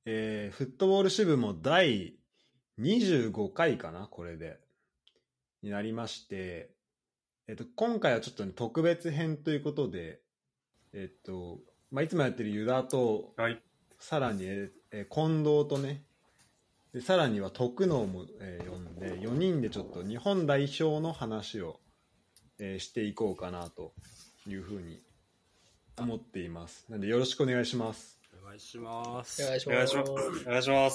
フットボール支部も第25回かな、これでになりまして、今回はちょっと、ね、特別編ということで、いつもやってるユダと、 はい、 さらに、近藤とね、でさらには徳能も、呼んで4人でちょっと日本代表の話を、していこうかなというふうに思っています。なのでよろしくお願いします。 お願いします。 お願いします。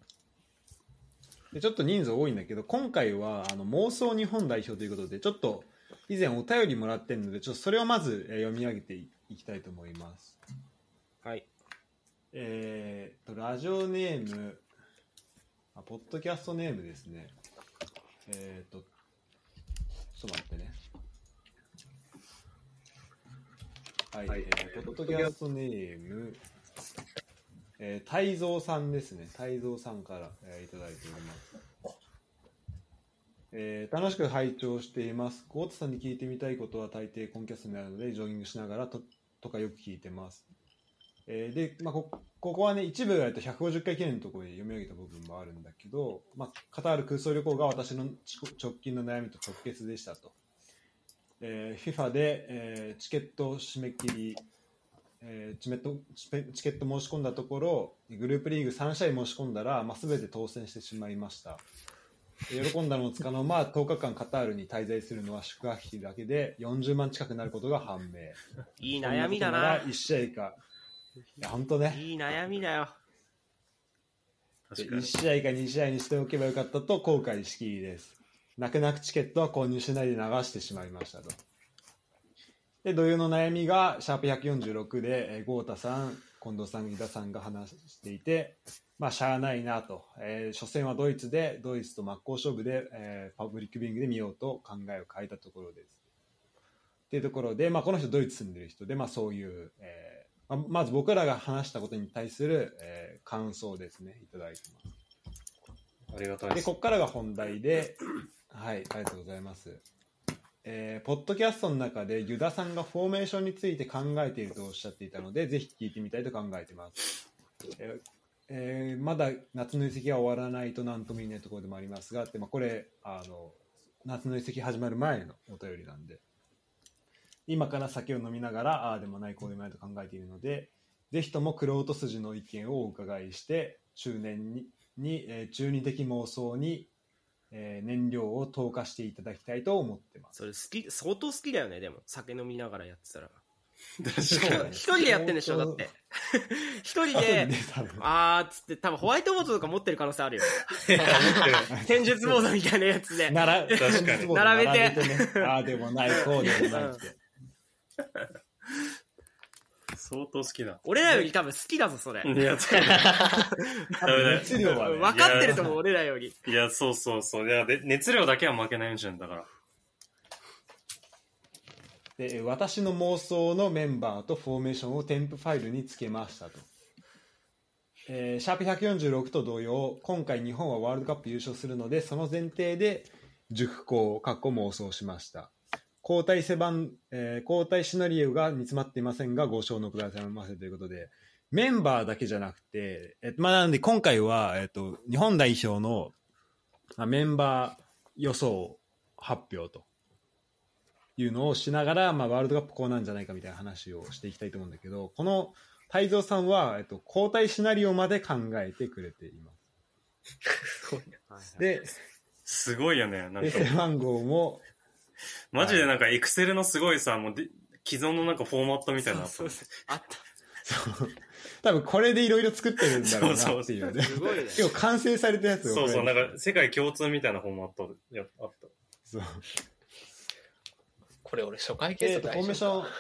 でちょっと人数多いんだけど、今回は妄想日本代表ということで、ちょっと以前お便りもらってるので、ちょっとそれをまず、読み上げていきたいと思います。 はい。 ラジオネーム、ポッドキャストネームですね。ちょっと待ってね。はい、ポッドキャストネーム、泰造さんですね。泰造さんから、いただいております。楽しく拝聴しています。ゴートさんに聞いてみたいことは大抵コンキャストになるので、ジョギングしながらとかよく聞いてます。で、ここはね、一部150回記念のところで読み上げた部分もあるんだけど、カタール空想旅行が私の直近の悩みと直結でしたと。FIFA で、チケット締め切り、チケット申し込んだところ、グループリーグ3試合申し込んだら、全て当選してしまいました。喜んだのもつかの間、10日間カタールに滞在するのは宿泊費だけで40万近くなることが判明。 いい悩みだな。 1試合か。いや本当ね。 いい悩みだよ。 1試合か2試合にしておけばよかったと後悔しきりです。泣く泣くチケットは購入しないで流してしまいましたと。で、土曜の悩みがシャープ146で、豪太さん、近藤さん、井田さんが話していて、しゃあないなと、初戦はドイツで、ドイツと真っ向勝負で、パブリックビューイングで見ようと考えを変えたところです。っていうところで、この人ドイツ住んでる人で、そういう、まず僕らが話したことに対する、感想ですね、いただいてます。 ありがたいです。 で、ここからが本題で、はい、ありがとうございます。ポッドキャストの中でユダさんがフォーメーションについて考えているとおっしゃっていたので、ぜひ聞いてみたいと考えています。まだ夏の移籍が終わらないと何とも言えないところでもありますが、これ夏の移籍始まる前のお便りなんで、今から酒を飲みながらああでもないこうでもないと考えているので、ぜひとも玄人筋の意見をお伺いして中年に中二的妄想に燃料を投下していただきたいと思ってます。 それ相当好きだよね。でも酒飲みながらやってたら。 確かに。 一人でやってんでしょだって。一人であーっつって多分ホワイトボードとか持ってる可能性あるよ。戦術ボードみたいなやつで確かに並べてね、ああでもないこうでもないって。 相当好きだ。 俺らより多分好きだぞそれ。 いや、 熱量はね、 分かってると思う俺らより。 いや、そう。いや、で熱量だけは負けないんじゃんだから。 で、私の妄想のメンバーとフォーメーションを添付ファイルにつけましたと。シャープ146と同様、今回日本はワールドカップ優勝するので、その前提で熟考妄想しました。交代シナリオが煮詰まっていませんがご承諾くださいませということで、メンバーだけじゃなくて、なので今回は、日本代表のメンバー予想発表というのをしながら、ワールドカップこうなんじゃないかみたいな話をしていきたいと思うんだけど、この泰造さんは、交代シナリオまで考えてくれています。で、 すごいよね。なんか背番号もマジでなんかエクセルのすごいさ、もう既存のなんかフォーマットみたいな。 そうあった。 そう。多分これでいろいろ作ってるんだろうなっていうね。 すごいね。 結構完成されたやつを。 そう、なんか世界共通みたいなフォーマットあった。 そう。 これ俺初回ケース大丈夫か。 フォーメーション。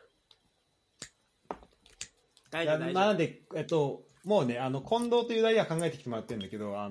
大丈夫。 なので、もうね、近藤という題は考えてきてもらってるんだけど、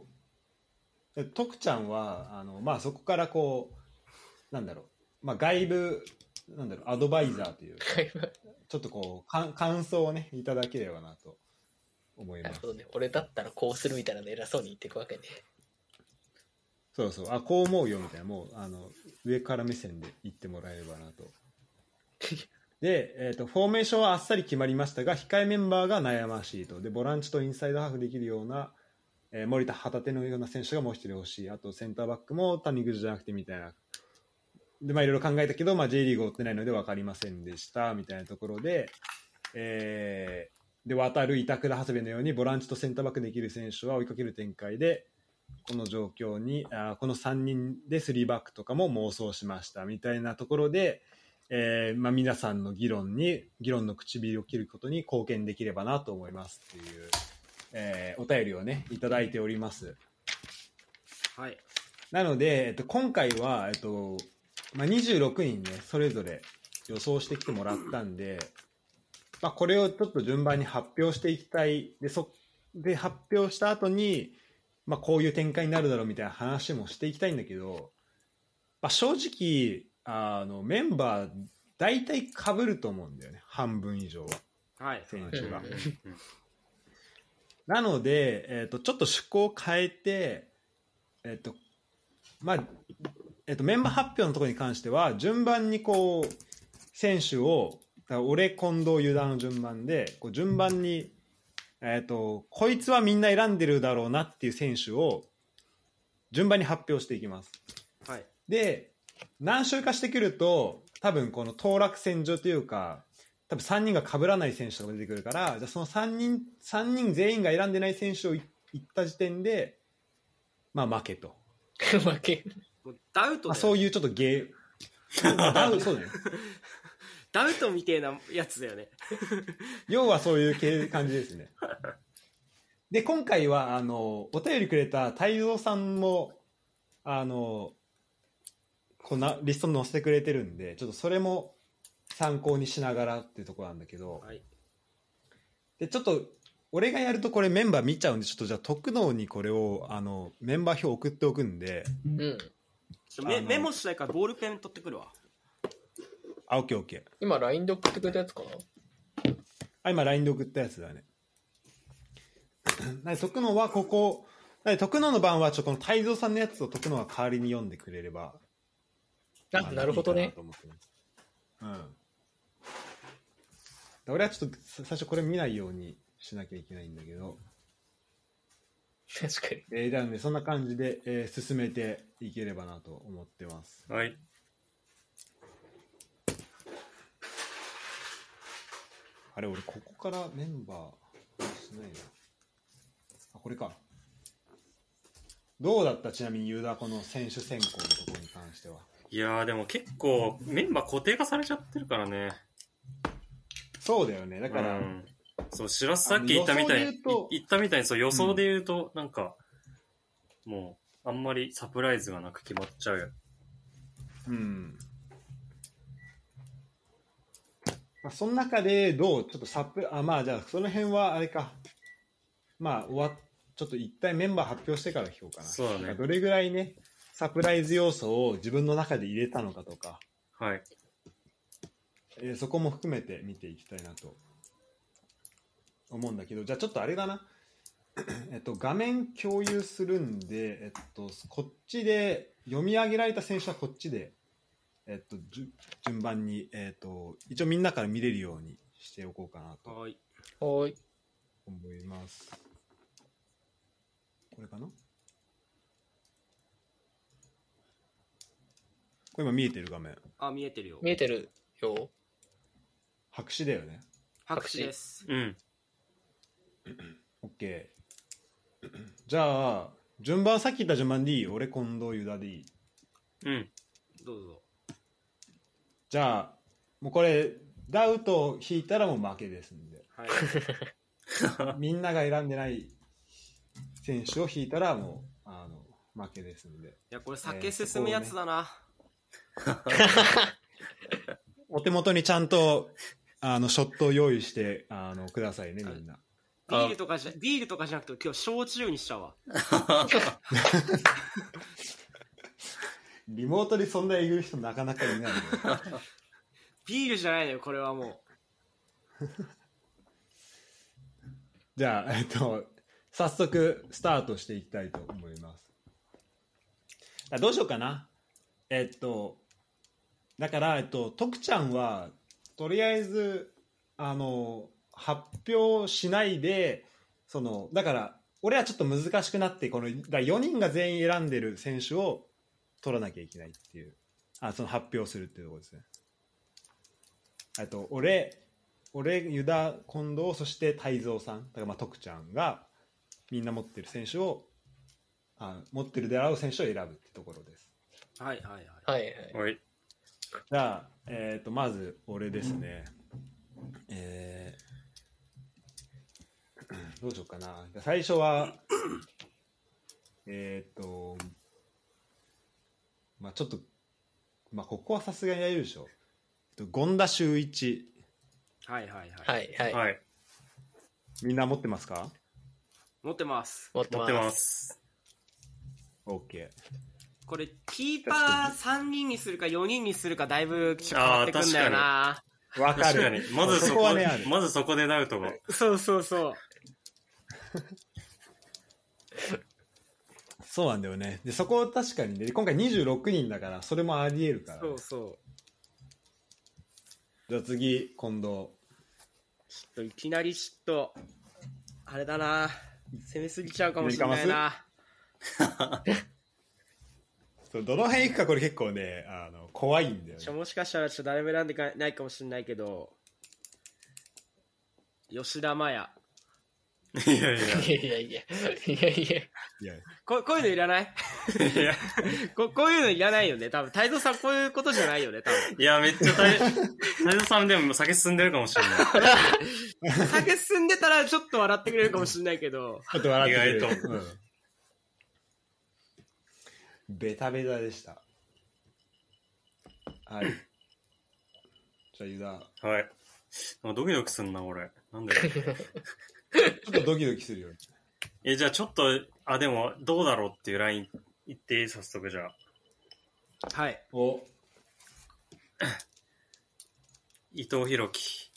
徳ちゃんは、そこからこう、なんだろう、外部、なんだろう、アドバイザーというか、ちょっとこう、感想をね、いただければなと思います。 ね、俺だったらこうするみたいなの偉そうに言っていくわけね。 そうそう、こう思うよみたいな、もう、上から目線で言ってもらえればなとで、フォーメーションはあっさり決まりましたが、控えメンバーが悩ましいと。で、ボランチとインサイドハーフできるような、森田旗手のような選手がもう一人欲しい。あとセンターバックも谷口じゃなくてみたいな。で、いろいろ考えたけど、J リーグを追ってないので分かりませんでしたみたいなところで、で、渡る板倉長谷部のようにボランチとセンターバックできる選手は追いかける展開で、この状況にこの3人で3バックとかも妄想しましたみたいなところで、皆さんの議論の唇を切ることに貢献できればなと思いますっていう、お便りをねいただいております。 はい。 なので、今回は、26人ねそれぞれ予想してきてもらったんで、これをちょっと順番に発表していきたい。で発表した後に、こういう展開になるだろうみたいな話もしていきたいんだけど、正直メンバー大体被ると思うんだよね、半分以上は、 はい、 選手が。なので、ちょっと趣向を変えて、メンバー発表のところに関しては順番にこう選手を俺近藤ユダの順番でこう順番に、こいつはみんな選んでるだろうなっていう選手を順番に発表していきます。 はい、で何週かしてくると多分この当落線上というか多分3人が被らない選手が出てくるから、じゃあその3人全員が選んでない選手を言った時点で負けと負けダウト、 そういうちょっとそうだねダウトみたいなやつだよね要はそういう感じですね。で今回はお便りくれた太蔵さんもこんなリストに載せてくれてるんで、ちょっとそれも参考にしながらっていうところなんだけど、 はい、でちょっと俺がやるとこれメンバー見ちゃうんで、ちょっとじゃあ徳能にこれをメンバー表送っておくんで、 メモしたいからボールペン取ってくるわ。 オッケー。 今 LINE で送ってくれたやつかな。 今 LINE で送ったやつだね。徳能はここ、徳能の番はこの太蔵さんのやつを徳能が代わりに読んでくれれば、 なるほどね。 俺はちょっと最初これ見ないようにしなきゃいけないんだけど、 確かに。なのでそんな感じで、進めていければなと思ってます。 はい。 あれ俺ここからメンバーしないな。これか。どうだったちなみにユダこの選手選考のところに関しては。 いやーでも結構メンバー固定化されちゃってるからね。 そうだよね。だから、 そう白洲さっき言ったみたいにそう予想で言うと、なんかもうあんまりサプライズがなく決まっちゃうよ。 その中でどうちょっとじゃあその辺はあれか。ちょっと一体メンバー発表してから聞こうかな。 そうだね。 どれぐらいねサプライズ要素を自分の中で入れたのかとか。 はい。 そこも含めて見ていきたいなと思うんだけど、じゃあちょっとあれだな。画面共有するんで、こっちで読み上げられた選手はこっちで、順番に、一応みんなから見れるようにしておこうかなと思います。これかな？これ今見えてる画面。 見えてるよ。 見えてるよ。 白紙だよね。 白紙です。 OK。じゃあ順番さっき言った順番でいい？俺近藤ユダでいい？ どうぞ。 じゃあもうこれダウトを引いたらもう負けですんで、はい、みんなが選んでない選手を引いたらもう負けですんで。いやこれ酒進むやつだな。 お手元にちゃんとショットを用意してくださいねみんな。 ビールとかじゃなくて今日焼酎にしちゃうわ。 リモートでそんなえぐる人なかなかいないのビールじゃないのよこれはもう。 じゃあ早速スタートしていきたいと思います。どうしようかな。だから徳ちゃんはとりあえず発表しないでだから俺はちょっと難しくなって、だから4人が全員選んでる選手を取らなきゃいけないっていう、その発表するっていうところですね。俺ユダ近藤そして泰造さん、だから徳ちゃんがみんな持ってる選手を持ってるであろう選手を選ぶってところです。 はいはいはい。 はい。 じゃあ、まず俺ですね。どうしようかな。最初はまあちょっとここはさすがにやるでしょ。権田修一。 はいはいははい。 いはい。 はい。 みんな持ってますか？ 持ってます。 持って持ってまます。 す。 OK。 これキーパー3人にするか4人にするかだいぶ変わってくんだよな。 わかる。 確かに。まずそこはねある。 まずそこでダウトが。 そうそうそう。 そうなんだよね。でそこ確かにね、今回26人だからそれもありえるから、ね。 そうそう。 じゃあ次近藤。 ちょっといきなりちょっとあれだな、攻めすぎちゃうかもしれないな。 そうどの辺行くかこれ結構ね怖いんだよね。 もしかしたらちょっと誰も選んでないかもしれないけど、吉田麻也。 いやいや。 いやいやいや。いやいや。 いやこういうのいらないいやこういうのいらないよね多分。泰造さんこういうことじゃないよね多分。 いや、めっちゃ泰造さんでも酒進んでるかもしれない。 酒進んでたらちょっと笑ってくれるかもしれないけど。 ちょっと笑ってくれる。 意外とベタベタでした。はい。じゃあユダ。 はい。ドキドキすんな、俺。なんで。 ちょっとドキドキするよ。 じゃあちょっと、でも、どうだろうっていうライン言っていい？早速じゃあ。 はい。 お。 伊藤洋樹。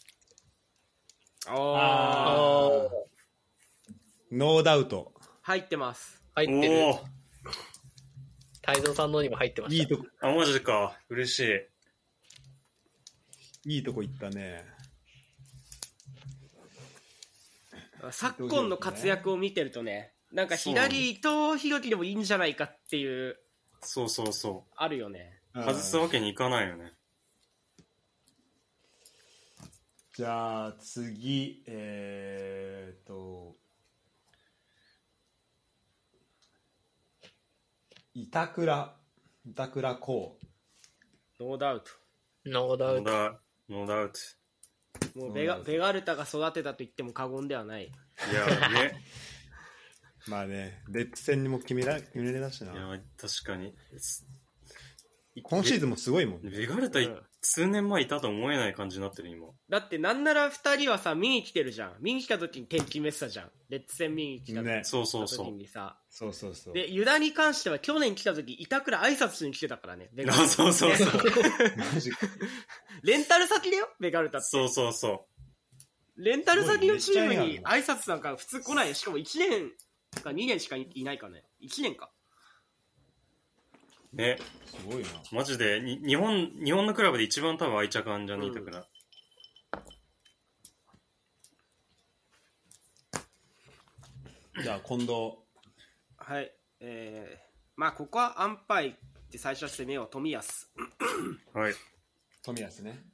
あー。ノーダウト。 入ってます。 入ってる。 おー。 泰造さんのにも入ってました。 いいとこ。 マジか。嬉しい。 いいとこ行ったね。 昨今の活躍を見てるとね、なんか左伊藤洋樹でもいいんじゃないかっていう。 そうそうそあるよね。 う。外すわけにいかないよね。 じゃあ次板倉こう。 ノーダウト。 ノーダウト。 ノーダウト。 もうベガルタが育てたと言っても過言ではない。 いやね。 まあね、レッツ戦にも決めれだしな。 いや、確かに。 今シーズンもすごいもん。 ベガルタ、数年前いたと思えない感じになってる今。 だってなんなら2人はさ見に来てるじゃん。見に来た時に点決めてたじゃん。レッツ戦見に来た時ね、 そうそうそう。 にさ。 そうそうそう。 でユダに関しては去年来た時板倉挨拶しに来てたからね。 そうそうそう。 マジか。 レンタル先だよベガルタって。 そうそうそう。 レンタル先のチームに挨拶なんか普通来ない。しかも1年か2年しかいないかね。1年か。 ね。 すごいな。 マジで日本のクラブで一番多分愛着あんじゃねえとくな。 じゃあ近藤。 はい。まあここは安牌って最初は攻めよう。冨安。 はい。 冨安ね。うん。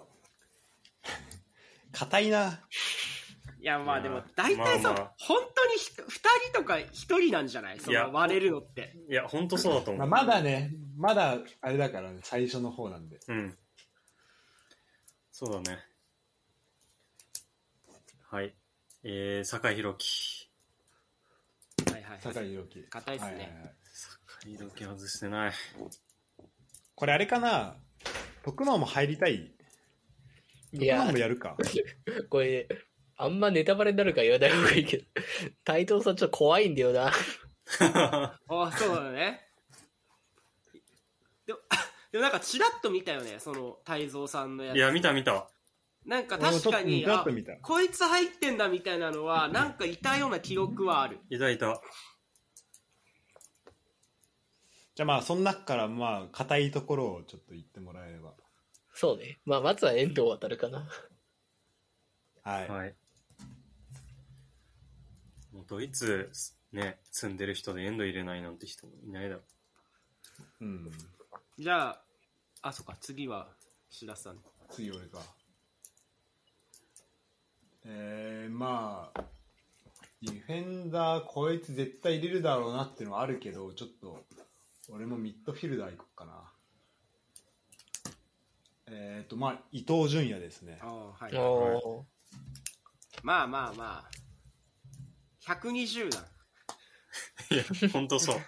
硬いな。 いやまあでも大体さ、本当に2人とか1人なんじゃない？その割れるのって。 いや本当そうだと思う。 まだね、まだあれだからね、最初の方なんで。 うん。そうだね。はい。酒井宏樹。 はいはい。 酒井宏樹。 硬いですね。はいはいはい、 酒井宏樹外してない。 これあれかな。徳間も入りたい。徳間もやるか。 これあんまネタバレになるから言わない方がいいけど、泰造さんちょっと怖いんだよな。 あ、そうだね。でもなんかチラッと見たよね、その泰造さんのやつ。 いや見た。 なんか確かにこいつ入ってんだみたいなのはなんかいたような記憶はある。 いた。 じゃあまあその中からまあ硬いところをちょっと言ってもらえれば。 そうね。まあ、まずは遠藤航かな。 はい。 はい。もうドイツね、住んでる人でエンド入れないなんて人もいないだろう。 うん。 じゃあ、あ、そっか、次は白洲さん。 次俺か。まあ、ディフェンダーこいつ絶対入れるだろうなっていうのはあるけど、ちょっと俺もミッドフィルダー行こうかな。まあ伊東純也ですね。 はい。 おまあ120だ。 いや、ほんとそう。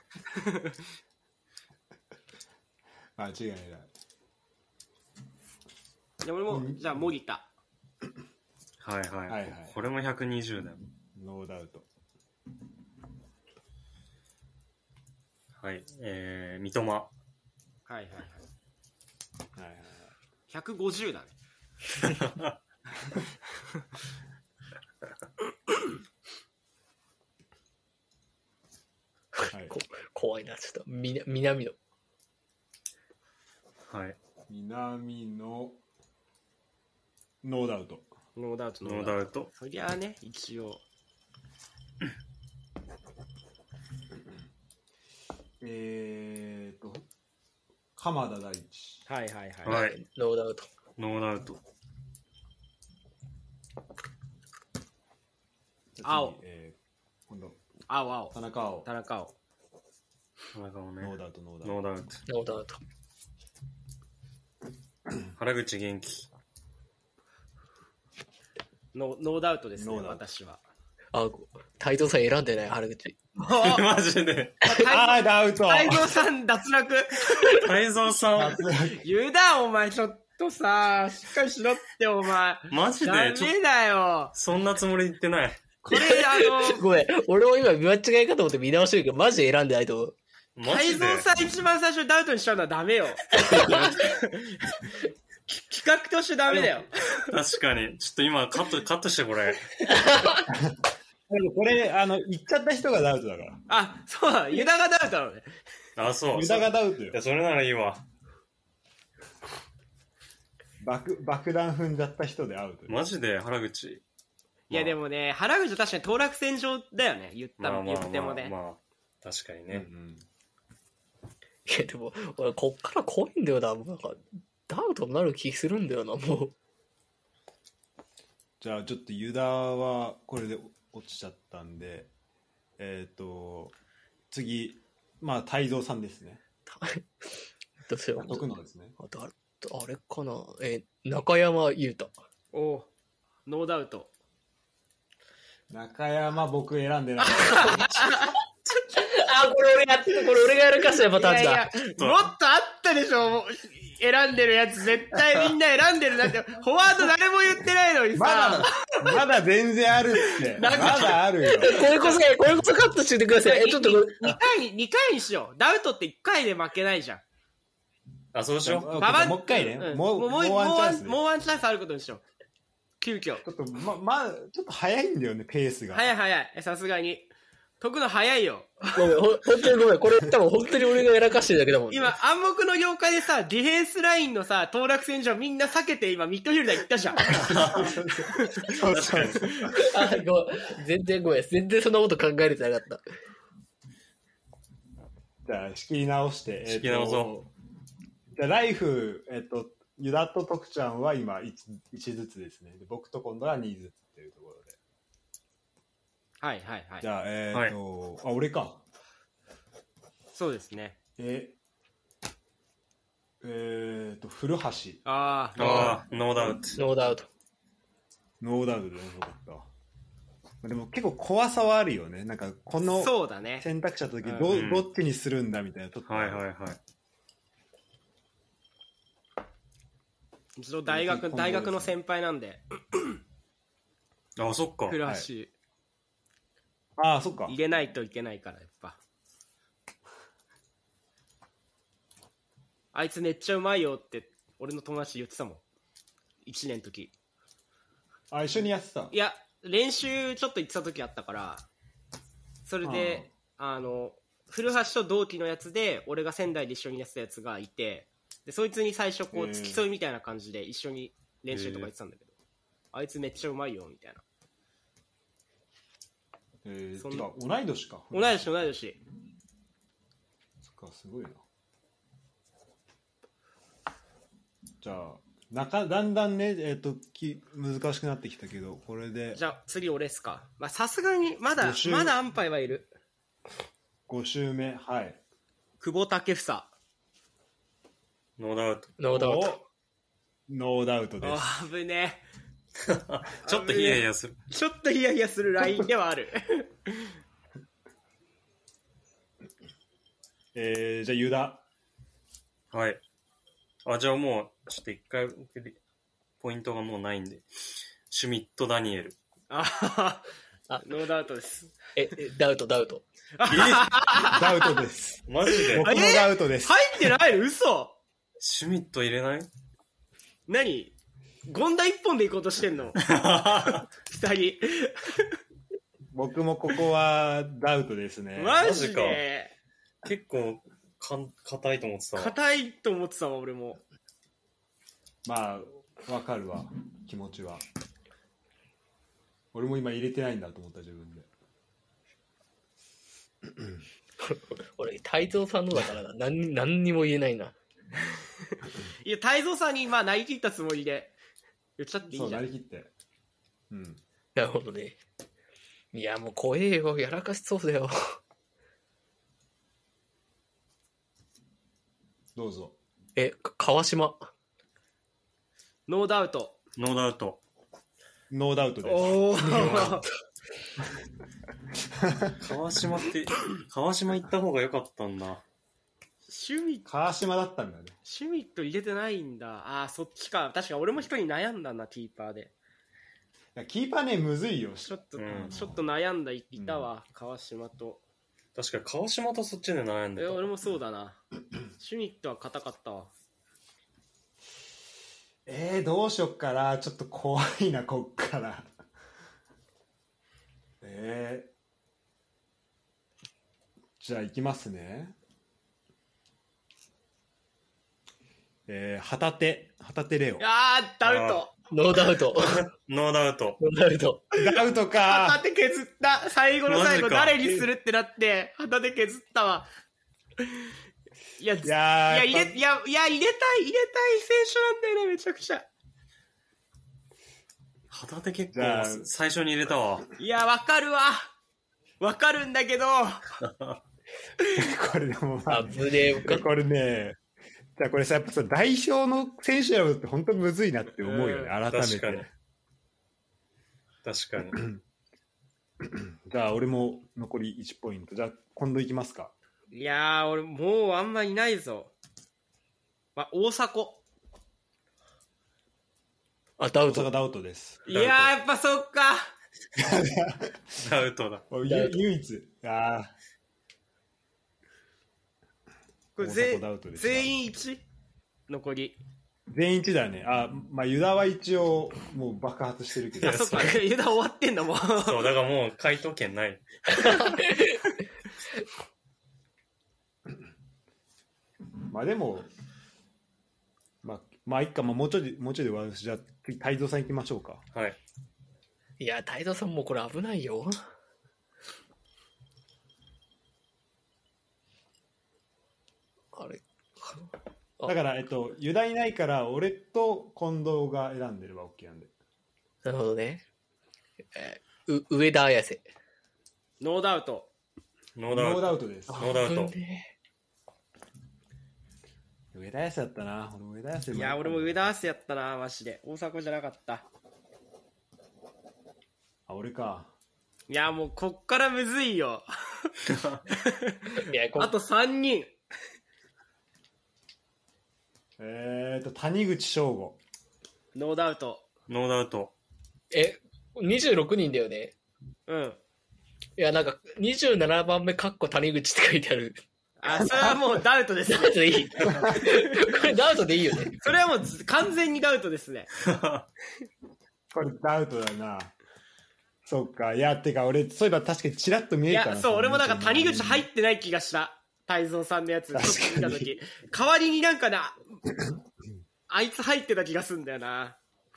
間違いない。 じゃあ俺も、じゃあ森田。 はいはい。 はいはい。 これも120だよ。 ノーダウト。 はい。三笘。 はいはいはい。 はいはいはい。 150だね。 はい、 怖いな、ちょっと。南野。 はい。 南のノーダウト。 ノーダウト。 ノーダウト。 そりゃあね、一応。 鎌田大地。 はいはいはい。 はい。 ノーダウト。 ノーダウト。 青。 今度。 青。 田中青。 田中もね。 ノーダウト。 ノーダウト。 原口元気。 ノーダウトですね、私は。 あ、泰造さん選んでない、原口。 マジで。 ダウト。 泰造さん脱落。 泰造さん。 油断、お前ちょっとさ、しっかりしろって、お前。 マジで。 ダメだよ。 そんなつもり言ってない。 これ、 ごめん、俺も今見間違いかと思って見直してるけど、マジで選んでないと思う。 泰造さん一番最初にダウトにしちゃうのはダメよ。企画としてダメだよ。 確かに。ちょっと今カットしてこれ。 これ、言っちゃった人がダウトだから。 あ、そうだ、ユダがダウトなのね。 あ、そう。 ユダがダウトよ。 いや、それならいいわ。 爆弾踏んじゃった人でアウト。 マジで原口。 いやでもね、原口は確かに当落線上だよね、言ってもね。 まあ、確かにね。 いやでも、俺こっから怖いんだよな、もうなんか、ダウトになる気するんだよな、もう。 じゃあちょっとユダはこれで落ちちゃったんで、次、まあ泰造さんですね。 どうしよう。 徳野ですね。 あれかな、中山優太。 おノーダウト。 中山僕選んでない。 これ俺がやるかしたパターンだ。 いやもっとあったでしょ、選んでるやつ。絶対みんな選んでるなって。フォワード誰も言ってないのにさ。 まだ全然あるって。まだあるよ。 これこそカットしててください。ちょっと2 回にしよう。ダウトって1回で負けないじゃん。 あ、そうしよう。 もう一回ね。もうワンチャンス。 もうワンチャンスあることにしよう。急遽。 ちょっと、ちょっと早いんだよね、ペースが。 早い。さすがに。解くの早いよ。 ごめん、本当にごめん。これ多分本当に俺がやらかしてるだけだもん、ね。 今、暗黙の了解でさ、ディフェンスラインのさ、当落線上みんな避けて今、ミッドフィルダー行ったじゃん。全然ごめん。全然そんなこと考えれてなかった。 じゃあ、仕切り直して。 仕切り直そう。 じゃあ、ライフ、ユダと徳ちゃんは今 1ずつですね。で僕と今度は2ずつっていうところで。 はい。 じゃあ、俺か。 そうですね。 古橋。 ノーダウト。 ノーダウトでよかった。でも結構怖さはあるよね。なんかこの選択肢した時どっちにするんだみたいな。 はい。 一度大学の先輩なんで。 あ、そっか。 古橋。 そっか。 入れないといけないから、やっぱ。あいつめっちゃうまいよって、俺の友達言ってたもん。1年の時。 一緒にやってた？ いや、練習ちょっと行ってた時あったから、それで、古橋と同期のやつで、俺が仙台で一緒にやってたやつがいて、 でそいつに最初こう付き添いみたいな感じで一緒に練習とか言ってたんだけど、あいつめっちゃうまいよみたいな。 てか同い年か。 同い年。 そっか、すごいな。じゃあだんだんね難しくなってきたけど、これでじゃあ次俺っすか。まあさすがにまだ安牌はいる。 5周目、はい。 久保建英。 ノーダウト。 ノーダウト。 ノーダウトです。 あぶねちょっとヒヤヒヤする。 ちょっとヒヤヒヤするラインではあるじゃあユダ。 はい。じゃあもうちょっと一回ポイントがもうないんで、シュミット・ダニエル。 あノーダウトです。 ダウト。 ダウトです。 マジで僕もダウトです。 入ってないの？嘘。 シュミット入れない？ 何？権田一本で行こうとしてんの2人僕もここはダウトですね。 マジで結構硬いと思ってたわ。 硬いと思ってたわ俺も。 まあわかるわ、気持ちは。俺も今入れてないんだと思った自分で俺泰造さんのだからな。何にも言えないな。 いや泰造さんにまあなりきったつもりで言っちゃっていいじゃん。 そうなりきって。 なるほどね。いやもう怖えよ、やらかしそうだよ。 どうぞ。 川島。 ノーダウト。 ノーダウト。 ノーダウトです。 おお川島行った方が良かったんだ。 川島だったんだね。 シュミット入れてないんだ。そっちか。確か俺も一人悩んだな、キーパーで。 キーパーねむずいよ。 ちょっと悩んだいたわ、川島と。 確かに川島とそっちで悩んでた。 俺もそうだな。シュミットは硬かったわ。 どうしよっかな。ちょっと怖いな、こっからじゃあ行きますね。旗手レオ。 ダウト。 ノーダウト。 ノーダウト。 ダウトか。 旗手削った。最後の最後誰にするってなって旗手削ったわ。いや入れたい選手なんだよね、めちゃくちゃ。 旗手結構最初に入れたわ。 いやわかるわ。わかるんだけどこれでもまあこれね、じゃあこれさ、やっぱさ代表の選手選ぶって本当むずいなって思うよね、改めて。 確かにじゃあ俺も残り1ポイント。じゃあ今度いきますか。 いや俺もうあんまいないぞ。大迫。 ダウト。 大阪ダウトです。 いややっぱそっか。 ダウトだ。 唯一。 これ全員 1？ 残り全員1だね。ユダは一応もう爆発してるけど。 そっか、ユダ終わってんだもん。 そうだからもう回答権ない。 でもいっか、もうちょいで終わるし、じゃあ泰造さん行きましょうか。 はい。 いや泰造さんもこれ危ないよ。あれだからユダいないから俺と近藤が選んでれば OK なんで。 なるほどね。上田綺世。 ノーダウト。 ノーダウトです。 ノーダウト。 上田綺世だったな。俺上田綺世。 いや俺も上田綺世やったな、マジで。大迫じゃなかった。 俺か。 いやもうこっからむずいよ。あと3人。 谷口翔吾。 ノーダウト。 ノーダウト。 26人だよね。 うん。 いやなんか27番目谷口って書いてある。 それはもうダウトですね。 ダウトでいい。これダウトでいいよね。 それはもう完全にダウトですね。 これダウトだな。そっか。いやてか俺そういえば確かにチラッと見えたな。 いやそう俺もなんか谷口入ってない気がした。 泰造さんのやつ、ちょっ確かにと見たとき。代わりになんかな、あいつ入ってた気がすんだよな。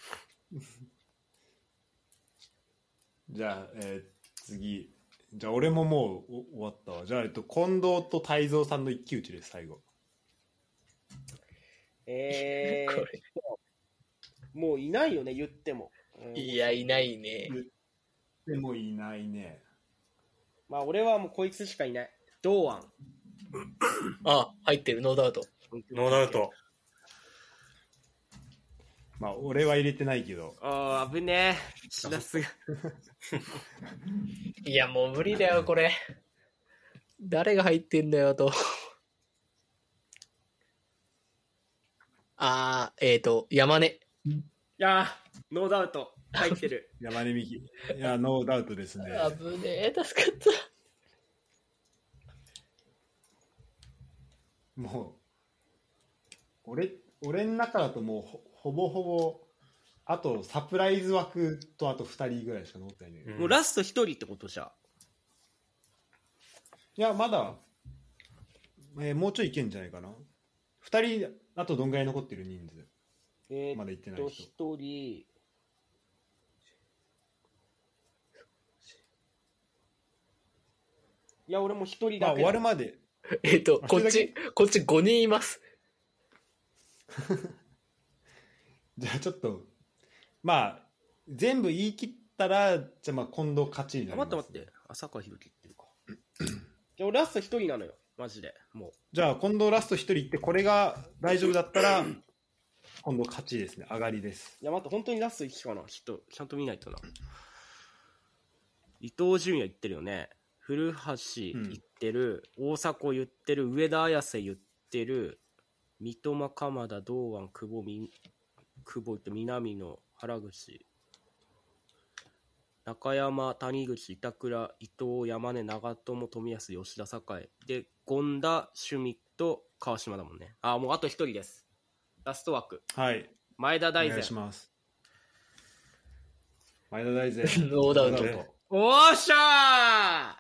じゃあ、次。じゃあ、俺ももう終わったわ。じゃあ、近藤と泰造さんの一騎打ちです、最後。 これもういないよね、言っても。 いや、いないね。 でもいないね。 まあ、俺はもうこいつしかいない。堂安。 あ、入ってる、ノーダウト。 ノーダウト。 まあ、俺は入れてないけど。 ああ、危ねえ。しらすが。 いや、もう無理だよ、これ。誰が入ってんだよ、と。山根。 いやー、ノーダウト。入ってる。 山根美希。いや、ノーダウトですね。 危ねえ、助かった。 もう、俺の中だともうほぼほぼ、あとサプライズ枠とあと2人ぐらいしか残ってないね。 うんもうラスト1人ってことじゃ。 いや、まだ、もうちょいいけんじゃないかな。2人、あとどんぐらい残ってる人数。まだ行ってない人。 1人。いや、俺も1人だけだ。 まあ、終わるまで。 こっち5人います。 じゃあちょっと、まあ、全部言い切ったら、じゃあまあ今度勝ちになります。 待って。浅川博樹ってるか。じゃあ俺ラスト1人なのよ。マジで。もう。 じゃあ今度ラスト1人いって、これが大丈夫だったら、今度勝ちですね。上がりです。 いや、待って、本当にラスト1人かな。ちゃんと見ないとな。伊東純也言ってるよね。古橋言ってる、大迫言ってる、上田綺世言ってる、三笘、鎌田、堂安、久保言って南野、原口、中山、谷口、板倉、伊藤、山根、長友、冨安、吉田、酒井で、権田、シュミット、川島だもんね。あ、もうあと1人です。ラスト枠。 はい。 前田大然。 お願いします。前田大然。 ノーダウト。 おーしゃ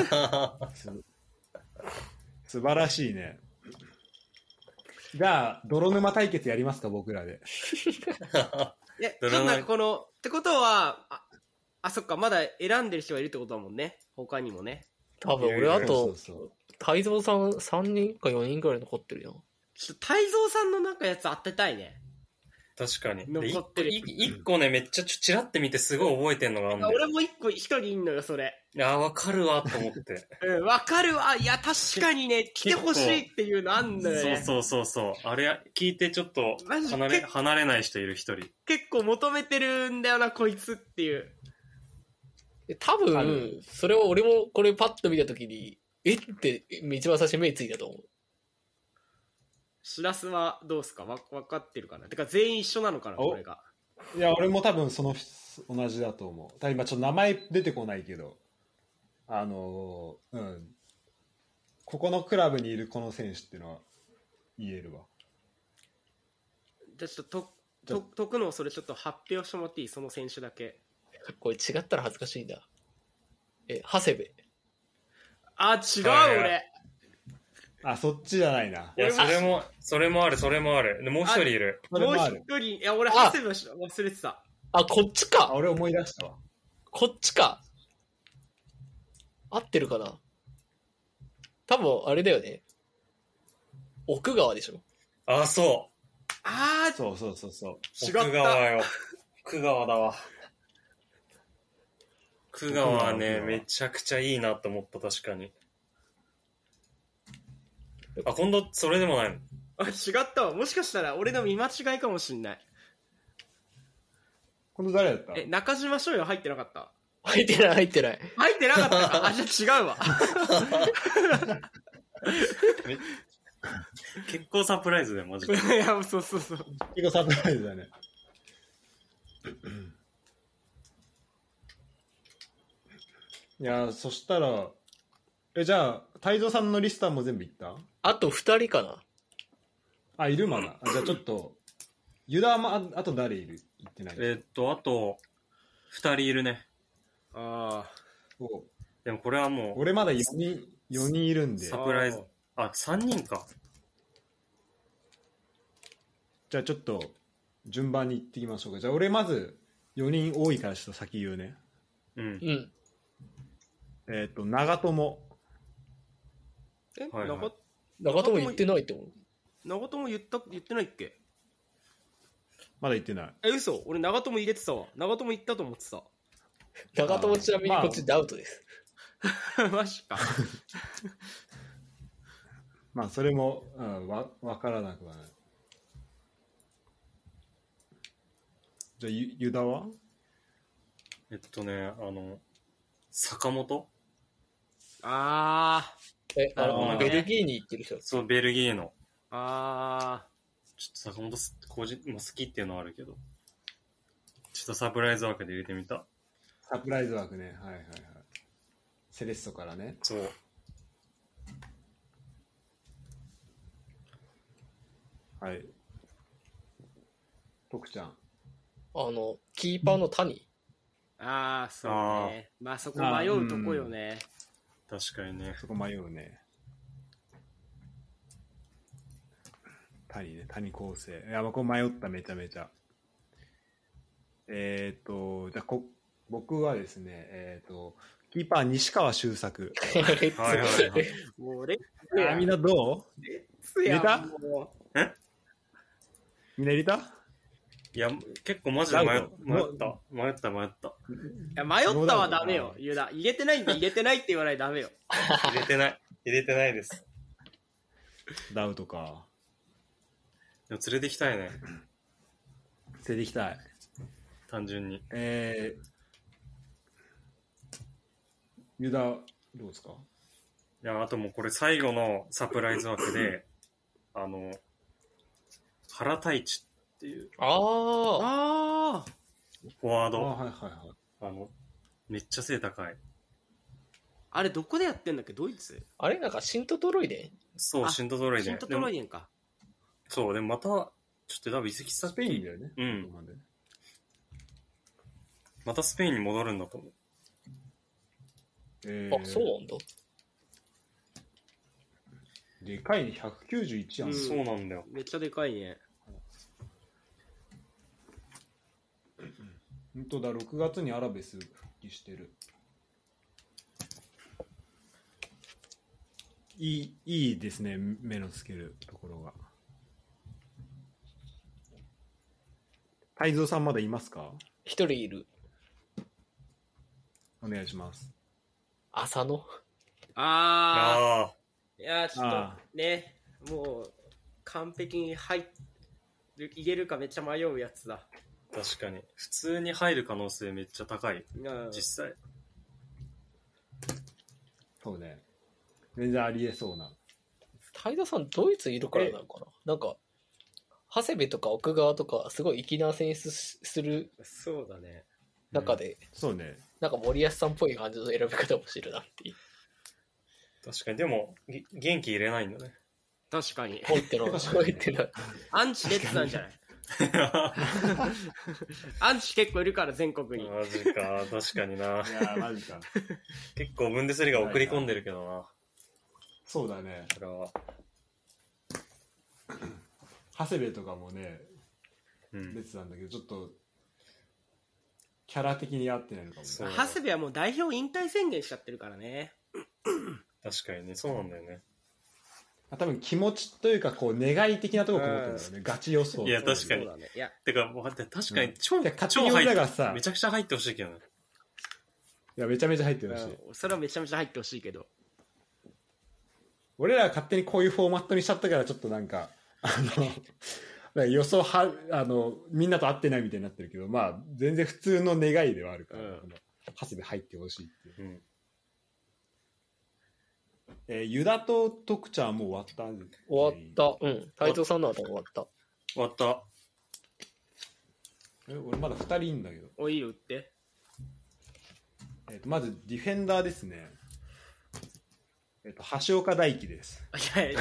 素晴らしいね。じゃあ泥沼対決やりますか、僕らで。 いや、ちょっとなんかこのってことはそっか、まだ選んでる人がいるってことだもんね。他にもね。 多分俺あとそう泰造さん3人か4人くらい残ってるよ。 ちょっと泰造さんのなんかやつ当てたいね。 確かに。 残ってる。 一個ね、めっちゃチラって見てすごい覚えてんのがあるんだよ。 俺も一人いんのよ、それ。 いや、わかるわと思って。 うん、わかるわ。いや、確かにね、来てほしいっていうのあんのよね。 そう。あれ、聞いてちょっと離れない人いる一人。 結構求めてるんだよな、こいつっていう。 多分、それを俺もこれパッと見たときに、って一番最初目ついたと思う。 しらすはどうすか、分かってるかな。てか全員一緒なのかな、これが。 いや、俺も多分同じだと思う。今ちょっと名前出てこないけど、ここのクラブにいるこの選手っていうのは言えるわ。 じゃあちょっと解くのをそれちょっと発表してもらっていい？その選手だけ。 これ違ったら恥ずかしいんだ。長谷部。 あ、違う、俺。 あ、そっちじゃないな。 いや、それもある。で、もう一人いる。 もう一人、いや、俺、長谷部忘れてた。 あ、こっちか。 俺思い出したわ。 こっちか。合ってるかな。多分、あれだよね。奥川でしょ。 あ、そう。 そう。 違った。 奥川よ。奥川だわ。奥川はね、めちゃくちゃいいなと思った、確かに。あ、今度、それでもないの？ あ、違ったわ。もしかしたら俺の見間違いかもしんない。 今度誰だった？ 中島翔也入ってなかった？ 入ってない。 入ってなかったか。あ、じゃあ違うわ。 結構サプライズだよ、マジで。 いや、そう。 結構サプライズだね。いや、そしたら、じゃあ、泰造さんのリストはもう全部いった？ あと2人かな。 あ、いるまだ。じゃあちょっと、ユダはあと誰いる？言ってない。 あと、2人いるね。 ああ。 でもこれはもう、 俺まだ4人いるんで。 サプライズ。 あ、3人か。 じゃあちょっと順番に言っていきましょうか。じゃあ俺まず4人多いからちょっと先言うね。 うん。 うん。 長友。 はいはい長友言ってないって思う。 長友言ってないっけ？ まだ言ってない。 嘘、俺長友入れてたわ。長友言ったと思ってた。 長友ちなみにこっちダウトです。 マジか。 まあそれも、わからなくはない。じゃあユダは？ 坂本。 ベルギーに行ってる人。 そう、ベルギーの。ちょっと坂本個人も好きっていうのはあるけど、ちょっとサプライズ枠で入れてみた。 サプライズ枠ね。はいはいはい。セレッソからね。 そう。 はい。徳ちゃん。 キーパーの谷。 そうね。まあそこ迷うとこよね。 確かにね。 そこ迷うね。谷ね、谷康生。いや、ここ迷った、めちゃめちゃ。じゃあ僕はですね、キーパー西川周作。 はいはいはい。 もうレッツみんなどう？入れた？みんな入れた？ いや、結構マジで迷った。 いや迷ったはダメよ。ユダ入れてないんで入れてないって言わないとダメよ。 入れてないです。 ダウトか。 でも連れてきたいね。 連れてきたい。 単純に。 ユダどうですか？ いや、あともうこれ最後のサプライズ枠で、原太一っていうフォワード。 はいはいはい。 めっちゃ背高い。 あれどこでやってんだっけ？ドイツ？ あれなんかシントトロイデン？ そう、シントトロイデン。 シントトロイデンか。 そう、でもまた、ちょっと多分移籍スペインだよね。 うん。またスペインに戻るんだと思う。 そうなんだ。 でかいね、191ある、 そうなんだよ。 めっちゃでかいね。 本当だ、6月にアラベス復帰してる。いいですね、目のつけるところが。泰造さんまだいますか？ 一人いる。 お願いします。 浅野。 いやちょっとね、もう完璧に入れるかめっちゃ迷うやつだ。 確かに普通に入る可能性めっちゃ高い、実際。 そうね、全然ありえそうな。 泰造さんドイツいるからなのかな。なんか長谷部とか奥川とかすごい粋な選出するそうだね中で、 そうね、なんか森保さんっぽい感じの選び方をしてるなっていう。 確かに。でも元気入れないんだね。 確かに。 入ってない。入ってない。 アンチレッツなんじゃない？アンチ結構いるから全国に。 マジか、確かにな。いやマジか。 結構ブンデスリーガ送り込んでるけどな。 そうだね。 それは長谷部とかもね、出てたんだけど、ちょっとキャラ的に合ってないのかもね。 長谷部はもう代表引退宣言しちゃってるからね。 確かにね、そうなんだよね。 多分気持ちというかこう願い的なところこもってるんだよね、ガチ予想。 いや確かに。 いやてかもう確かに超入ってがさ、 めちゃくちゃ入ってほしいけどね。 いやめちゃめちゃ入ってほしい。 それはめちゃめちゃ入ってほしいけど。 俺らは勝手にこういうフォーマットにしちゃったからちょっとなんか予想はみんなと合ってないみたいになってるけど、まあ全然普通の願いではあるから、長谷部入ってほしいっていう。ユダと徳ちゃんはもう終わった？ 終わった。うん。泰造さんの後終わった。 終わった。 俺まだ2人いんだけど。 おいよって。 まずディフェンダーですね。橋岡大樹です。 レ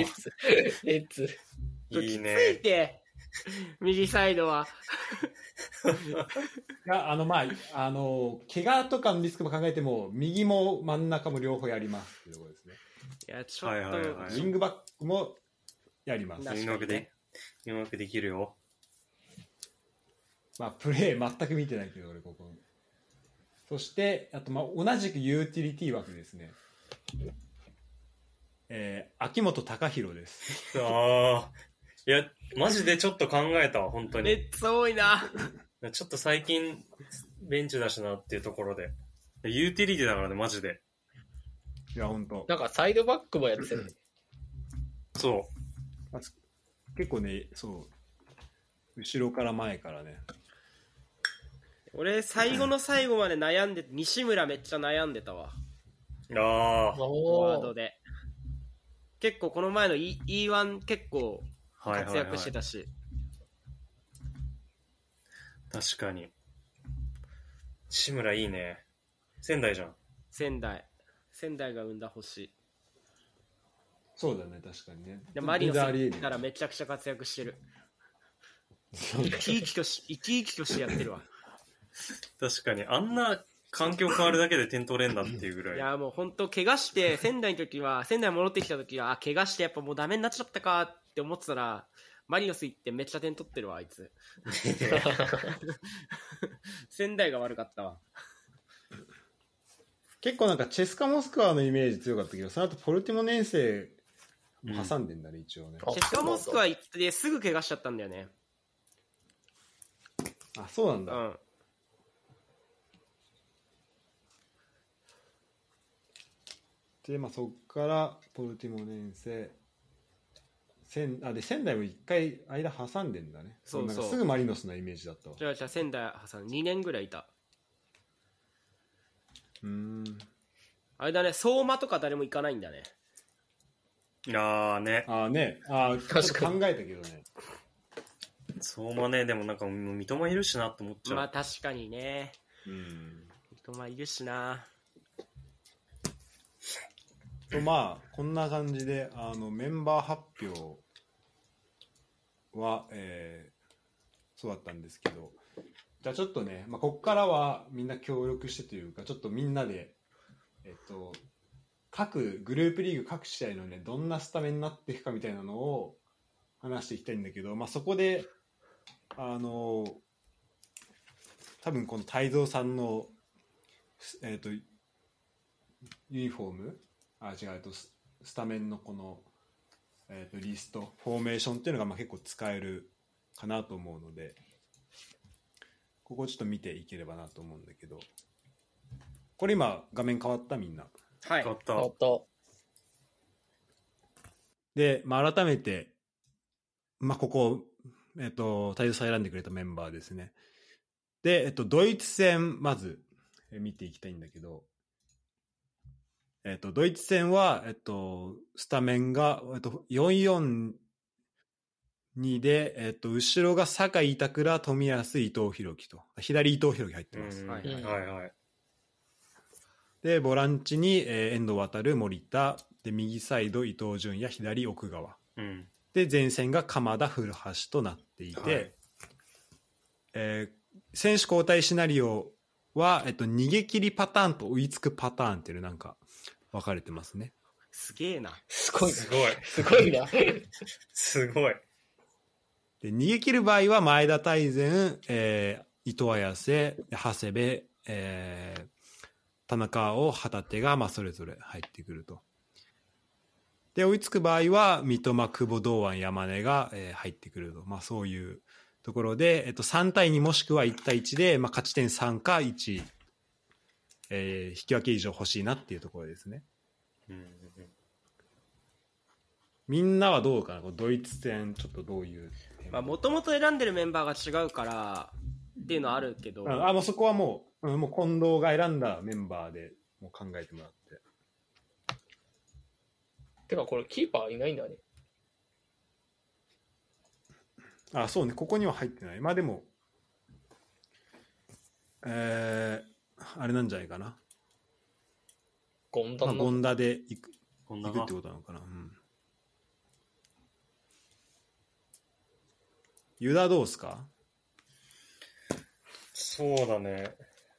ッツ。 いいね。 ついて右サイドはやまあ怪我とかのリスクも考えても右も真ん中も両方やりますっていうところですね。 いや、ちょっと、 はいはいはいウィングバックもやります。 確うまくできるよ。 まあプレー全く見てないけど俺ここ。そしてあと同じくユーティリティ枠ですね。秋元貴弘です。 ああ、いやマジでちょっと考えたわ本当に。 めっちゃ多いな。 ちょっと最近ベンチだしなっていうところで、ユーティリティだからねマジで。 いや本当。 なんかサイドバックもやってたよね。 そ結構ね、そう後ろから前からね。 俺、最後の最後まで悩んで、西村めっちゃ悩んでたわ。 う。ああ、 フォワードで。結構この前の E1 結構活躍してたし。 確かに。志村いいね。仙台じゃん。 仙台が生んだ星。 そうだね、確かにね。 でマリノス行ったらめちゃくちゃ活躍してる。生き生きとしてやってるわ。 確かにあんな環境変わるだけで点取れんだっていうぐらい。 いやもう本当怪我して仙台戻ってきた時は怪我してやっぱもうダメになっちゃったかって思ってたらマリノス行ってめっちゃ点取ってるわあいつ。仙台が悪かったわ。 結構なんかチェスカモスクワのイメージ強かったけど、その後ポルティモ年生も挟んでんだね、一応ね。 チェスカモスクワ行ってすぐ怪我しちゃったんだよね。 あ、そうなんだ。 うん。 で、まあそっからポルティモ年生、で仙台も一回間挟んでんだね。 そうなんかすぐマリノスのイメージだったわ。 じゃあ仙台挟んで2年ぐらいいた。あれだね、相馬とか誰も行かないんだね。 ああね。 確かに考えたけどね。 相馬ね、でもなんか三笘いるしなって思っちゃう。 まあ確かにね。三笘いるしな。 まあこんな感じでメンバー発表は、そうだったんですけど、じゃあちょっとね、ここからはみんな協力してというか、ちょっとみんなで各グループリーグ各試合のねどんなスタメンになっていくかみたいなのを話していきたいんだけど、そこで多分この泰造さんのユニフォームスタメンのこの、リストフォーメーションっていうのが結構使えるかなと思うので、ここをちょっと見ていければなと思うんだけど、これ今画面変わったみんな。 はい。 変わった。 で、改めて、ここ、泰造さん選んでくれたメンバーですね。で、ドイツ戦まず見ていきたいんだけど、ドイツ戦は、スタメンが、4-4-2で、後ろが酒井、板倉、冨安、伊藤洋輝と。左伊藤洋輝入ってます。 はいはい。 で、ボランチに、遠藤航、森田。で、右サイド、伊東純也、左奥川。で、前線が鎌田、古橋となっていて、選手交代シナリオは、逃げ切りパターンと追いつくパターンっていうなんか分かれてますね。 すげえな。 すごいな。 すごい。 で、逃げ切る場合は前田大然、伊藤綾瀬、長谷部、田中碧、旗手がそれぞれ入ってくると。で、追いつく場合は三笘、久保、堂安、山根が、入ってくると。そういうところで、3対2もしくは1対1で、勝ち点3か1、引き分け以上欲しいなっていうところですね。みんなはどうかな、ドイツ戦ちょっとどういう。 もともと選んでるメンバーが違うからっていうのはあるけど、 もうそこはもう近藤が選んだメンバーでもう考えてもらって。 てかこれキーパーいないんだね。 そうね、ここには入ってない。でもあれなんじゃないかな、権田でいくってことなのかな。ユダどうすか？ そうだね。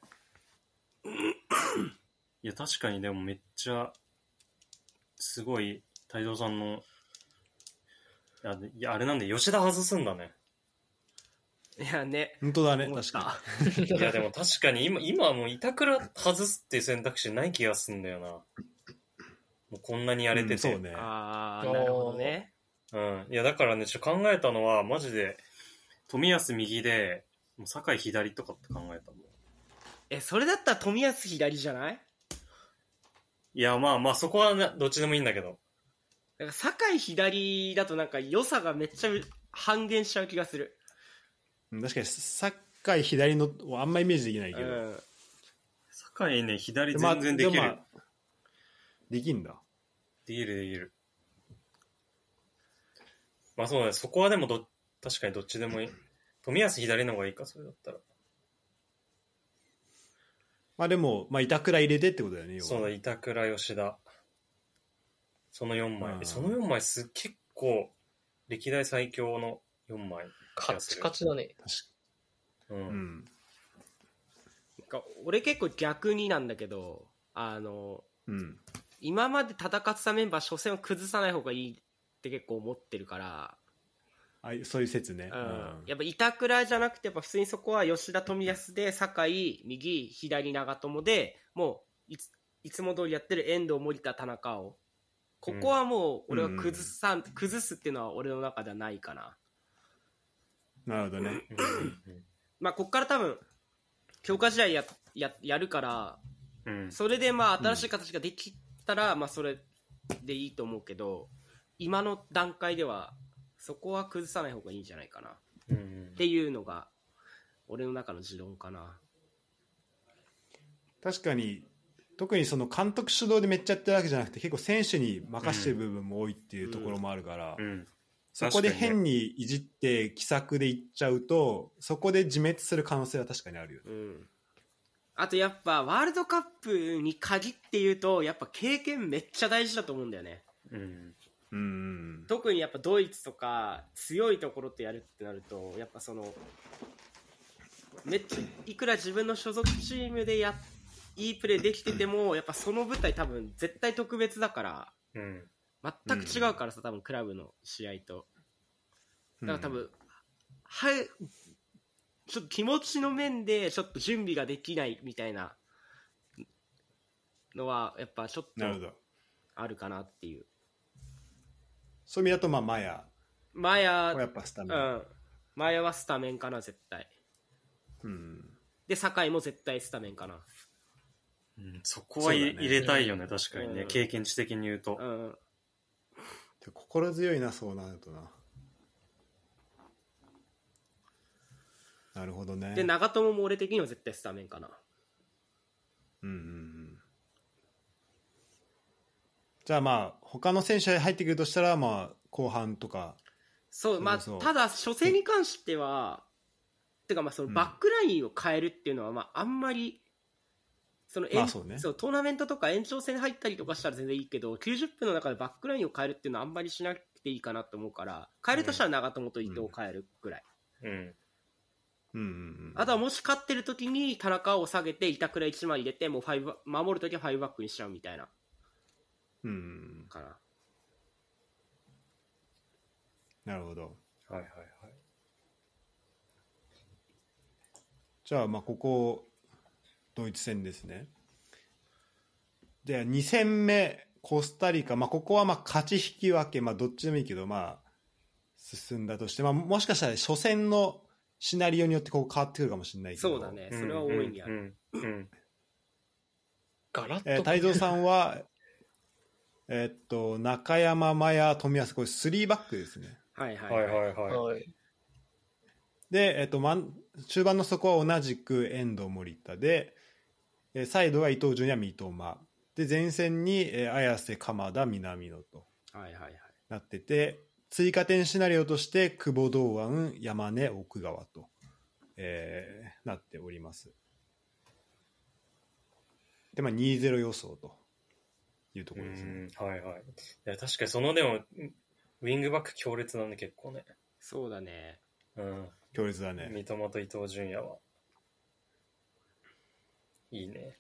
いや、確かにでもめっちゃ、すごい、泰造さんの、いや、あれなんで、吉田外すんだね。 いやね。 本当だね、 思っ確かた。 いや、でも確かに今はもう板倉外すっていう選択肢ない気がすんだよな。もうこんなにやれてて。 そうね。 あー、なるほどね。 うん。いや、だからね、考えたのは、マジで、冨安右で、もう酒井左とかって考えたもん。 それだったら冨安左じゃない？ いや、まあまあ、そこはどっちでもいいんだけど。 なんか酒井左だとなんか良さがめっちゃ半減しちゃう気がする。 確かに酒井左のあんまイメージできないけど、 酒井ね、左全然できる。 できんだ。 できる。まあそうね、そこはでも確かにどっちでもいい。冨安左の方がいいか、それだったら。 まあでも、まあ、板倉入れてってことだよね。 そうだ、板倉、吉田。その4枚。その4枚結構、歴代最強の4枚。 カチカチだね。 うん。 俺結構逆になんだけど、今まで戦ってたメンバー初戦を崩さない方がいいって結構思ってるから、 そういう説ね。 やっぱ板倉じゃなくてやっぱ普通にそこは吉田冨安で酒井右左長友でもういつも通りやってる遠藤森田田中をここはもう俺は崩すっていうのは俺の中ではないかな。 なるほどね。 まあこっから多分強化試合やるから、それでまあ新しい形ができたら、まあそれでいいと思うけど、今の段階ではそこは崩さない方がいいんじゃないかな、っていうのが俺の中の持論かな。 確かに特にその監督主導でめっちゃやってるわけじゃなくて結構選手に任せてる部分も多いっていうところもあるから、そこで変にいじって奇策でいっちゃうとそこで自滅する可能性は確かにあるよね。 あとやっぱワールドカップに限って言うとやっぱ経験めっちゃ大事だと思うんだよね。特にやっぱドイツとか強いところとやるってなるとやっぱそのめっちゃいくら自分の所属チームでいいプレーできててもやっぱその舞台多分絶対特別だから、全く違うからさ、多分クラブの試合とだから多分、ちょっと気持ちの面でちょっと準備ができないみたいなのはやっぱちょっとあるかなっていう。 そういう意味だとまあマヤやっぱスタメン、 マヤはスタメンかな絶対。で酒井も絶対スタメンかな。 そこは入れたいよね、確かにね、経験値的に言うと。 心強いな、そうなるとな。なるほどね。 で長友も俺的には絶対スタメンかな。 じゃあまあ他の選手が入ってくるとしたらまあ後半とか。 そうまあただ初戦に関してはてかまあそのバックラインを変えるっていうのはまああんまりそうトーナメントとか延長戦に入ったりとかしたら全然いいけど90分の中でバックラインを変えるっていうのはあんまりしなくていいかなと思うから変えるとしたら長友と伊藤を変えるぐらい。あとはもし勝ってる時に田中を下げて板倉1枚入れてもう守る時は5バックにしちゃうみたいなかな。 なるほど。 はい。 じゃあまあここドイツ戦ですね。で2戦目コスタリカ、まあ、ここはまあ勝ち引き分け、まあ、どっちでもいいけどまあ進んだとして、まあ、もしかしたら初戦のシナリオによってこう変わってくるかもしれないけど。 そうだね、それは大いにある。 ガラッと泰造さんは中山、麻也、冨安、これ3バックですね。 はい。 で、中盤の底は同じく遠藤、森田で、サイドが伊東純也、三笘で前線に綾瀬、鎌田、南野となってて、追加点シナリオとして久保、堂安、山根、奥川と、なっております。で、まあ 2-0 予想というところですね。 いや確かにそのでもウィングバック強烈なんで結構ね。 そうだね。 強烈だね。 三笘と伊東純也は。 いいね。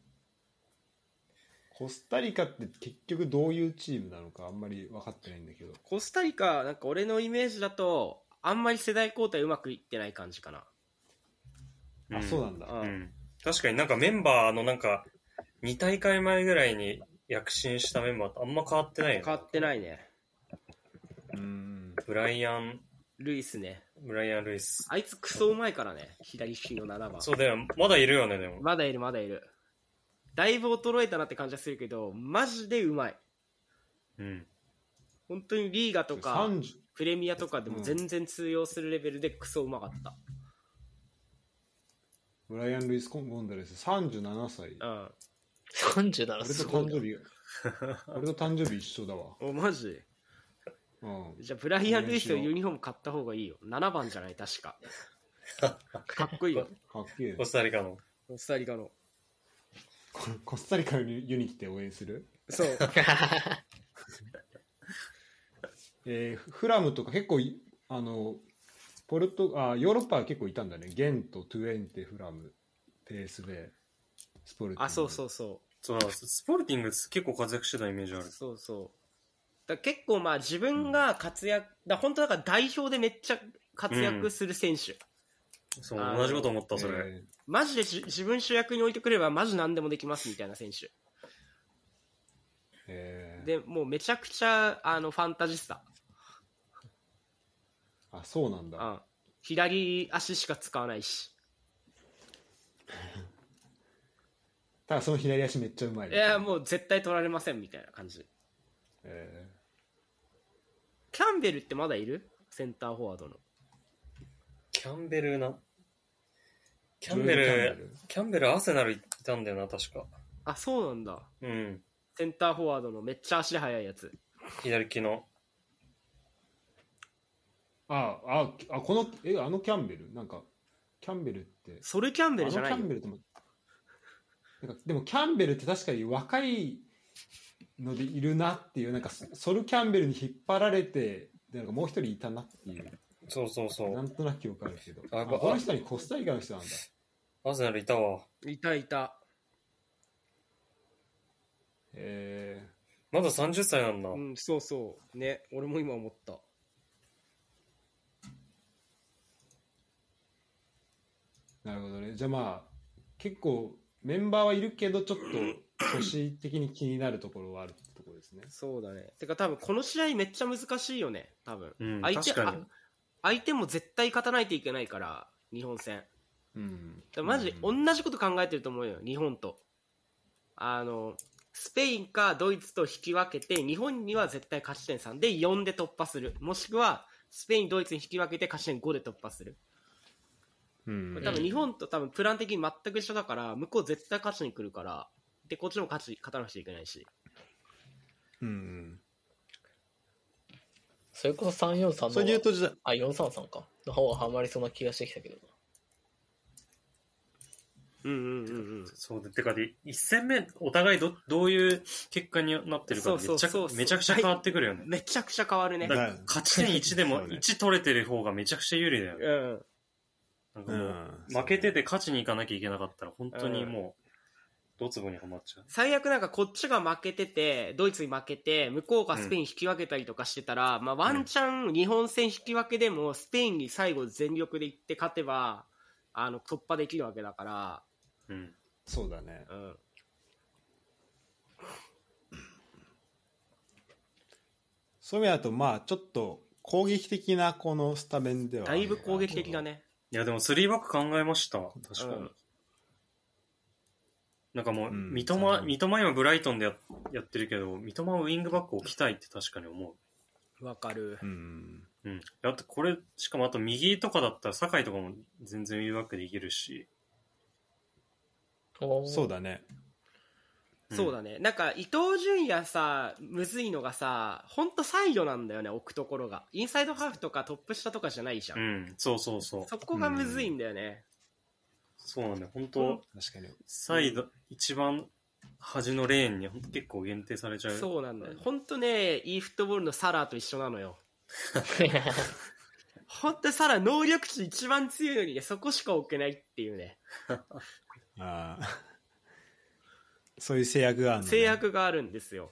コスタリカって結局どういうチームなのかあんまり分かってないんだけど。 コスタリカ、なんか俺のイメージだと、あんまり世代交代うまくいってない感じかな。 あ、そうなんだ。 うん。 確かになんかメンバーのなんか、2大会前ぐらいに躍進したメンバーとあんま変わってないよね。 変わってないね。 ブライアン・ルイスね。 ルイス。 あいつクソうまいからね。左利きの7番。 そうだよ。まだいるよね、でも。 まだいる。だいぶ衰えたなって感じはするけど、マジでうまい。 うん。 本当にリーガとか、 30 プレミアとかでも全然通用するレベルでクソうまかった。 ブライアン・ルイス・ゴンザレス、37歳。 うん。 37すごいな。 俺と誕生日一緒だわ。 お、マジ？ うん。 じゃあブライアン・ルイスのユニフォーム買った方がいいよ。7番じゃない確か。かっこいいよ。 かっけえ。 コスタリカの。 コスタリカの。 コスタリカのユニ来て応援する？ そう。 フラムとか結構ヨーロッパは結構いたんだね。ゲント、トゥエンテ、フラム、PSV、スポルティング。 あ、そうそうそう。 そう、スポルティング結構活躍してたイメージある。 そうそう。だ結構まあ自分が活躍、本当だから代表でめっちゃ活躍する選手。 そう、同じこと思った、それ。 マジで自分主役に置いてくればマジ何でもできますみたいな選手。で、もうめちゃくちゃファンタジスタ。 あ、そうなんだ。 左足しか使わないし。 ただその左足めっちゃうまい。 いや、もう絶対取られませんみたいな感じ。キャンベルってまだいる？センターフォワードの。 キャンベルアーセナルいたんだよな、確か。 あ、そうなんだ。 うん。 センターフォワードのめっちゃ足速いやつ。 左利きの。 このキャンベルなんかキャンベルってそれキャンベルじゃないよ。 キャンベルってなんかでもキャンベルって確かに若いのでいるなっていう、なんかソル・キャンベルに引っ張られてなんかもう一人いたなっていう。 そうなんとなく記憶あるけど、この人にコスタリカの人なんだ。 アーセナルいたわ。 いた。 まだ30歳なんだ。 うん、そうそうね、俺も今思った。 なるほどね。じゃあまあ結構メンバーはいるけどちょっと年的に気になるところはあるってところですね。 そうだね。てか多分この試合めっちゃ難しいよね。多分、 確かに相手も絶対勝たないといけないから日本戦。マジ同じこと考えてると思うよ、日本と。スペインかドイツと引き分けて日本には絶対勝ち点3で4で突破する、もしくはスペインドイツに引き分けて勝ち点5で突破する。多分日本と多分プラン的に全く一緒だから、向こう絶対勝ちに来るから、でこっちも勝たなくちゃいけないし。 それこそ343のそれで言うと 433かの方がハマりそうな気がしてきたけどな。 そうで、てかで1戦目お互いどういう結果になってるかめちゃくちゃ変わってくるよね。 めちゃくちゃ変わるね。 だから勝ち点1でも1取れてる方がめちゃくちゃ有利だよね。なんかもう負けてて勝ちに行かなきゃいけなかったら本当にもうドツボにはまっちゃう。 最悪なんかこっちが負けててドイツに負けて向こうがスペイン引き分けたりとかしてたら、まあワンチャン日本戦引き分けでもスペインに最後全力でいって勝てば突破できるわけだから。 そうだね。そういう意味だとまあちょっと攻撃的なこのスタメンではだいぶ攻撃的だね。 いやでも3バック考えました。確かに。なんかもう三笘今ブライトンで やってるけど、三笘をウィングバック置きたいって確かに思う。わかる。 あとこれしかもあと右とかだったら酒井とかも全然ウィングバックできるし。 そうだね。 そうだね。なんか伊東純也さ、むずいのがさ、ほんとサイドなんだよね、置くところが。インサイドハーフとかトップ下とかじゃないじゃん。 そう。 そこがむずいんだよね。 そうなんだよ。本当確かに。 サイド、一番端のレーンに結構限定されちゃう。 そうなんだよ。ほんとね、いいフットボールのサラーと一緒なのよ。ほんとサラ能力値一番強いのにね、そこしか置けないっていうね。 そういう制約があるの、ね、 制約があるんですよ。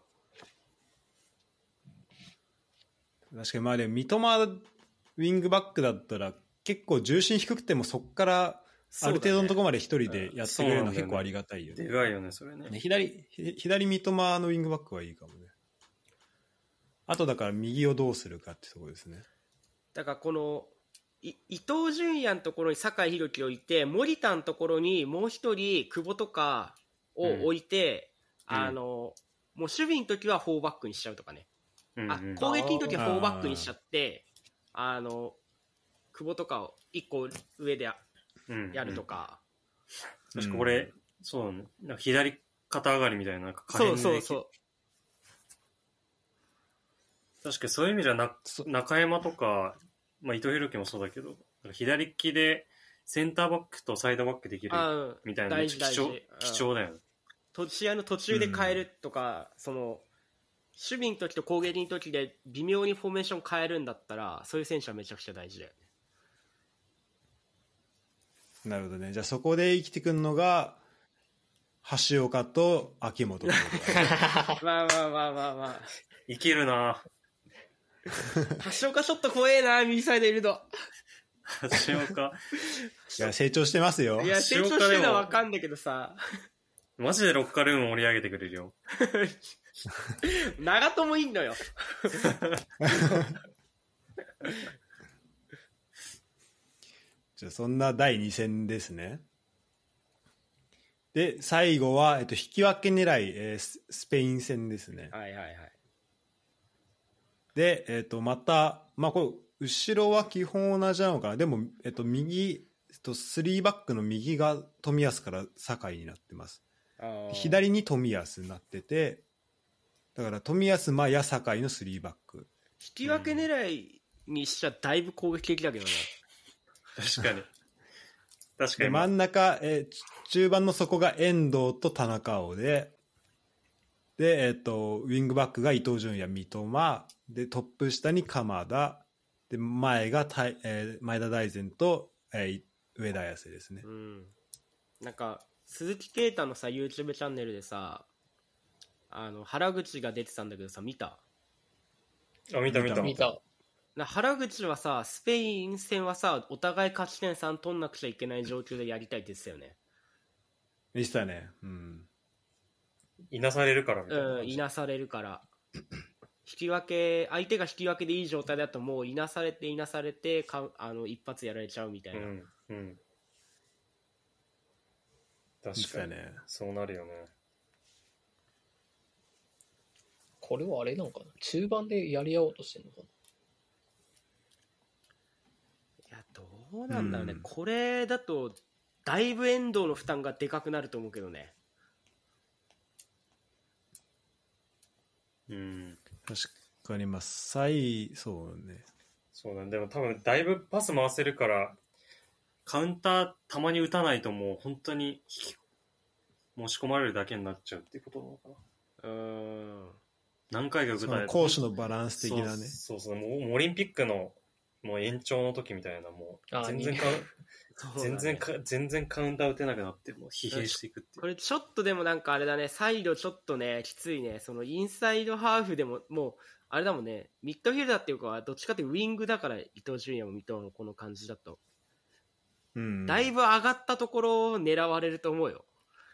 確かにまあでも三笘ウィングバックだったら結構重心低くてもそこからある程度のところまで一人でやってくれるの結構ありがたいよね。 でかいよねそれね。 左三笘のウィングバックはいいかもね。あとだから右をどうするかってところですね。 だからこの伊東純也のところに酒井宏樹を置いて、森田のところにもう一人久保とかを置いて、もう守備の時は4バックにしちゃうとかね、攻撃の時は4バックにしちゃって、久保とかを1個上でやるとか、 確かこれ、そうね、なんか左肩上がりみたいな、なんか可変でそう確かにそういう意味じゃ中山とか、まあ、伊藤洋樹もそうだけど、左利きでセンターバックとサイドバックできるみたいな貴重だよね。 試合の途中で変えるとか、その守備の時と攻撃の時で微妙にフォーメーション変えるんだったら、そういう選手はめちゃくちゃ大事だよね。なるほどね。じゃあそこで生きてくるのが橋岡と秋元まあいけるな。 橋岡ちょっと怖えな、右サイドいるの。 橋岡いや成長してますよ。 いや成長してるのは分かんだけどさ、 マジでロッカールーム盛り上げてくれるよ。 長友いんのよ。 じゃあそんな第2戦ですね。で最後は、引き分け狙い、スペイン戦ですね。 はいはいはい。 で、また、まあ、これ後ろは基本同じなのかな。でも、右、3バックの右が冨安から酒井になってます。左に冨安になってて、だから冨安、まあ、や酒井の3バック。 引き分け狙いにしちゃだいぶ攻撃的だけどね。 確かに。確かに。 真ん中、中盤の底が遠藤と田中碧で、ウィングバックが伊東純也、三笘で、トップ下に鎌田で、前が前田大然と、上田綺世ですね。 なんか鈴木啓太のさ YouTube チャンネルでさ、原口が出てたんだけどさ、見た？ 見た。 原口はさ、スペイン戦はさ、お互い勝ち点3取んなくちゃいけない状況でやりたいって言ってたよね。 言ってたね。 いなされるからみたいな。 いなされるから。引き分け、相手が引き分けでいい状態だともういなされて一発やられちゃうみたいな。 確かに、ね、そうなるよね。 これはあれなのかな、中盤でやり合おうとしてるのかな。 いやどうなんだろうね、これだとだいぶ遠藤の負担がでかくなると思うけどね。 確かに、まあ、そうね。 そうだね。でも多分だいぶパス回せるからカウンターたまに打たないともう本当に持ち込まれるだけになっちゃうっていうことなのかな。何回か打たないと攻守のバランス的なね。 そうもうオリンピックのもう延長の時みたいな、もう全然カウンター打てなくなってもう疲弊していくっていう。 これちょっとでもなんかあれだね、サイドちょっとねきついね。そのインサイドハーフでももうあれだもんね、ミッドフィルダーっていうかどっちかっていうウィングだから、伊東純也も三笘のこの感じだと、だいぶ上がったところを狙われると思うよ。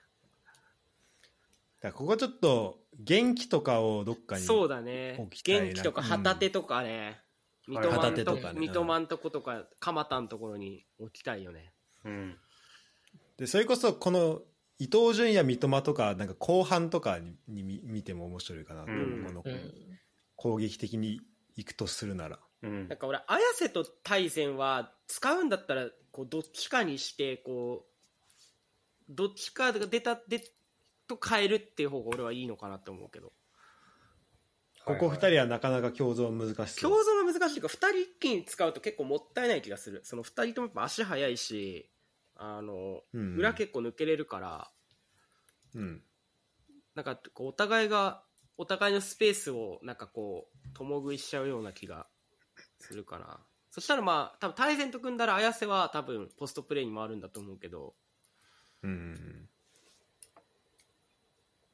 だからここちょっと元気とかをどっかにそうだね、元気とか旗手とかね、三笘んとことか鎌田のところに置きたいよね。 でそれこそこの伊東純也三笘とかなんか後半とかに見ても面白いかなと思う、この攻撃的にいくとするなら、 なんか俺綾瀬と大然は使うんだったらこうどっちかにしてこうどっちかが出と変えるっていう方が俺はいいのかなと思うけど、 ここ2人はなかなか共存難しそう。 共存が難しいから2人一気に使うと結構もったいない気がする。その2人ともやっぱ足速いし裏結構抜けれるから、なんかこうお互いのスペースをなんかこう共食いしちゃうような気がするかな。そしたらまあ多分大然と組んだら綾瀬は多分ポストプレーに回るんだと思うけど、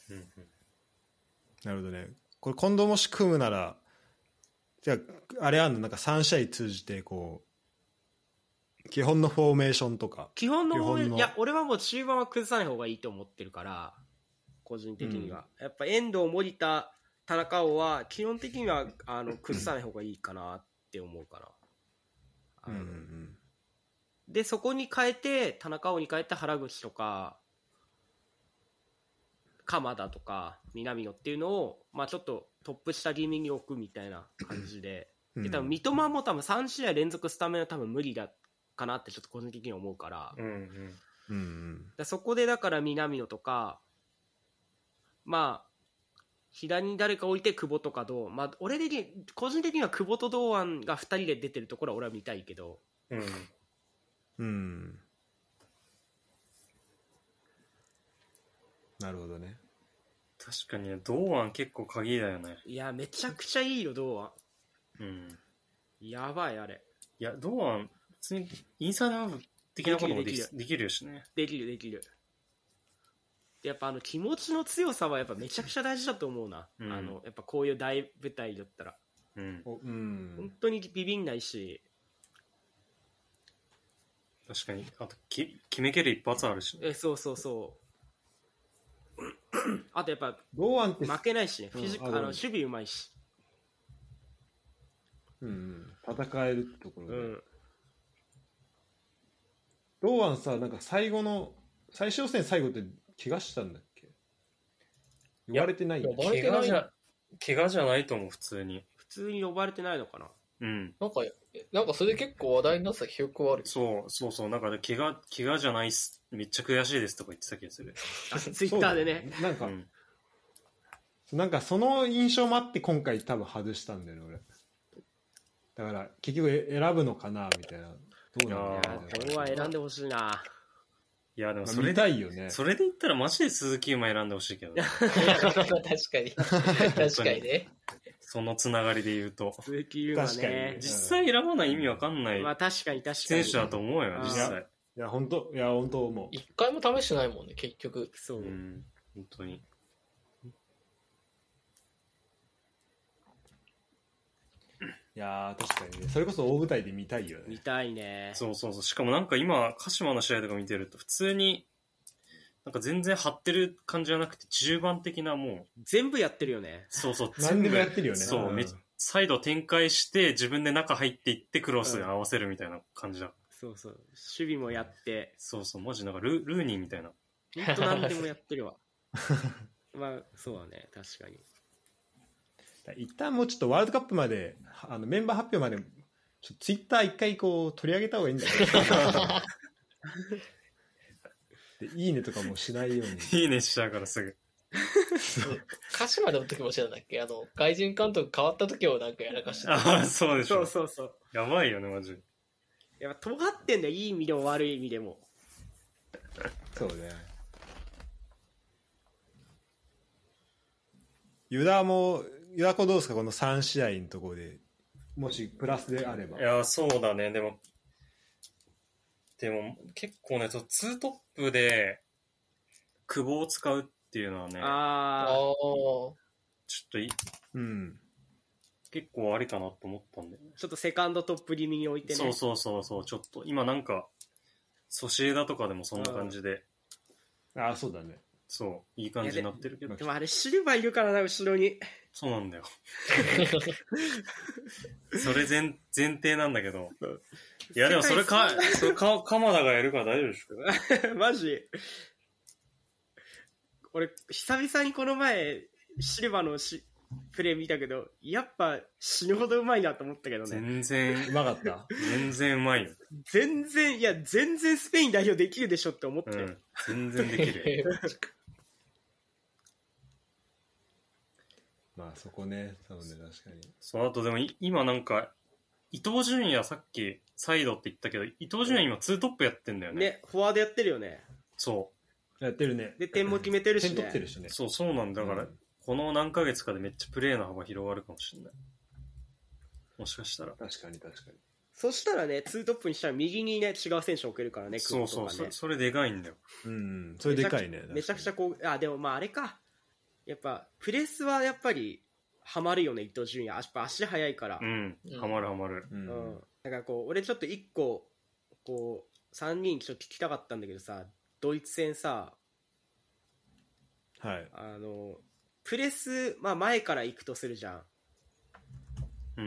なるほどね。これ今度もし組むなら、じゃああれあんの、なんか3試合通じてこう基本のフォーメーションとか。 基本の基本のいや俺はもう中盤は崩さない方がいいと思ってるから個人的には、やっぱ遠藤、森田、田中碧は基本的には崩さない方がいいかなって思うかな。でそこに変えて田中碧に変えて原口とか鎌田とか南野っていうのを、まあ、ちょっとトップ下気味に置くみたいな感じで、で多分三笘も多分3試合連続スタメンは多分無理だかなってちょっと個人的に思うから、だそこでだから南野とか、まあ左に誰か置いて久保とかまあ俺的に個人的には久保と堂安が2人で出てるところは俺は見たいけど、 なるほどね。 確かに堂安結構鍵だよね。 いやめちゃくちゃいいよ堂安。やばいあれ。 いや堂安普通にインサイドハーフ的なこともできるしね。 できるやっぱ気持ちの強さはやっぱめちゃくちゃ大事だと思うな、やっぱこういう大舞台だったら、本当にビビんないし、 確かにあと決めきる一発あるし、ね、 そうあとやっぱ堂安って負けないしね、守備うまいし、 戦えるってところで、堂安さ、なんか最終予選最後って怪我したんだっけ？呼ばれてない？ 怪我じゃないと思う。普通に呼ばれてないのかな。 なんかそれで結構話題になってた記憶はある。 そうなんか怪我じゃないっす、めっちゃ悔しいですとか言ってた気がする。 ツイッターでね。 なんかその印象もあって今回多分外したんだよね俺。だから結局選ぶのかなみたいな。 どうは選んでほしいな。 いやでもそれ、見たいよね。 それで言ったらマジで鈴木優馬選んでほしいけど、ね、 確かにね。 そのつながりで言うと鈴木優馬ね、 実際選ばない意味わかんない、 まあ、確かに選手だと思うよ実際。 いや本当思う。 一回も試してないもんね結局。 そう、 本当に。 いや確かにね、それこそ大舞台で見たいよね。 見たいね。 そうしかもなんか今鹿島の試合とか見てると普通になんか全然張ってる感じじゃなくて中盤的な、もう全部やってるよね。 何でもやってるよね。 サイド展開して自分で中入っていってクロスに合わせるみたいな感じだ。 守備もやってマジなんかルーニーみたいな。 本当何でもやってるわ。まあそうだね、確かに。 一旦もうちょっとワールドカップまでメンバー発表までツイッター一回こう取り上げた方がいいんだよでいいねとかもしないように。 いいねしちゃうからすぐ。 鹿島の時もしてたんだっけ、外人監督変わった時をなんかやらかしてた。 そうでしょ。 そうやばいよねマジで。 やっぱ尖ってんだよ、いい意味でも悪い意味でも。 そうね。ユダ子どうですか、この3試合のところでもしプラスであれば。 いやそうだね。でも結構ね、ツートップで久保を使うっていうのはね、ちょっと結構ありかなと思ったんで、 ちょっとセカンドトップ気味に置いてね。 そうちょっと今なんかソシエダとかでもそんな感じで、 そうだね。 いい感じになってるけど。 でもあれシルバーいるからな、後ろに。 そうなんだよ。それ前提なんだけど。いやでもそれ鎌田がやるから大丈夫でしょ。 マジ俺久々にこの前シルバーのプレー見たけど、やっぱ死ぬほどうまいなと思ったけどね。 全然うまかった。 全然うまいよ。 全然スペイン代表できるでしょって思って、 全然できる。 まあそこね、そうね、確かに。 あとでも今なんか伊東純也さっきサイドって言ったけど、伊東純也今2トップやってんだよね。 ね、フォワードやってるよね。 やってるね。 で点も決めてるしね。 点取ってるしね。 そうなんだから、この何ヶ月かでめっちゃプレーの幅広がるかもしれない。もしかしたら。 確かに。 そしたらね、2トップにしたら右にね違う選手置けるからね。 そうそれでかいんだよ。 それでかいね。 めちゃくちゃこう、でもまああれか。 やっぱプレスはやっぱりハマるよね、伊東純也。やっぱ足速いから。 うんハマるハマる。 だからこう俺ちょっと一個こう3人ちょっと聞きたかったんだけどさ、ドイツ戦さ、 はい。 プレス、まあ、前から行くとするじゃん。 うん。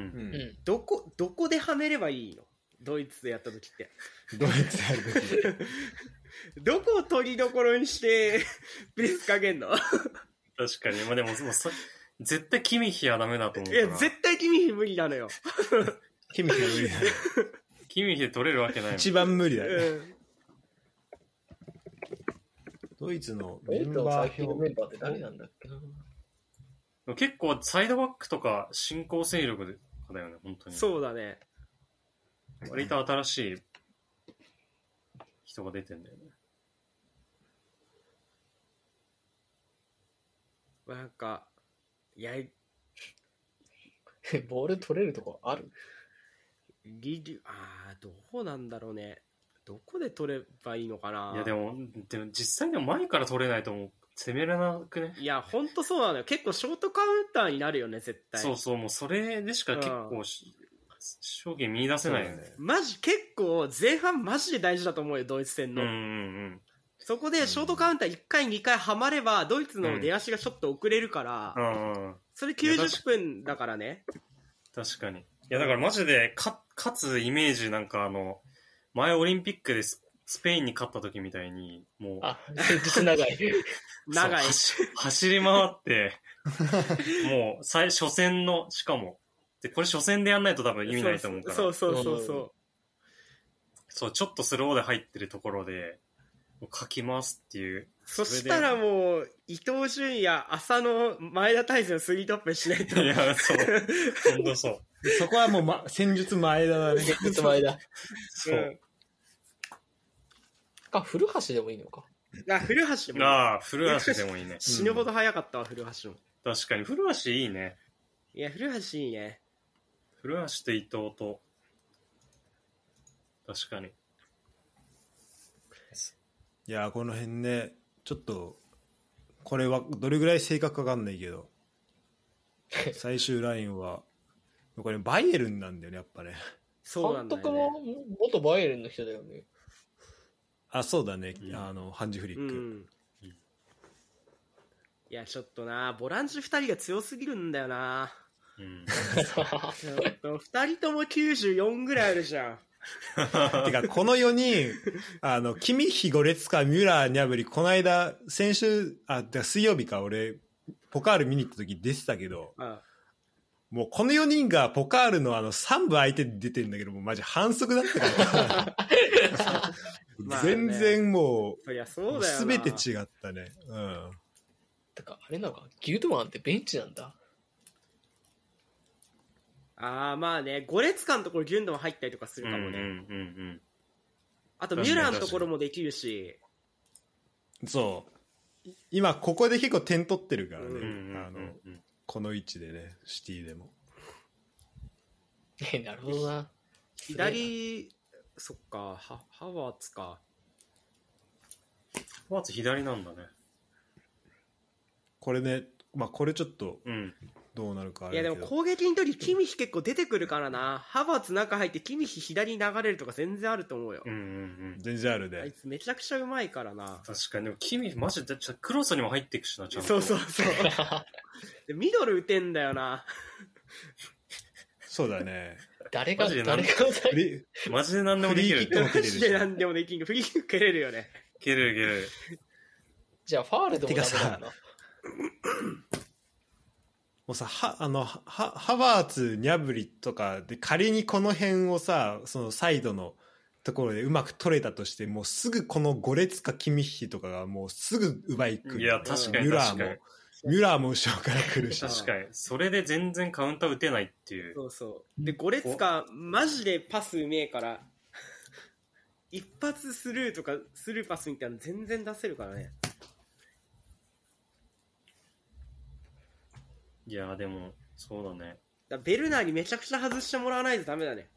どこではめればいいの？ドイツでやった時って。 ドイツやる時どこを取りどころにしてプレスかけんの？ 確かに。まあでも絶対キミヒはダメだと思うから。いや絶対キミヒ無理なのよ。 キミヒ無理だね。 キミヒで取れるわけないもん。 一番無理だね。ドイツのメンバー表。 メンバーって誰なんだっけな。 結構サイドバックとか新興勢力だよね、本当に。 そうだね。 割と新しい人が出てんだよね。 なんか、 ボール取れるとこある？ どうなんだろうね。どこで取ればいいのかな。 いやでも実際でも前から取れないともう攻めれなくね。 いやほんとそうなのよ。結構ショートカウンターになるよね絶対。 そうそう、もうそれでしか結構証言見出せないよね。 マジ結構前半マジで大事だと思うよドイツ戦の。そこでショートカウンター1回2回はまればドイツの出足がちょっと遅れるから、それ90分だからね。 確かに。いやだからマジで勝つイメージなんか前オリンピックでスペインに勝った時みたいにもう戦術長い走り回ってもう初戦のしかもでこれ初戦でやんないと多分意味ないと思うからそうちょっとスローで入ってるところで書きますっていう。 そしたらもう伊東純也、浅野、前田大然をスリートップしないと。 いやそう本当そう。 そこはもう、戦術前田だね。 戦術前田。 そう。 古橋でもいいのか。 古橋でもいい。 古橋でもいいね。 死ぬほど早かったわ、古橋も。 確かに、古橋いいね。 いや、古橋いいね。 古橋と伊藤と、確かに。 いや、この辺ね、ちょっと、これはどれぐらい正確かわかんないけど、最終ラインは、これバイエルンなんだよね、やっぱね。 そうなんだよね。 監督も元バイエルンの人だよね。 あ、そうだね、ハンジフリック。 いや、ちょっとな、ボランチ2人が強すぎるんだよな。ちょっと2人とも94ぐらいあるじゃん。 てかこの4人キミッヒ、ゴレツカ、ミュラー、ニャブリ、この間先週水曜日か俺ポカール見に行った時出てたけど、もうこの4人がポカールの3部相手に出てるんだけどもうマジ反則だったから全然もう全て違ったね。 だからあれなんかギュードマンってベンチなんだ。 まあね、ゴレツカのところギュンドも入ったりとかするかもね。あとミュラーのところもできるし。 そう今ここで結構点取ってるからね、この位置でね、シティでも。 なるほどな。 左、そっか、ハワーツか。 ハワーツ左なんだね。 これね、まあこれちょっとどうなるかあれだけど。 いやでも攻撃の時キミヒ結構出てくるからな。ハバーツ中入ってキミヒ左に流れるとか全然あると思うよ。 全然あるで。 あいつめちゃくちゃうまいからな。 確かに。でもキミヒマジでクロスにも入っていくしな、ちゃんと。 そうでミドル打てんだよな。 そうだね。 誰がマジで何でもできる。 マジで何でもできる。フリーキック蹴れるよね。 蹴れる。 じゃあファールでもダメだな。 もうさ、ハバーツ、ニャブリとかで仮にこの辺をさ、そのサイドのところでうまく取れたとして、もうすぐこのゴレツカ、キミッヒとかがもうすぐ奪いくる。 いや確かにミュラーも後ろから来るし。 確かに。それで全然カウンター打てないっていう。 そうでゴレツカマジでパスうめえから一発スルーパスみたいなの全然出せるからね。 いやでもそうだね。 ベルナーにめちゃくちゃ外してもらわないとダメだね。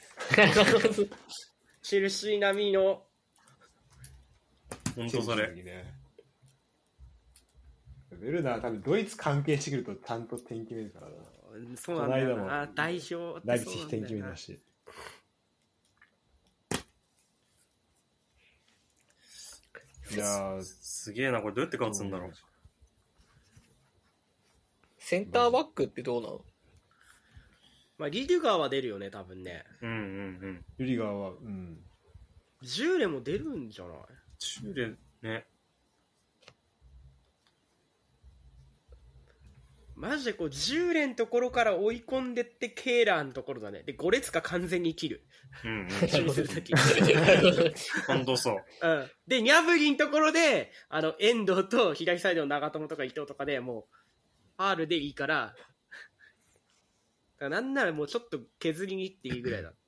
チェルシー並みの。 本当それ。 ベルナー多分ドイツ関係してくるとちゃんと点決めるからな。 そうなんだよこの間な。 も代表って大そうなんだよな地点決めだし。いやー、 すげえな、これどうやって勝つんだろう。 センターバックってどうなの？ まあ、リデュガーは出るよね、多分ね。 うんうんうん。 ユリガーは、うん。 ジューレも出るんじゃない？ チューレ、ね。 マジでこう、ジューレのところから追い込んでってケーラーのところだね。で、ゴレツカ完全に切る。 うんうん。 守備するとき。 本当そう。 うん。で、ニャブリのところで、遠藤と左サイドの長友とか伊藤とかでもう、ファールでいいから、だからなんならもうちょっと削りにいっていいぐらいだ。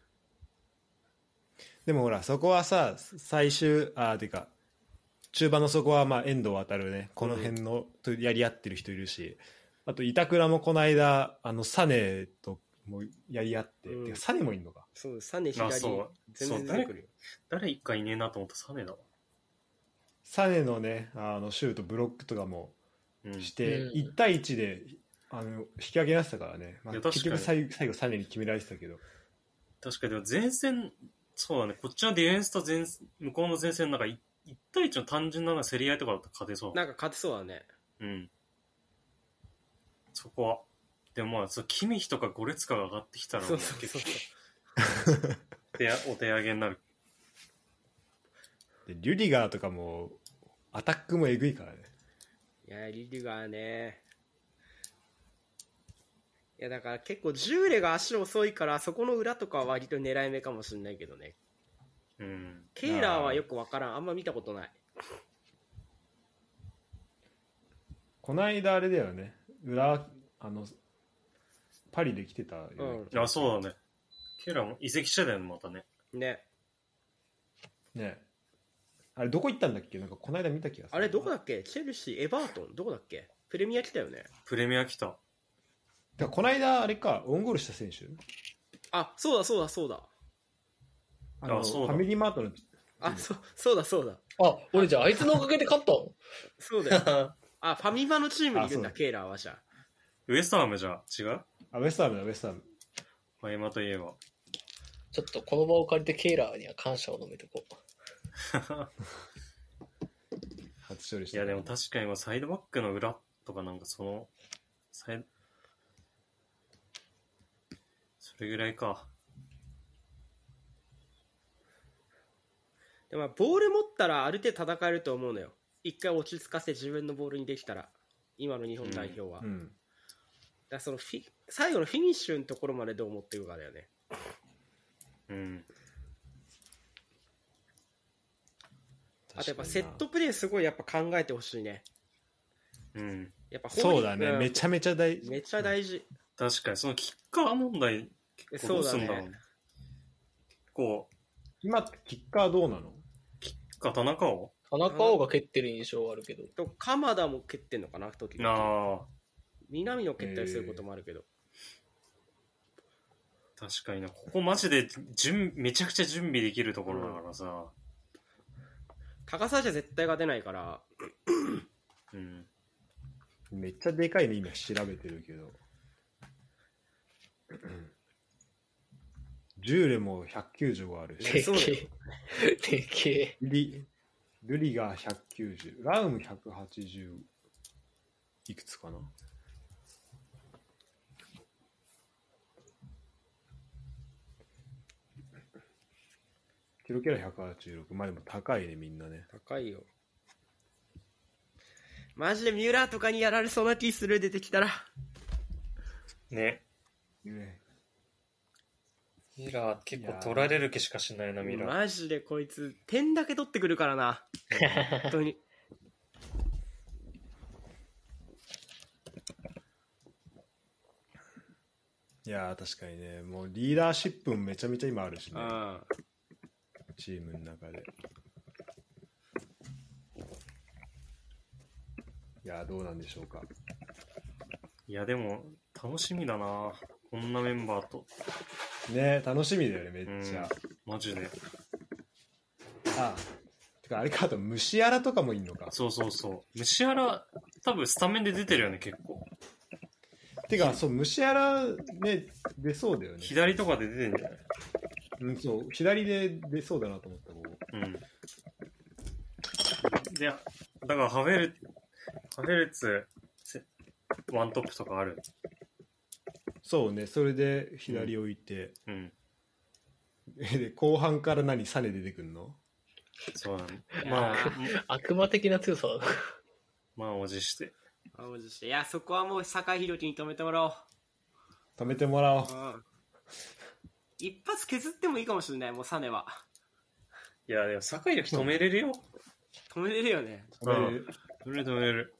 でもほら、そこはさ、最終、てか、中盤の底はまあ遠藤航ね、この辺のとやり合ってる人いるし、あと板倉もこの間、サネともやり合って、 うんてかサネもいんのか。 そう、サネあ左、 そう全然出てくるよ。 誰一回いねえなと思ったサネだわ。 サネのね、シュート、ブロックとかもうん。 して、 うん 1対1で引き分けなってたからね、まあいや確かに結局最後サネに決められてたけど、 確かに、でも前線、そうだね、こっちのディフェンスと向こうの前線なんか1対1の単純な競り合いとかだったら勝てそう。 なんか勝てそうだね。 うん。そこは。でもまあ、キミヒとかゴレツカが上がってきたらもうそうそうそう結構お手上げになる。 でリュディガーとかもアタックもえぐいからね。 いや、リデュガーね。いや、だから結構ジューレが足遅いから、そこの裏とかは割と狙い目かもしれないけどね。 うん。 ケーラーはよくわからん。あんま見たことない。 この間あれだよね、裏パリで来てたよね、 うんあ、そうだね。ケラも移籍してたよね、またね。 ね。 ね。あれどこ行ったんだっけ、なんかこの間見た気がする。 あれどこだっけ？チェルシー、エバートンどこだっけ？プレミア来たよね。 プレミア来た。 だからこの間あれか、オウンゴールした選手、 あ、そうだそうだそうだ。 そうだファミリーマートの、 あ、そうだそうだ。 あ、俺じゃああいつのおかげで勝ったの？ そうだよ。あ、ファミマのチームにいるんだ、 あそうケーラーはじゃあ。 ウエストハムじゃ違う？ ウエストハムだ、ウエストハム。 ファイマといえば。 ちょっとこの場を借りてケイラーには感謝を述べてこう。 初勝利した。 いやでも確かにサイドバックの裏とかなんかそれぐらいか。 でもボール持ったらある程度戦えると思うのよ。一回落ち着かせ自分のボールにできたら、今の日本代表は。だかうん。 らその最後のフィニッシュのところまでどう思っていくかだよね。 うん。 あとやっぱセットプレーすごいやっぱ考えてほしいね。 うん。 やっぱそうだね、 んめちゃめちゃ大事。 めっちゃ大事。 確かにそのキッカー問題結構どうすんだろうね。 そうだね結構今ってキッカーどうなの？ キッカー田中を田中碧が蹴ってる印象はあるけど。 と鎌田も蹴ってんのかな時々。 ああ南野蹴ったりすることもあるけど。 確かにな。ここマジでめちゃくちゃ準備できるところだからさ。 高さじゃ絶対が出ないから。 うん。 めっちゃでかいね、今調べてるけど。ジューレも195あるし、 でそうだよけえ。でけえ。 ルリが190、ラウム180いくつかな。ケロケラ186、まあでも高いね、みんなね。 高いよ。マジでミュラーとかにやられそうな気する、出てきたら。 ね。 ね、 ミラー結構取られる気しかしないな、ミラー。 マジでこいつ点だけ取ってくるからな。本当に。 いやー確かにね、もうリーダーシップもめちゃめちゃ今あるしね、 あチームの中で。いやーどうなんでしょうか。 いやでも楽しみだな、こんなメンバーと。 ね、楽しみだよね、めっちゃ。 マジで。 あ、てかあれか、あと虫やらとかもいんのか。 そうそうそう。虫原多分スタメンで出てるよね、結構。 てか、そう、ムシアラね、出そうだよね。 左とかで出てんじゃない？ うん、そう、左で出そうだなと思った、ここ。 うん。で、だからハベルツ、ワントップとかある。 そうね、それで左置いて、 うん。 で後半からサネ出てくんの？ そうなの。まあ、 悪魔的な強さだな。 まあ、おじして。 いや、そこはもう酒井宏樹に止めてもらおう。 止めてもらおう。 一発削ってもいいかもしれない、もうサネは。 いや、でも酒井宏樹止めれるよ。 止めれるよね。 止めれる。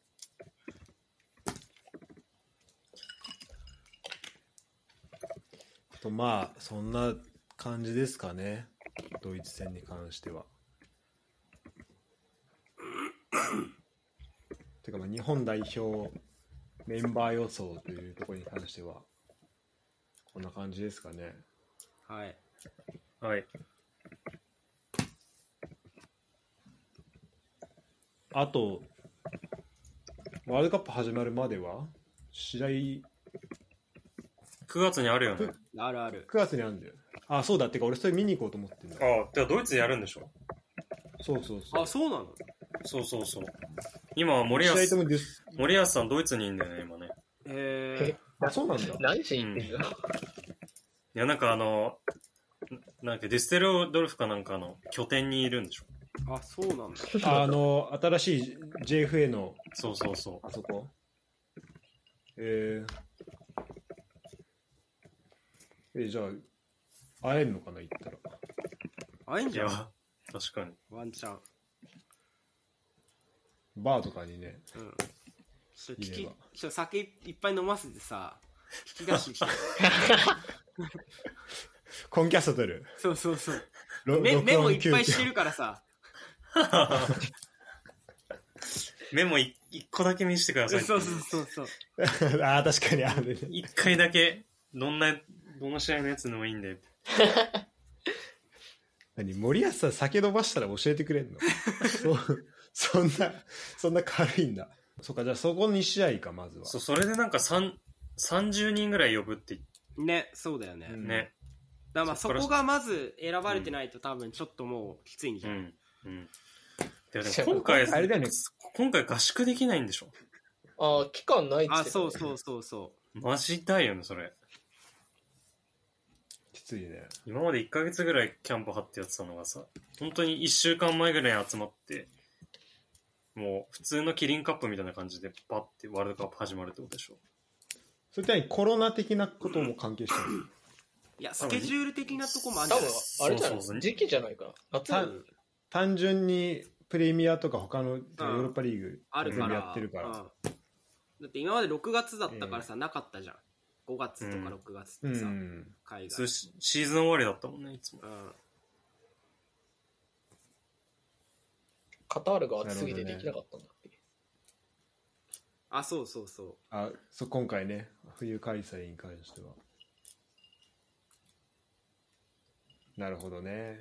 とまあそんな感じですかね、ドイツ戦に関しては。てかまあ日本代表メンバー予想というところに関してはこんな感じですかね。 はい。 はい。 あとワールドカップ始まるまでは試合 9月にあるよね。 あるある。 9月にあるんだよ。あ、そうだ。ってか俺それ見に行こうと思ってんだ。 ああ、ではドイツでやるんでしょ？ そうそうそう。 あ、そうなの？ そうそうそう。今は森保さんドイツにいるんだよね、今ね。 あ、そうなんだ。 何しに行ってんだ、 いや、なんかなんかデュステルドルフかなんかの拠点にいるんでしょ？ あ、そうなんだ。 新しい JFA のそうそうそう。 あそこ。じゃあ会えるのかな、行ったら。 会えんじゃん。 いや、確かに。 ワンチャン。 バーとかにね。 うん。酒いっぱい飲ませてさ、聞き出してきて。 コンキャスト取る。 そうそうそう。メモいっぱいしてるからさ。 メモ1個だけ見せてください。 そうそうそう。 ああ、確かにあるね。 1回だけ、どの試合のやつでもいいんで。 森保さん酒飲ましたら教えてくれんの？そんな軽いんだ。そっか、じゃあそこ2試合か、まずは。 それでなんか30人ぐらい呼ぶってね、そうだよね。 ね。 だからまあそこがまず選ばれてないと多分ちょっともうきついんじゃん。 うん。でも今回あれだよね。 今回合宿できないんでしょ？ ああ、期間ないって言ってたね。 そう。 マジ痛いよね、それ。 きついね。 今まで1ヶ月ぐらいキャンプ張ってやってたのがさ、本当に1週間前ぐらいに集まって、もう普通のキリンカップみたいな感じでパッてワールドカップ始まるってことでしょ？ それってコロナ的なことも関係してる？ いや、スケジュール的なとこもあるんじゃない？ 多分、あれじゃない？時期じゃないかな。夏単純にプレミアとか他のヨーロッパリーグあるからやってるから。 だって今まで6月だったからさ、なかったじゃん。5月とか6月ってさ、海外。 シーズン終わりだったもんね、いつも。 カタールが暑すぎてできなかったんだっけ？ あ、そう。 今回ね、冬開催に関しては。なるほどね。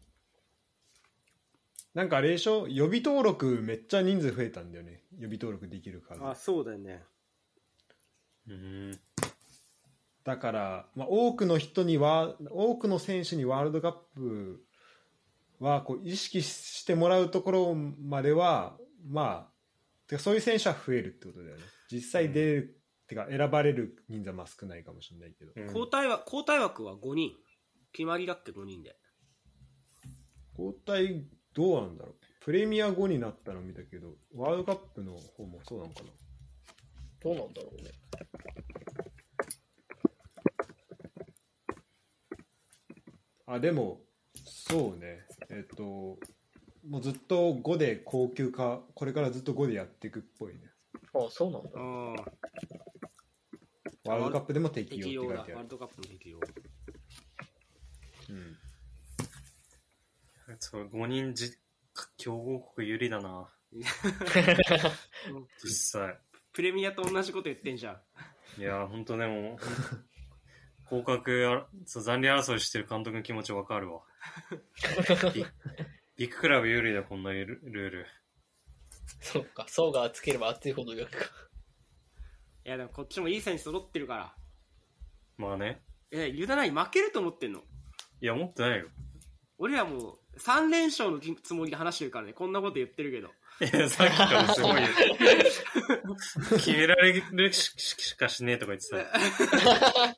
なんかあれでしょ、予備登録めっちゃ人数増えたんだよね。予備登録できるから。 あ、そうだよね。 だから、まあ、多くの選手にワールドカップはこう意識してもらうところまでは、まあてかそういう選手は増えるってことだよね。実際出るってか選ばれる人数はまあ少ないかもしれないけど、 交代枠は5人決まりだっけ？ 5 人で交代どうなんだろう。プレミア5になったの見たけど、ワールドカップの方もそうなのかな。 どうなんだろうね。 あ、でもそうね、もうずっと5で高級化、これからずっと5でやっていくっぽいね。 あ、そうなんだ。 ワールドカップでも適用って書いてある。 ワールドカップの適用。 そう、5人強豪国有利だな。実際。 プレミアと同じこと言ってんじゃん。 いや、本当でも降格残留争いしてる監督の気持ちわかるわ。ビッグクラブ有利だ、こんなルール。 そうか、層が厚ければ厚いほどよくか。 いやでもこっちもいい選手揃ってるから。 まあね。 ユダナイ負けると思ってんの？ いや、思ってないよ。 俺らもう3連勝のつもりで話してるからね。こんなこと言ってるけど。 いや、さっきからすごいよ。決められるしかしねえとか言ってた。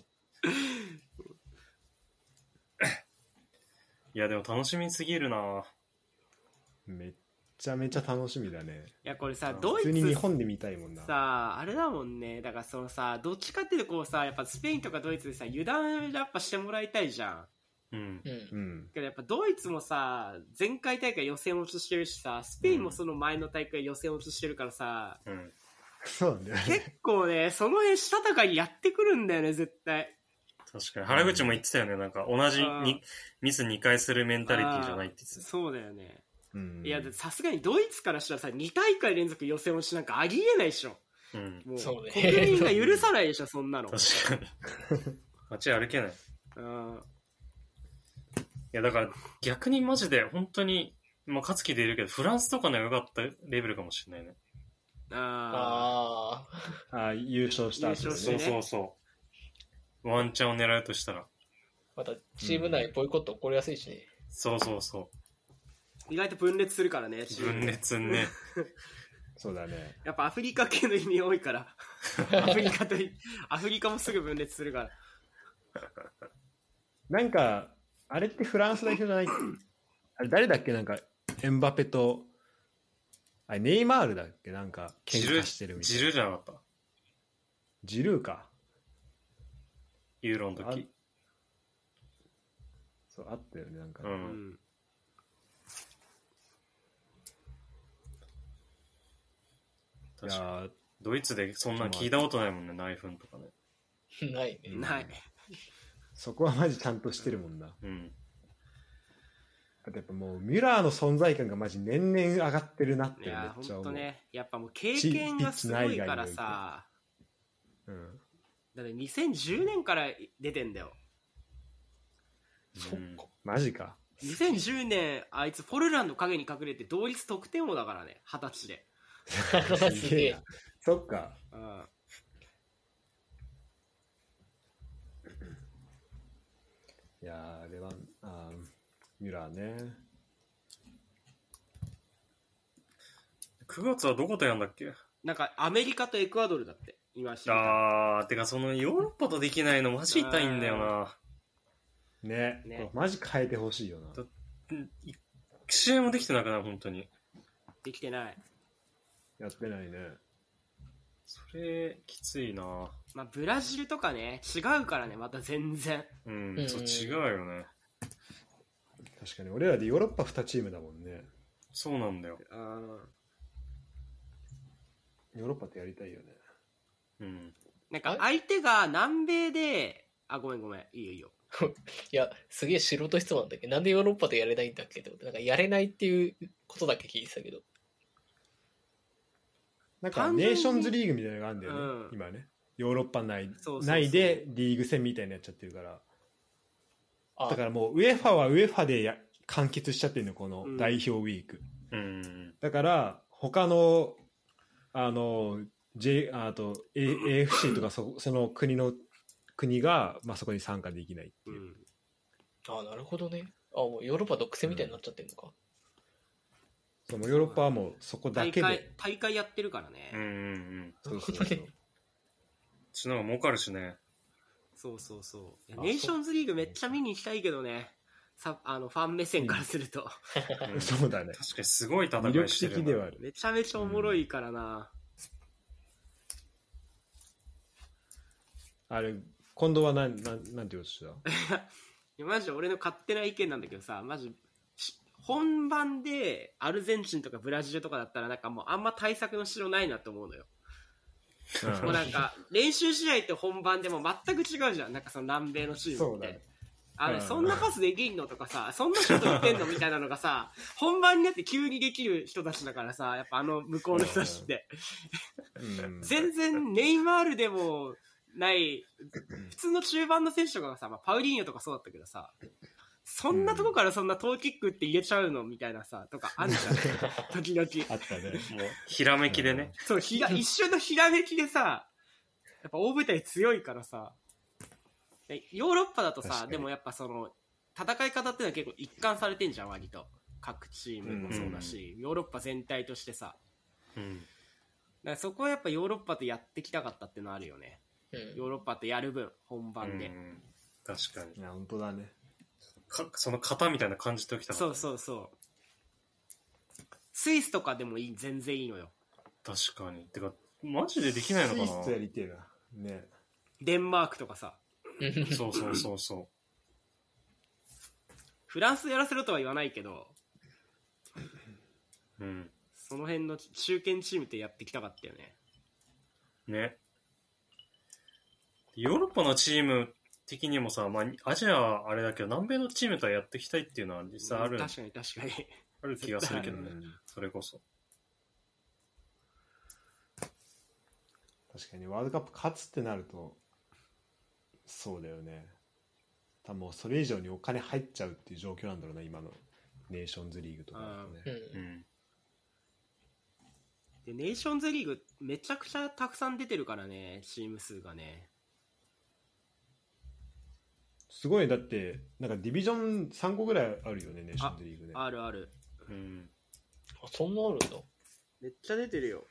いや、でも楽しみすぎるな。 めっちゃめちゃ楽しみだね。 いやこれさ、ドイ普通に日ツ本で見たいもんな。 さあれだもんね。だからそのさ、どっちかっていうとこうさ、やっぱスペインとかドイツでさ、油断やっぱしてもらいたいじゃん。 うん。 うん。 うん。 けどやっぱドイツもさ、前回大会予選落ちしてるしさ、スペインもその前の大会予選落ちしてるからさ、 うん。 そうなんだよね。 結構ね、その辺したたかにやってくるんだよね、絶対。 確かに。原口も言ってたよね。なんか同じあーにミス2回するメンタリティじゃないって言ってた。 そうだよね。 うん。 いや、さすがにドイツからしたらさ、2大会連続予選落ちなんかありえないでしょ。 うん。 もう、 そうね国民が許さないでしょ、そんなの。 確かに。街歩けない。いうんや、だから逆にマジで本当に、まあ、勝木でいるけど、フランスとかの良かったレベルかもしれないね。 あああ、 優勝した後でそう優勝してねそうそう。ワンチャンを狙うとしたら。 またチーム内ボイコット起こりやすいしね。 そうそうそ意外と分裂するからね。 う。分裂ね。 そうだね。 やっぱアフリカ系の意味多いから。アフリカもすぐ分裂するから。 なんか、あれってフランス代表じゃないあれ誰だっけなんか、エムバペと、あれネイマールだっけなんか、喧嘩してるみたいな。 ジルじゃなかった。 ジルーか。 ユーロの時。 そう、あったよね、なんか。 う。 うんん。 いや確かに。 ードイツでそんなん聞いたことないもんね、内紛とかね。 ないね。 ない。 そこはマジちゃんとしてるもんな。 うん。 だってやっぱもう、ミュラーの存在感がマジ年々上がってるなってめっいや、ほちゃ思う。 んとね。やっぱもう経験がすごいからさ。 うん。 だって2010年から出てんだよ。 そっか。マジか。 2010年あいつフォルランの影に隠れて同率得点王だからね、20歳で。 すげえ。 そっか。 うんいやー、レバン、ミュラーね。 9月はどことやんだっけ？ なんかアメリカとエクアドルだって今知ったてかそのヨーロッパとできないのマジ痛いんだよな。 ね。 ねマジ変えてほしいよな。 一試合もできてなくない本当に。 できてない。 やってないね。 それきついな。 まあブラジルとかね違うからね、また全然。 うん、 うんそう違うよね。 確かに俺らでヨーロッパ2チームだもんね。 そうなんだよ。 ヨーロッパってやりたいよね。 うん。 なんか相手が南米で、ごめんいいよいいよ。 いや、すげえ素人質問なんだけど、なんでヨーロッパでやれないんだっけってこと、なんかやれないっていうことだけ聞いてたけど。 なんか単純にネーションズリーグみたいなのがあるんだよね、 うん今ね。ヨーロッパ内そう内でリーグ戦みたいになっちゃってるから。 あだからもうウェファはウェファで完結しちゃってるの、このうん代表ウィーク。 うん。 だから他のあと AFC とかその国が、まあ、そこに参加できないっていう。 うん。 あ、なるほどね。あ、もうヨーロッパ独占みたいになっちゃってるのか。 そうもうヨーロッパはもうそこだけで。 大会やってるからね。 うんうんうん。 そうそうそう。 そっちの方が儲かるしね。 そうそうそう。いやネーションズリーグめっちゃ見に行きたいけどね。ファン目線からすると。 うんそうだね。 確かにすごい戦魅力いしてるな。 的ではある。 めちゃめちゃおもろいからな。 あれ今度はなんて言おうとした？ いやマジ俺の勝手な意見なんだけどさ、マジ本番でアルゼンチンとかブラジルとかだったらなんかもうあんま対策のしろないなと思うのよ。もうなんか練習試合って本番でも全く違うじゃん。なんかその南米のチームって。 そうだね。 そんなパスできんのとかさ、そんなシュート打ってんのみたいなのがさ、本番になって急にできる人たちだからさ、やっぱ向こうの人たちって。 うん全然ネイマールでもない、普通の中盤の選手とかがさ、パウリーニョとかそうだったけどさ、 そんなとこからそんなトーキックって入れちゃうのみたいなさ、とかあんじゃん。時々。 あったね。 もう、ひらめきでね。 そう、一瞬のひらめきでさ、やっぱ大舞台強いからさ、ヨーロッパだとさ、 確かにでもやっぱその、戦い方っていうのは結構一貫されてんじゃん、割と。各チームもそうだし、ヨーロッパ全体としてさ。 うん。 だからそこはやっぱヨーロッパとやってきたかったっていうのはあるよね。 うんヨーロッパとやる分、本番で。 うん確かに。 いや、本当だね。 その型みたいな感じておきたかった。 そうそうそう。スイスとかでも全然いいのよ。 確かに。てか、マジでできないのかな。 スイスとやりてえな。ね。 デンマークとかさ。 そうそうそうそフランスでやらせろとは言わないけど、 う。うん。 その辺の中堅チームってやってきたかったよね。 ね。ヨーロッパのチーム的にもさ、まあ、アジアはあれだけど、南米のチームとはやっていきたいっていうのは実際ある、 確かに確かに。 ある気がするけどね。 うんそれこそ。 確かにワールドカップ勝つってなるとそうだよね。多分もうそれ以上にお金入っちゃうっていう状況なんだろうな、今のネーションズリーグとかだとね。 うん。 でネーションズリーグめちゃくちゃたくさん出てるからね、チーム数がね。 すごい、だってなんかディビジョン3個ぐらいあるよね、ネーションズリーグね。 あるある。 うん。 あ、そんなあるんだ。 めっちゃ出てるよ。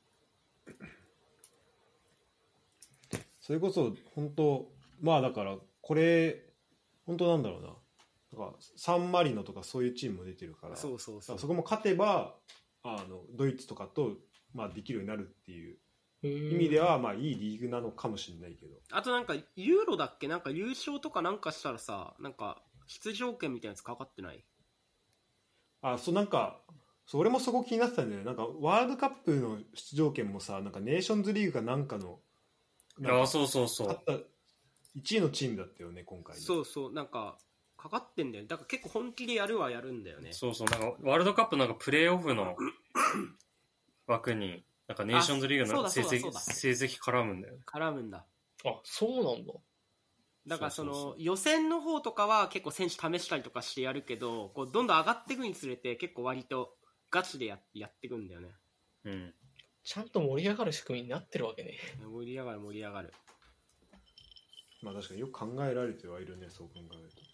それこそ本当、まあだからこれ本当なんだろうな、なんかサンマリノとかそういうチームも出てるから、 そうそうそう。 そこも勝てばドイツとかと、まあ、できるようになるっていう意味では、まあいいリーグなのかもしれないけど、 あとなんかユーロだっけ、なんか優勝とかなんかしたらさ、なんか出場権みたいなやつかかってない？ そうなんかそう俺もそこ気になってたんだよね。なんかワールドカップの出場権もさ、なんかネーションズリーグかなんかのなんかそうそうそう。 勝った1位のチームだったよね今回ね。 そうそう、なんかかかってんだよね。だから結構本気でやるはやるんだよね。 そうそう。なんか、ワールドカップなんかプレーオフの枠に、なんかネーションズリーグの成績絡むんだよね。 絡むんだ。 あ、そうなんだ。 だからそのそうそうそう予選の方とかは結構選手試したりとかしてやるけど、こうどんどん上がっていくにつれて結構割とガチでやっていくんだよね。 うん。 ちゃんと盛り上がる仕組みになってるわけね。 盛り上がる盛り上がる。 まあ確かによく考えられてはいるね、そう考えると。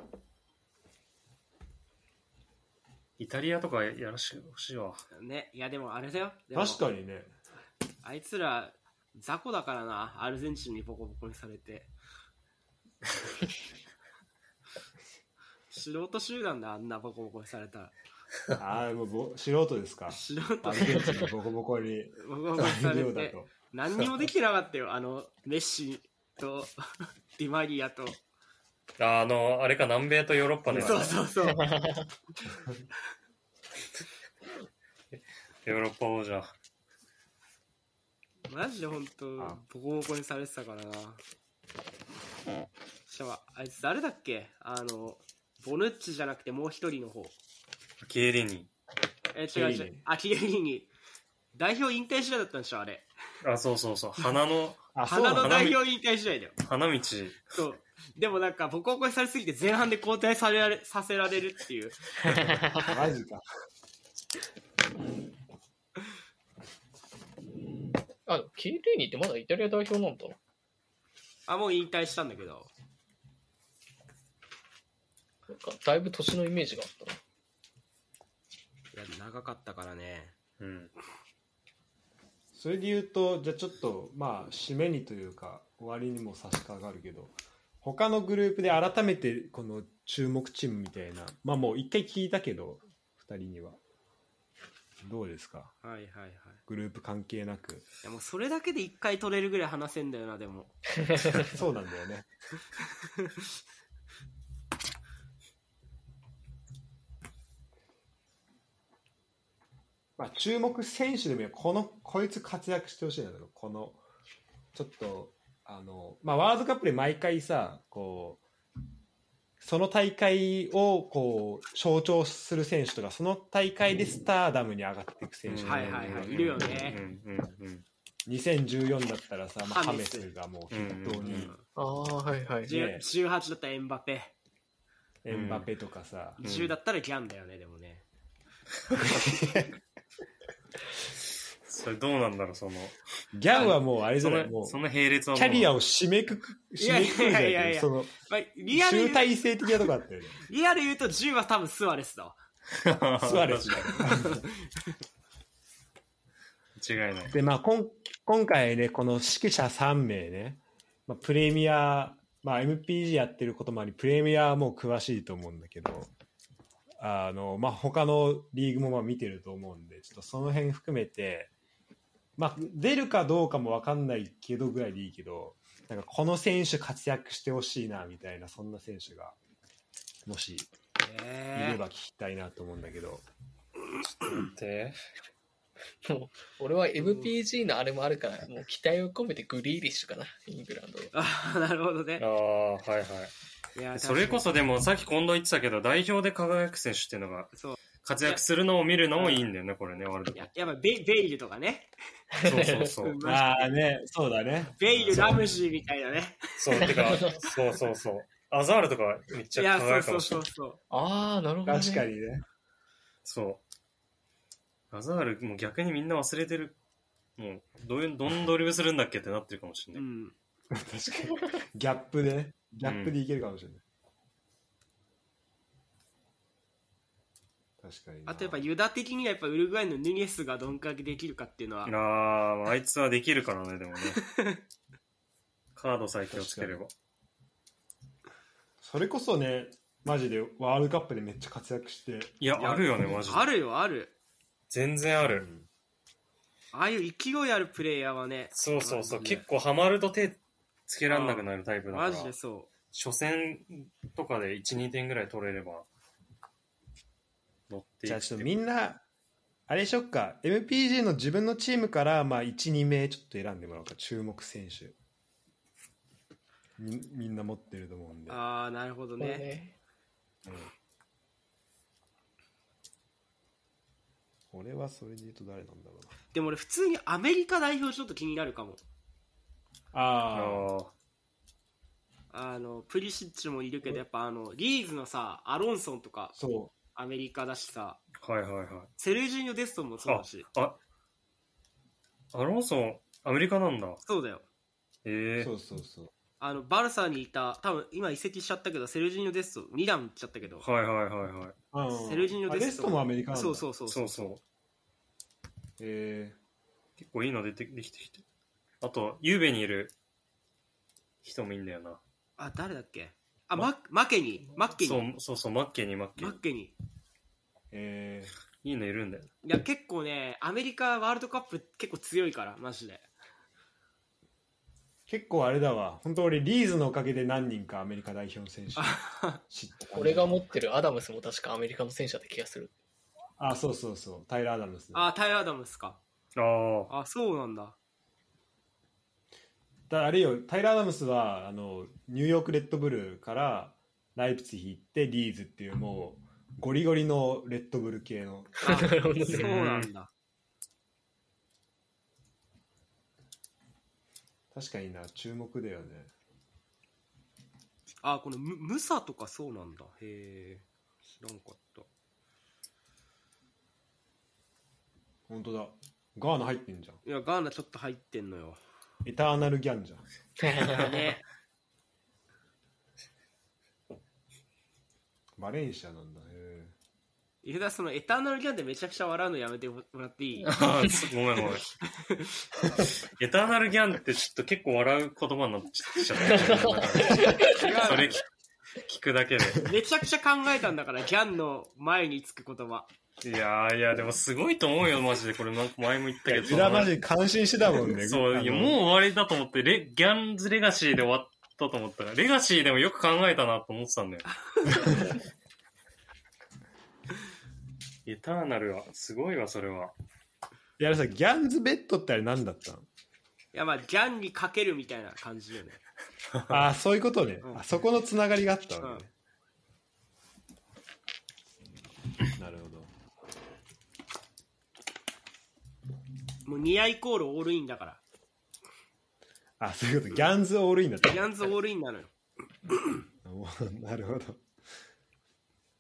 イタリアとかやらしてほしいわ。 ね、いやでもあれだよ。でも確かにね。 あいつら雑魚だからな、アルゼンチンにボコボコにされて。素人集団だ、あんなボコボコにされたら。 もう素人ですか。 素人アルゼンチンにボコボコにボコボコにされてようだと。 何にもできてなかったよ。メッシとディマリアと。 あれか、南米とヨーロッパで。 そうそうそう。 ヨーロッパ王者。 マジで本当ボコボコにされてたからな。しかもあいつ誰だっけ、ボヌッチじゃなくてもう一人の方。 ケイリーニ。 違う違う。キエリーニ。代表引退試合だったんでしょ、あれ。 そうそうそう。花の代表引退試合だよ。 花道。 そう。でもなんかボコボコにされすぎて前半で交代させられるっていう。 マジか。 キーレーニってまだイタリア代表なんだ。 もう引退したんだけど。 なんかだいぶ年のイメージがあったな。 いや、長かったからね。 うん。 それで言うと、じゃあちょっとまあ締めにというか終わりにも差し掛かるけど、他のグループで改めてこの注目チームみたいな、まあもう一回聞いたけど2人にはどうですか。 はいはいはい。 グループ関係なく。 いやもうそれだけで一回取れるぐらい話せんだよな、でも。 そうなんだよね。まあ注目選手でもいいよ、こいつ活躍してほしいんだけど、このちょっとまあワールドカップで毎回さ、こうその大会をこう象徴する選手とか、その大会でスターダムに上がっていく選手、 はいはいはい、いるよね。 2014だったらさ、まあ、ハメスがもう筆頭に、 はいはい。 ね 18だったらエンバペ。 エンバペとかさ、 10だったらギャンだよね、でもね。 それどうなんだろう、そのギャンはもうあれじゃない、もうその並列はもうキャリアを締めくくじゃないけど、 いやいやいやそのまあ、リアル集大成的なとこあったよね。 リアル言うと10は多分スアレスだわ。 スアレスだよ。 間違いない。 で、まあ、今回ね、この指揮者3名ね、まあ、プレミア、まあ、MPG やってることもあり、プレミアはもう詳しいと思うんだけど、まあ、他のリーグもまあ見てると思うんで、ちょっとその辺含めて、まあ、出るかどうかも分かんないけどぐらいでいいけど、なんかこの選手活躍してほしいなみたいな、そんな選手がもしいれば聞きたいなと思うんだけど。 でもう俺は MPG のあれもあるから、もう期待を込めてグリーリッシュかな、イングランドは。 ああ、なるほどねあ。あ、はいはい。 いやそれこそでもさっき近藤言ってたけど、代表で輝く選手っていうのがそう活躍するのを見るのもいいんだよね、これね、ワールドカッやっぱベイルとかね。 プ。そうそうそう。 ああね、そうだね。 ベイル、ラムジーみたいなね。 そう、てか、そうそうそう。アザールとかめっちいや、 ゃ輝そうくかもしれない。 そうそうそう。 ああ、なるほど、ね。 確かにね。 そう。アザール、もう逆にみんな忘れてる。もう、どんドリブルするんだっけってなってるかもしれない。 うん。 確かに。ギャップでね。ギャップでいけるかもしれない。確かにな。 あとやっぱユダ的にはやっぱウルグアイのヌニエスがどんだけできるかっていうのは。 あいつはできるからね、でもね。カードさえ気をつければ。 それこそね、マジでワールドカップでめっちゃ活躍して。 いや、あるよね、マジで。 あるよ、ある。 全然ある。 ああいう勢いあるプレイヤーはね。 そうそうそう。 ね結構ハマると手つけらんなくなるタイプだから。 マジでそ初戦とかで1、2点ぐらい取れれば乗っていく。 じゃあちょっとみんな、あれしよっか。MPG の自分のチームからまあ1、2名ちょっと選んでもらおうか。注目選手。みんな持ってると思うんで。 ああ、なるほどね。 ね。 俺はそれで言うと誰なんだろうな。 でも俺普通にアメリカ代表ちょっと気になるかも。 あプリシッチもいるけど、やっぱリーズのさ、アロンソンとか、 そアメリカだしさ、 はいはいはい。 セルジーニョ・デストンもそうだし。 アロンソン、アメリカなんだ。 そうだよ。 ええそうそうそう。 バルサにいた、多分今移籍しちゃったけど、セルジーニョ・デストン、ミラン行っちゃったけど、 はいはいはいはい。 うんセルジーニョ・デストン。 デストもアメリカなんだ。 そうそうそう。 そうそう。結構いいのできてきて。あと、ユーベにいる人もいいんだよな。 あ、誰だっけ？マケニー。マッケニー。 そう、マッケに。 マッケニいいのいるんだよ。 ー。いや、結構ね、アメリカワールドカップ結構強いから、マジで。 結構あれだわ。本当俺リーズのおかげで何人かアメリカ代表の選手知った。 俺が持ってるアダムスも確かアメリカの選手だった気がする。 あ、そうそうそう。タイラー・アダムス、ね。 タイラー・アダムスか。そうなんだ。 あれよ、タイラー・アダムスはニューヨークレッドブルからライプツィヒ行ってリーズっていうもうゴリゴリのレッドブル系の。 そうなんだ。 確かにな、注目だよね。 このムサとかそうなんだ。へえ、知らんかった。 本当だ。ガーナ入ってんじゃん。 いや、ガーナちょっと入ってんのよ。 エターナルギャンじゃん。 ね。 バレンシアなんだ。 池田、そのエターナルギャンでめちゃくちゃ笑うのやめてもらっていい？ ごめん。エターナルギャンってちょっと結構笑う言葉になっちゃった。それ聞くだけで。 めちゃくちゃ考えたんだから、ギャンの前につく言葉。 いや、でもすごいと思うよ、マジで。これなんか前も言ったけど。 裏マジ感心してたもんね。 そう、いやもう終わりだと思って、ギャンズレガシーで終わったと思ったら、レガシーでもよく考えたなと思ってたんだよ。エターナルは、すごいわ、それは。 いや、さ、ギャンズベッドってあれ何だったの？ いや、まあ、ギャンにかけるみたいな感じよね。 ああ、そういうことね。 うんそこのつながりがあったわけね。なるほど。 もうニアイコールオールインだから。 あ、そういうこと。ギャンズオールインだった。 ギャンズオールインなのよ。 なるほど。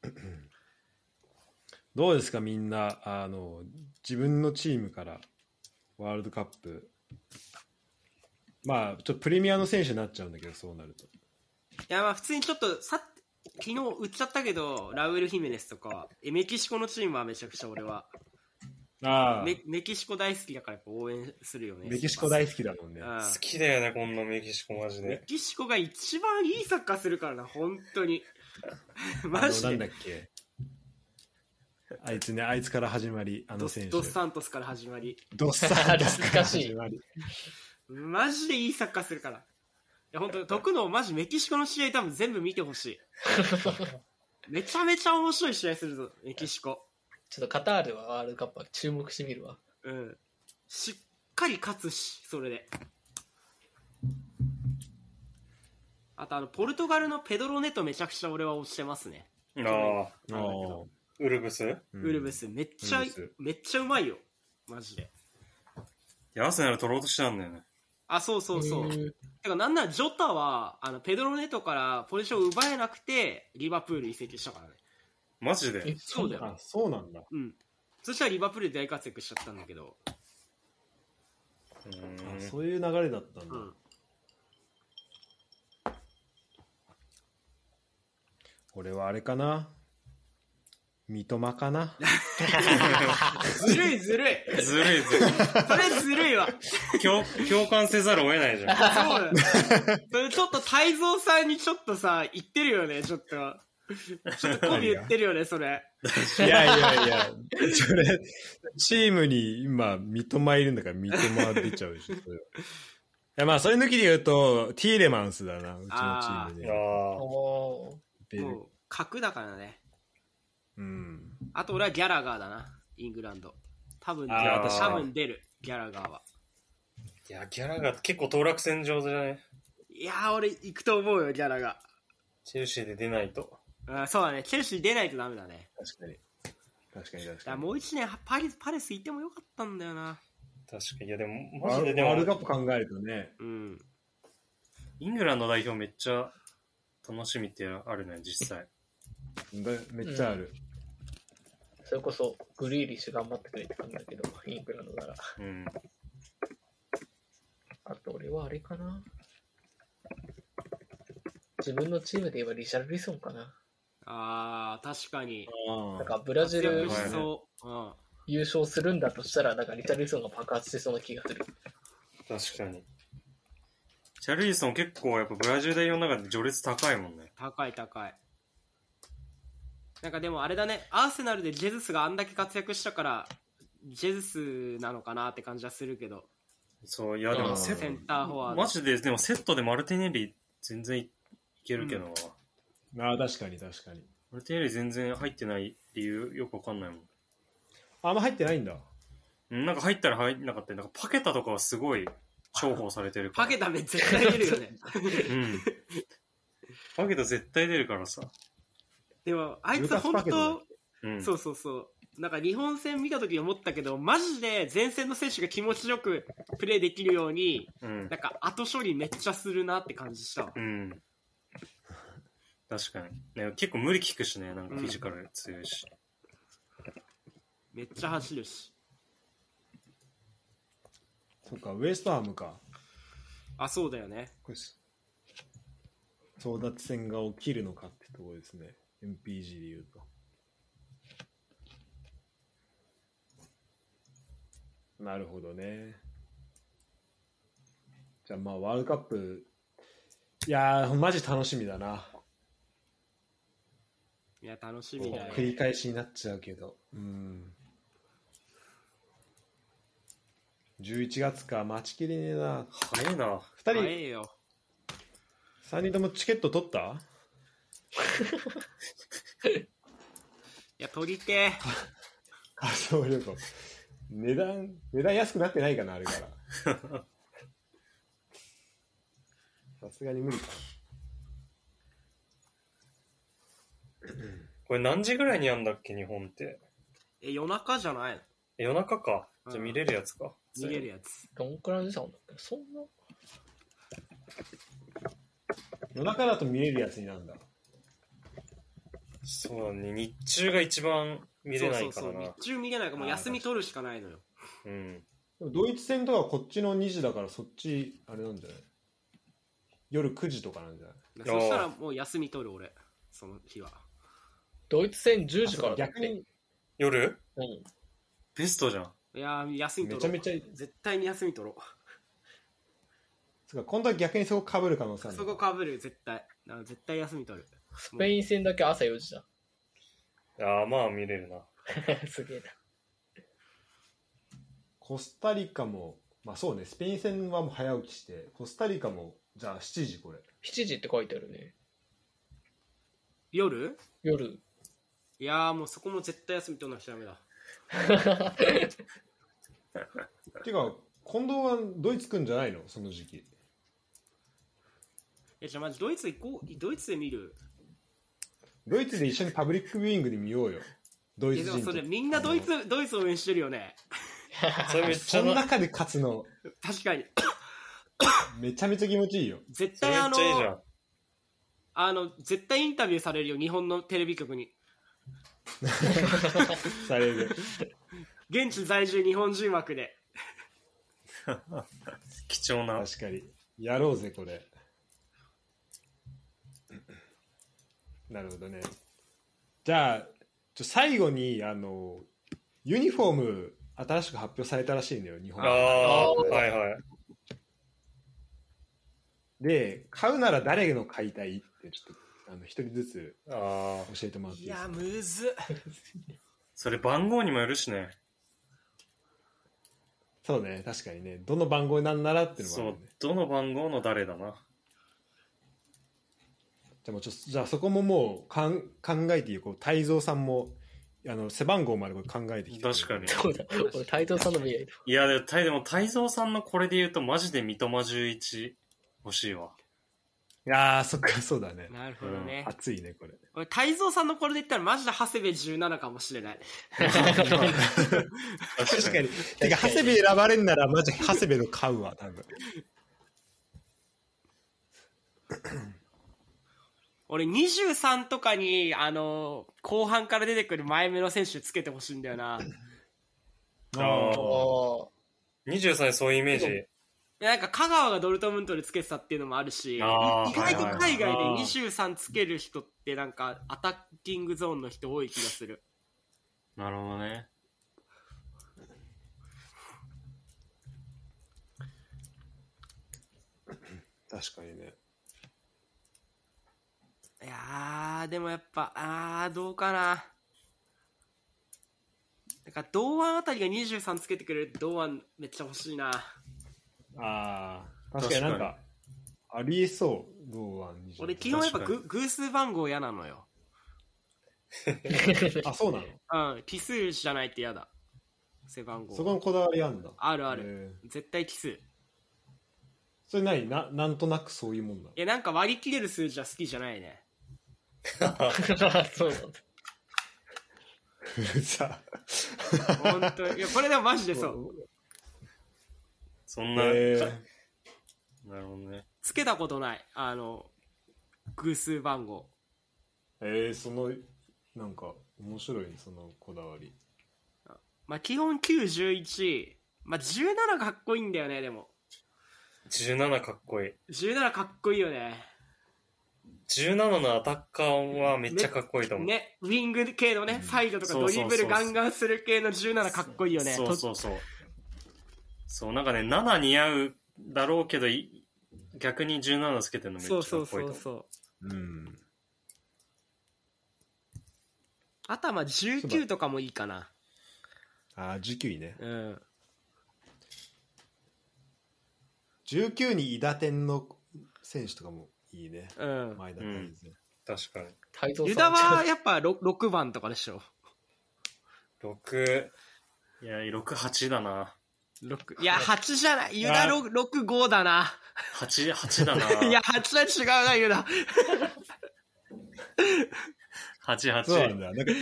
どうですかみんな自分のチームからワールドカップ、まあちょっとプレミアの選手になっちゃうんだけど、そうなると。 いや、まあ普通にちょっと昨日売っちゃったけど、ラウエル・ヒメネスとかメキシコのチームはめちゃくちゃ俺はメキシコ大好きだからやっぱ応援するよね。 メキシコ大好きだもんね。 好きだよね、こんなメキシコマジで。 メキシコが一番いいサッカーするからな、本当に。マジで。 なんだっけ、あいつね、あいつから始まり、あの選手。 ドスサントスから始まり。 ドスサントスから始まり。 マジでいいサッカーするから。いや本当に徳のマジメキシコの試合多分全部見てほしい。めちゃめちゃ面白い試合するぞメキシコ。 ちょっとカタールはワールドカップは注目してみるわ。 うん。しっかり勝つし、それで。あとポルトガルのペドロネトめちゃくちゃ俺は推してますね。 ああ、ウルブス、 ウルブスめっちゃうまいよマジで。 いやアーセナル取ろうとしたんだよね。 あ、そうそうそう。てかなんならジョタはペドロネトからポジション奪えなくてリバプール移籍したからね。 マジで？ そうだよ。 あ、そうなんだ。 うん。そしたらリバプールで大活躍しちゃったんだけど。 そういう流れだったんだ。俺はあれかな、三笘かな。 ずるいずるいずるいそれずるいわ。 共感せざるを得ないじゃん。 そうだ。それちょっと泰造さんにちょっとさ言ってるよね。ちょっと媚び言ってるよねそれ。 いやそれチームに今三笘いるんだから三笘出ちゃうでしょ。それいやまあそれ抜きで言うとティーレマンスだな、うちのチームで。 もう格だからね。 うん。 あと俺はギャラガーだな、イングランド。多分出るギャラガーは。 いやギャラガー結構当落戦上手じゃない？ いや俺行くと思うよギャラガー。 チェルシーで出ないと。 そうだね、チェルシー出ないとダメだね。 確かに。 もう一年パレス行ってもよかったんだよな。 確かに。いやでもマジでワールドカップ考えるとね。 うん。 イングランド代表めっちゃ楽しみってあるね実際。 めっちゃある。 それこそグリーリッシュ頑張ってくれって感じだけど、イングランドなら。 うん。 あと俺はあれかな。自分のチームで言えばリシャルリソンかな。 あー確かに。 なんかブラジルそう優勝するんだとしたら、なんかリシャルリソンが爆発してそうな気がする。 確かに。チャルリソン結構やっぱブラジル代表の中で序列高いもんね。 高い。なんかでもあれだね、アーセナルでジェズスがあんだけ活躍したからジェズスなのかなって感じはするけど。 そういやでもセンターフォワードマジででもセットでマルティネリ全然いけるけどな、確かにマルティネリ全然入ってない理由よくわかんないもん。 あんま入ってないんだ。 なんか入ったら入んなかったり、なんかパケタとかはすごい重宝されてるから。 パケタ絶対出るよね。 うんパケタ絶対出るからさ。 でもあいつ本当、 うん、 そうなんか日本戦見た時に思ったけど、マジで前線の選手が気持ちよくプレーできるように、なんか後処理めっちゃするなって感じした。 確かに、ね、結構無理効くしね、なんかフィジカル強いし、 めっちゃ走るし。 そっか、ウエストハムか。 あ、そうだよね。 これ争奪戦が起きるのかってところですね、 MPG で言うと。なるほどね。じゃあまあワールドカップ、いやーマジ楽しみだな。 いや楽しみだよ。 繰り返しになっちゃうけど、11月か、待ちきれねえな。 早いな。 2人早いよ。 3人ともチケット取った？ いや取りてー。 仮想旅行値段安くなってないかな、あれからさすがに無理か。 これ何時ぐらいにやんだっけ日本って。 夜中じゃないの？ 夜中か。じゃあ見れるやつか。 見れるやつ。 どんくらいの時間だっけ？そんな夜中だと見れるやつになるんだ。 そうだね、日中が一番見れないからな。 日中見れないからもう休み取るしかないのよ。 うん。 でもドイツ戦とかこっちの2時だからそっちあれなんじゃない？夜9時とかなんじゃない？ そしたらもう休み取る俺、その日は。 ドイツ戦10時からだって逆に夜うん。 ベストじゃん。 いやー休み取ろう。 めちゃめちゃ絶対に休み取ろつか今度は逆にそこ被る可能性あう。 るそこかぶる絶対。絶対休み取る。 スペイン戦だけ朝4時だ。 ああ、まあ見れるな。 すげえな。 コスタリカもまあそうね、スペイン戦はもう早起きしてコスタリカもじゃあ7時これ 7時って書いてあるね。 夜夜。 いやーもうそこも絶対休み取らなきゃダメだ。 てか近藤はドイツ来んじゃないのその時期？ じゃあまずドイツ行こう。ドイツで見る。 ドイツで一緒にパブリックビューイングで見ようよ。ドイツ人と。 でもそれみんなドイツ応援してるよね。 それめっちそゃな、 の中で勝つの確かに。 めちゃめちゃ気持ちいいよ。 絶それめ対っちゃいいじゃん。 絶対インタビューされるよ、日本のテレビ局に。 される。 現地在住日本人枠で。 貴重な。 確かに。やろうぜこれ。なるほどね。じゃあ最後にユニフォーム新しく発表されたらしいのよ日本ああ、はいはい。 で買うなら誰の買いたいってちょっと一人ずつああ、 教えてもらっていいですか？ いやむずっ。 それ番号にもよるしね。 そうね、確かにね、どの番号なんならっていうのもあそうるね。、 どの番号の誰だな。 じゃあもうじゃあそこももう考えていいよ。こう泰造さんも背番号までこれ考えてきて。 確かに。 そうだ。俺、泰造さんの未来だ。 いや、でも泰造さんのこれで言うとマジで三笘11欲しいわ。 いやーそっか、そうだね。 なるほどね。 熱いねこれ。 俺泰造さんのこれで言ったらマジで長谷部17かもしれない。 確かに。てか長谷部選ばれんならマジ長谷部の買うわ多分。 俺23とかに後半から出てくる前目の選手つけてほしいんだよな。 ああ。 あ 23そういうイメージ。 なんか香川がドルトムントでつけてたっていうのもあるし、意あー外と海外ではいはい 23つける人ってなんかアタッキングゾーンの人多い気がする。 なるほどね。 確かにね。 いやーでもやっぱどうかな。なんか堂安あたりが23つけてくれる堂安めっちゃ欲しいな。 ああ、確かになんかありえそう。堂安20。 俺基本やっぱ確か偶数番号嫌なのよ。 あ、そうなの？ うん、奇数じゃないって嫌だ。背番号。 そこのこだわりあんだ。 あるある。絶対奇数。いそれなんとなくそういうもんだ。 やなんか割り切れる数字は好きじゃないね。 あ。そうなんだ。 さ本当に。いやこれでもマジでそう。 そんな、なるほどね。 つけたことない。偶数番号。 そのなんか面白いね、そのこだわり。 まあ基本9、11。まあ17かっこいいんだよね、でも。 17かっこいい。 17かっこいいよね。 17のアタッカーはめっちゃかっこいいと思う。 ね、ウィング系のね、サイドとかドリブルガンガンする系の17かっこいいよね。 そうそうそう。そう、なんかね、7似合うだろうけど、逆に17つけてるのめっちゃかっこいいと思う。 そう。 うん。 あとはまあ19とかもいいかな。 あ、19位ね。 うん。 19に伊達天の選手とかもいいね。 うん。 前田大然。 確かに。 泰造さん。 ユダはやっぱ 6番とかでしょ。 6、いや、6、8だな。 6。いや、8じゃない。ユダ6、5だな。 8だな。 いや、8は違うな、ユダ。 8、 そうなん 8。 だ。なんか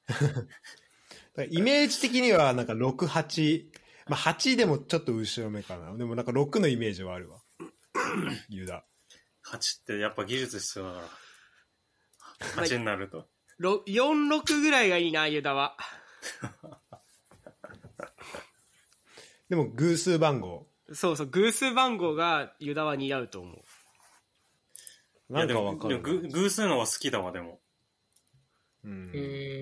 イメージ的にはなんか6、8。まあ8でもちょっと後ろ目かな。でもなんか6のイメージはあるわ。ユダ。 8ってやっぱ技術必要だから。8になると。 46ぐらいがいいな、ユダは。 でも偶数番号そうそう、偶数番号がユダは似合うと思う。 なんかわかるな。 偶数の方が好きだわ、でも。 うん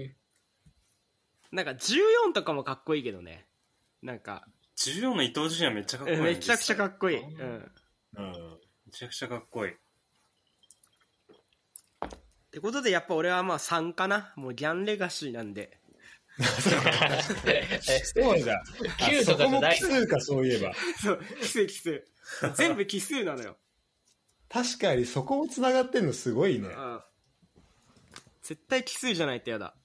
なんか14とかもかっこいいけどね。なんか 14の伊藤純也めっちゃかっこいい、ね。 めちゃくちゃかっこいい。うん。 めちゃくちゃかっこいい。 ってことでやっぱ俺はまあ3かな。もうギャンレガシーなんで。 そうだ。 9とかじゃないそこも奇数か、そういえば。 そう、奇数。全部奇数なのよ。 確かにそこもつながってんのすごいね。 うん。絶対奇数じゃないとやだ。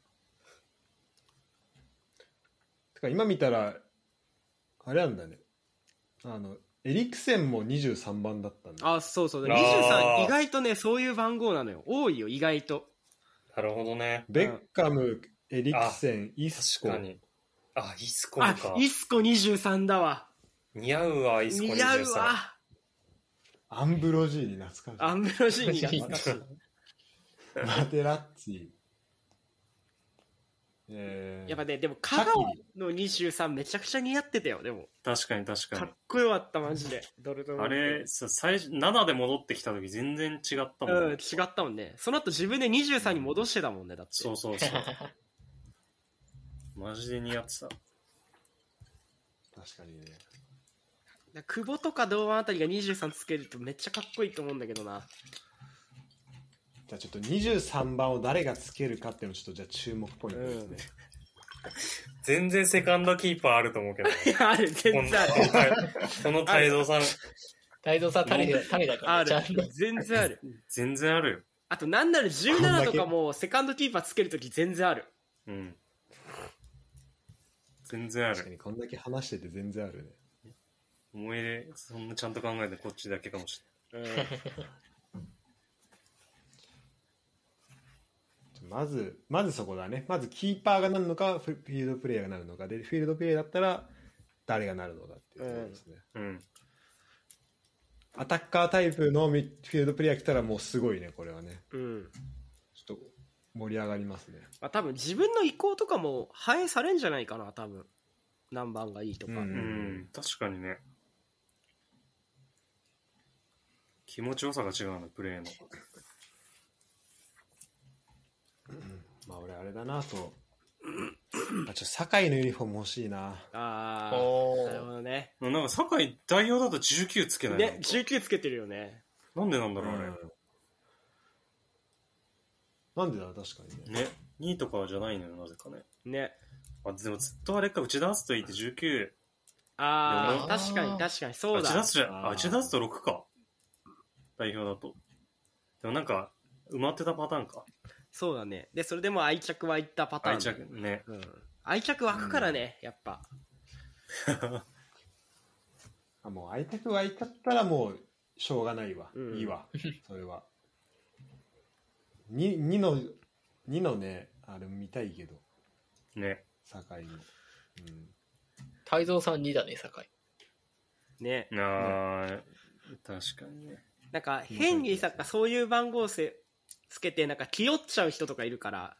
てか今見たら、あれなんだね。エリクセンも23番だったんだ。 あ、そうそう。 あ 23 ー意外とね、そういう番号なのよ。多いよ、意外と。 なるほどね。 ベッカム、エリクセン、イスコ。 確かに。あ、イスコもあか、。 イスコ23だわ。 似合うわ、イスコ23。 似合うわ。 アンブロジーニ懐かアンブロジーニが懐かしい。 しい。マテラッツィ。 やっぱね、でも香川の23めちゃくちゃ似合ってたよ、でも。 確かに確かにかっ。こよかった、マジで。ドルトムントあれ、最初、7で戻ってきた時全然違ったもんね。 うん、違ったもんね。その後自分で23に戻してたもんね、だって。 そうそうそう。マジで似合ってた。 確かにね。 久保とか堂安あたりが23つけるとめっちゃかっこいいと思うんだけどな。 じゃあちょっと23番を誰がつけるかっていうのをちょっとじゃあ注目ポイントですね。 全然セカンドキーパーあると思うけど。 いや、ある、全然ある。 この泰造さん、 太蔵さん種だから、 あちゃんと。 る。全然ある。 全然あるよ。 あと、なんなら17とかもセカンドキーパーつけるとき全然ある。 うん。全然ある。 確かにこんだけ話してて全然あるね。 思い出、そんなちゃんと考えてこっちだけかもしれない。 まずそこだね。まずキーパーがなるのかフィールドプレイヤーがなるのかで、フィールドプレイヤーだったら誰がなるのかっていうところですね。 うん。 アタッカータイプのフィールドプレイヤー来たらもうすごいね、これはね。 うん。 ちょっと盛り上がりますね。 まあ、多分自分の意向とかも反映されんじゃないかな、多分。何番がいいとか。 うんうん。確かにね。気持ちよさが違うの、プレーの。 まあ俺あれだなと。堺のユニフォーム欲しいな。 あおーあ、なるほどね。 なんか、堺代表だと19つけないのね、19つけてるよね。 なんでなんだろう、あれ。 なんでだ確かにね。 ね。2位とかじゃないのよ、なぜかね。 ね。 あ、でもずっとあれか、打ち出すといいって19。 ああ、 でも確かに確かに、そう打ちだ。 出すじゃん。あ、打ち出すと6か。代表だと。でもなんか、埋まってたパターンか。 そうだね。で、それでも愛着はいったパターン。 愛着ね。 うん。愛着湧くからね、やっぱ。 あ、もう愛着湧いちゃったらもうしょうがないわ。 うんいいわ。それは。2のね、あれ見たいけど、 ね。 堺の。 太蔵さん2だね、酒井。 ね。 あー、確かにね。 なんか、変にさ、そういう番号つけて、なんか気負っちゃう人とかいるから、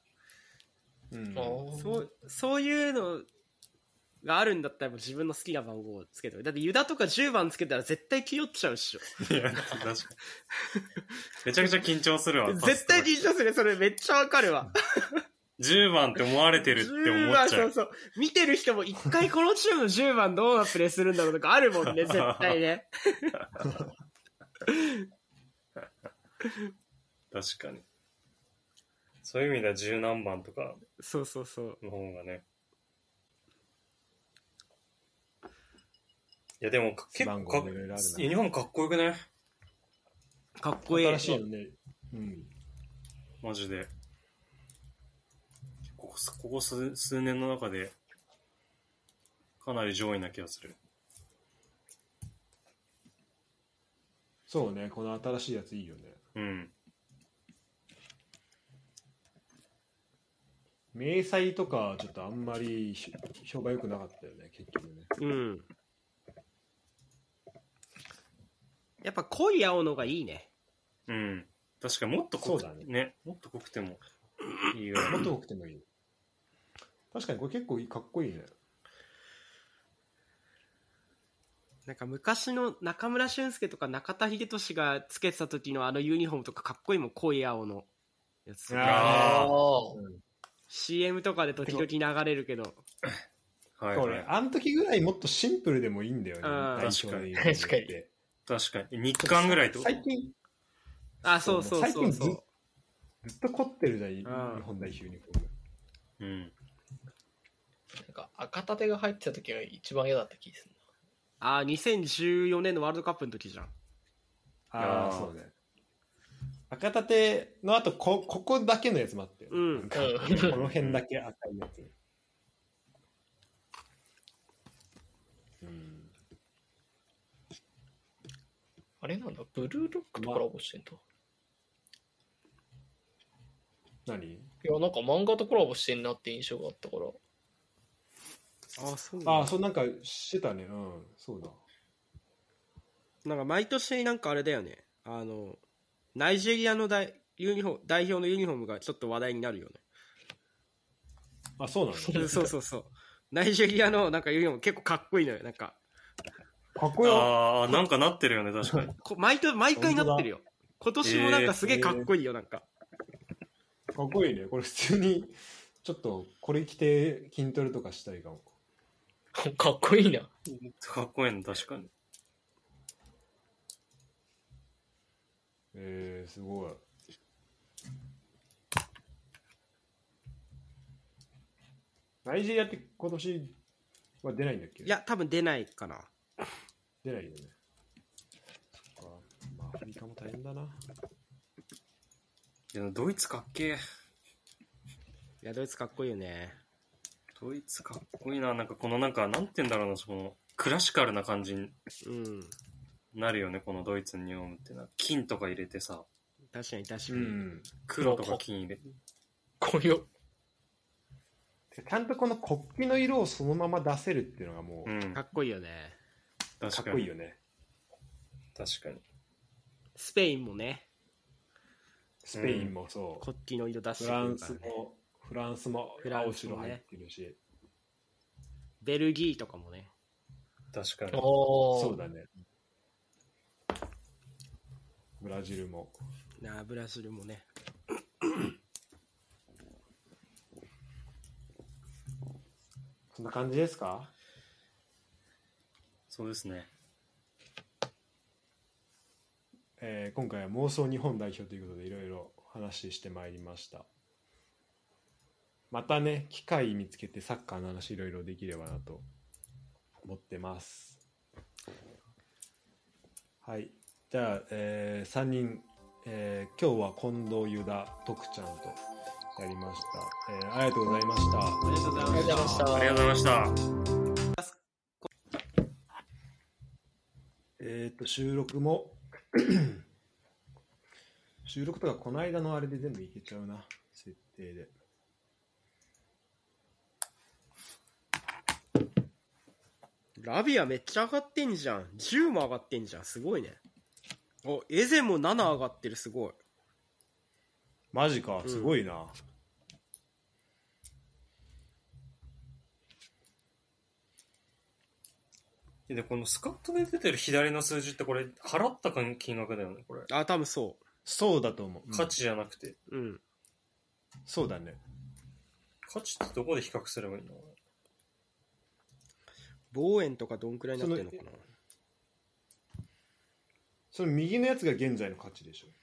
そういうのがあるんだったら自分の好きな番号をつけてる。だってユダとか10番つけたら絶対気負っちゃうっしょ。 いや、確かに。めちゃくちゃ緊張するわ。 絶対緊張する。それめっちゃわかるわ。 10番って思われてるって思 10 っ番、 ちゃ。 そううそう。見てる人も一回このチームの10番どうなプレーするんだろうとかあるもんね、絶対ね。 確かに。そういう意味では10何番とかそうそうそう。 の方がね。いやでも結番構号いろいろあるなユニフォームかっこよくね。 かっこいい。 新しいのね。 マジで。ここ数年の中でかなり上位な気がする。 そうね、この新しいやついいよね。 うん。 明細とかちょっとあんまり評判良くなかったよね、結局ね。 うん。やっぱ濃い青のがいいね。 うん。確かにもっと濃くそうだねね。もっと濃くてもいいぐらい。 もっと多くてもいい。確かにこれ結構かっこいいね。 なんか昔の中村俊輔とか中田英寿がつけてた時のあのユニフォームとかかっこいいもん、濃い青のやつとか。 あー CM とかで時々流れるけど。 はいこれ、 はい。 あの時ぐらいもっとシンプルでもいいんだよね。 あー代表で言うと確かに確かに。日韓ぐらいってこと最近、 あ、そうそうそう最近そう。 ずっと凝ってるじゃん、日ん本代表ユニフォーム。 うん。 なんか赤縦が入ってた時が一番嫌だった気がするあ、2014年のワールドカップの時じゃん。 ああ、そうね。赤盾の後ここだけのやつもあって、 うんなんかこの辺だけ赤いやつ。うん。 あれなんだ、ブルーロックとコラボしてんだ。 何？ いや、なんか漫画とコラボしてんなって印象があったから。 あ、そうなんだ。 ああ、そうなんかしてたね。うん、そうだ。 なんか毎年なんかあれだよね。ナイジェリアの代表のユニフォームがちょっと話題になるよね。 あ、そうなの？ そうそうそう。ナイジェリアのなんかユニフォーム結構かっこいいのよ。なんかかっこよ。 ああ、なんかなってるよね、確かに。 毎回なってるよ。今年もなんかすげえかっこいいよ、なんか。 かっこいいね。これ普通にちょっとこれ着て筋トレとかしたいかも。 かっこいいな。 かっこいいの、確かに。 すごい。ナイジェリアって今年は出ないんだっけ？ いや、多分出ないかな。 出ないよね。そっか。まあアフリカも大変だな。 いや、ドイツかっけえ。 いや、ドイツかっこいいよね。 ドイツかっこいいな。なんかこのなんて言うんだろうな、そのクラシカルな感じにうん。 なるよね、このドイツのユニフォームってな。金とか入れてさ、 確かに確かに。 うん。 黒とか金入れて。 こよ。 ちゃんとこの国旗の色をそのまま出せるっていうのがもう、 うん。 かっこいいよね。 かっ確かに。 こいいよね。 確かに。 スペインもね、 スペインもそう。 国旗の色出してフランくるからね。 スも、フランスもフランスもね青白入ってるし。 ベルギーとかもね。 確かに。 おー。 そうだね。ブラジルも。 ブラジルもね。 そんな感じですか？ そうですね。 今回は妄想日本代表ということでいろいろ話してまいりました。またね、機会見つけてサッカーの話いろいろできればなと思ってます。はい。じゃあ、3人、今日は近藤、ユダ、徳ちゃんとやりました。ありがとうございました。 ありがとうございまありがとうございました。 ありがとうございました。 収録も収録とかこの間のあれで全部いけちゃうな、設定で。 ラビアめっちゃ上がってんじゃん。10も上がってんじゃん。すごいね。お、エゼも7上がってる、すごい。 マジか、すごいな。 で、このスカットで出てる左の数字ってこれ、払った金額だよね、これ。 あ、多分そそうだと思う。 価値じゃなくて。 う。うん。 そうだね。 価値ってどこで比較すればいいの？ 防衛とかどんくらいになってんのかな。 その右のやつが現在の価値でしょ？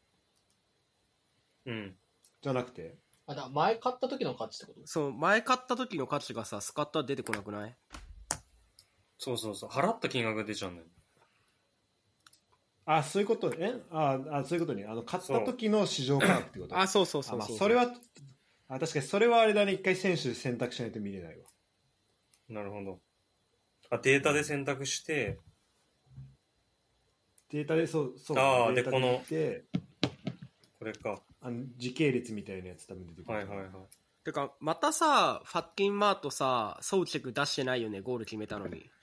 うん。 じゃなくて？ あ、だ前買った時の価値ってこと？ そう、前買った時の価値がさ、スカットは出てこなくない？ そうそうそう。払った金額が出ちゃうんだよ。 あ、そういうことね。そういうことね。買った時の市場価格ってこと。 あ、そうそうそうそう。 それは、確かにそれはあれだね。一回選手選択しないと見れないわ。 なるほど。データで選択して、 データで、そう、 あーデータでこの見てこれか。 時系列みたいなやつ多分出てくる。 はいはいはい。 てか、またさ、ファッキンマートさ、ソウチェク出してないよね、ゴール決めたのに。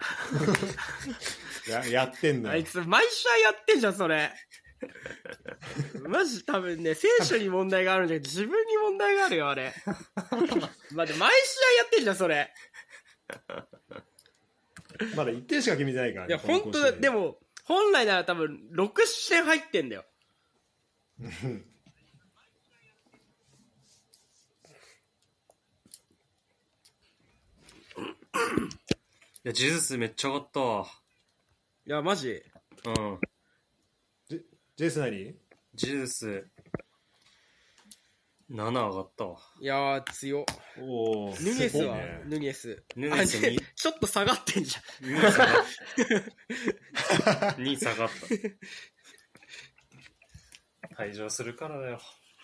そう。やってんだよ。 あいつ、毎試合やってんじゃん、それ。 マジ多分ね、選手に問題があるんじゃなくて自分に問題があるよ、あれ。まあ、で毎試合やってんじゃん、それ。 まだ1点しか決めてないからね。 いや、本当だ、でも。 も、本来なら多分6視点入ってんだよ。 いや、ジェズスめっちゃ上がったわ。 いや、マジ。 うん。 ジェイス何？ ジェズス、7上がったわ。 いやー、強。 おーヌニェスは、 ね、 ヌニェス。 ヌニェスあねにちょっと下がってんじ 2下がった。2下がった。退場するからだよ。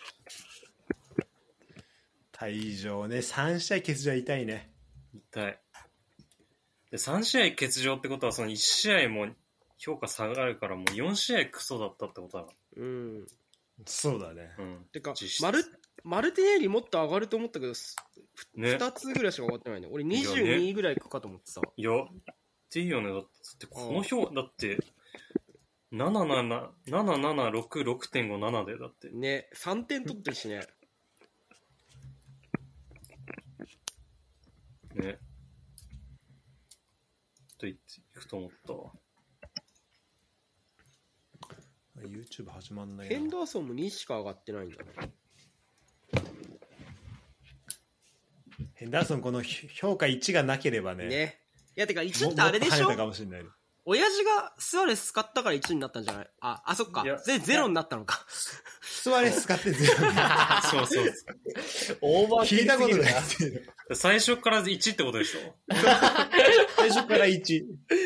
退場ね、3試合欠場痛いね。 痛い。で、3試合欠場ってことは、その1試合も評価下がるから、もう4試合クソだったってことだかゃん。うん。 そうだね。 ら。うん。 てか実質マルティネリもっと上がると思ったけど、 ね。 2つぐらいしか上がってないね。俺いや 22ぐらいいくかと思ってさ。 いや、っていいよね。だって、この表、だって、6.57で、だって。 ね、3点取ってるしね。 ね。と言っていくと思ったわ。 YouTube 始まんないヘンな。 ダーソンも2しか上がってないんだね。 ヘンダーソンこの評価1がなければね。 ね。いや、てか1ってあれでしょもっと跳ねたかもしれない。 親父がスアレス使ったから1になったんじゃない？あ、そっかいや。 ゼロになったのか。 スワレス使ってゼロになるそうそうオーバー聞いたことないな。 っていうの。 そう。最初から1ってことでしょ？ 最初から1。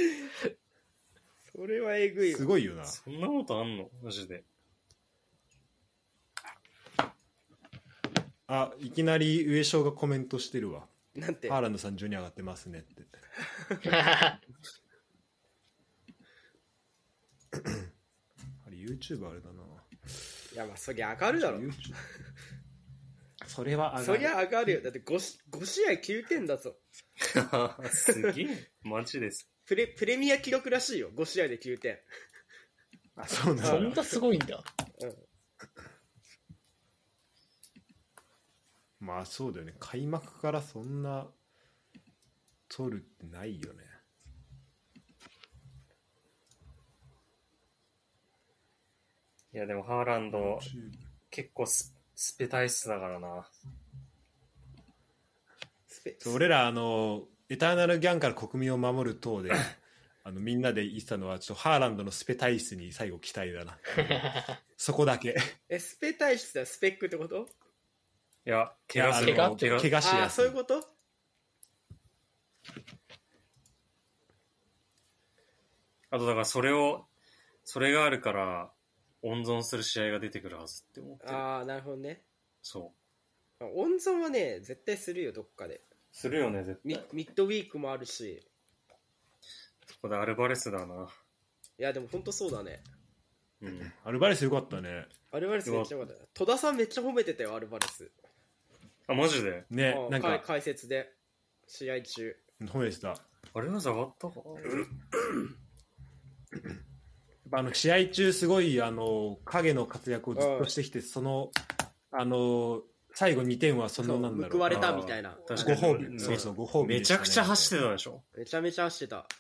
それはえぐいわ。 すごいよな。 そんなことあんのマジで。 あ、いきなり上昇がコメントしてるわ。 なんて。 ハーランドさん順に上がってますねって。あれ YouTube あれだな。 いや、まあ、そりゃ上がるだろ。 YouTube それは上がる。 そりゃ上がるよ。だって 5試合9点だぞ。 すげえ。マジです。 プレミア記録らしいよ。5試合で9点。 あ、そうなんだ。 そんなすごいんだ。 うん。 まあそうだよね。開幕からそんな取るってないよね。 いや、でもハーランド、 YouTube 結構スペ体質だからな。 そう俺らエターナルギャンから国民を守る党でみんなで言ってたのはちょっとハーランドのスペ体質に最後期待だな。そこだけ。 スペ体質はスペックってこと？ いや、怪我する怪我怪我怪我しああ、 やすい。 そういうこと？ あとだからそれがあるから温存する試合が出てくるはずって思ってる。 ああ、なるほどね。 そう温存はね、絶対するよ、どっかで。 するよね絶対。 ミッドウィークもあるし。 そこでアルバレスだな。 いや、でも本当そうだね。 うん。 アルバレスよかったね。 アルバレスめっちゃ良かった。戸田さんめっちゃ褒めてたよ、アルバレス。 あ、マジでね、なんか解説で、試合中。 褒めてた。 あれは下がったかやっぱ試合中すごい影の活躍をずっとしてきて、その最後2点はそのなんだろう、 報われたみたいな。 確かにご褒美、そうそうご褒美めちゃくちゃ走ってた。 たでしょ。 めちゃめちゃ走ってた。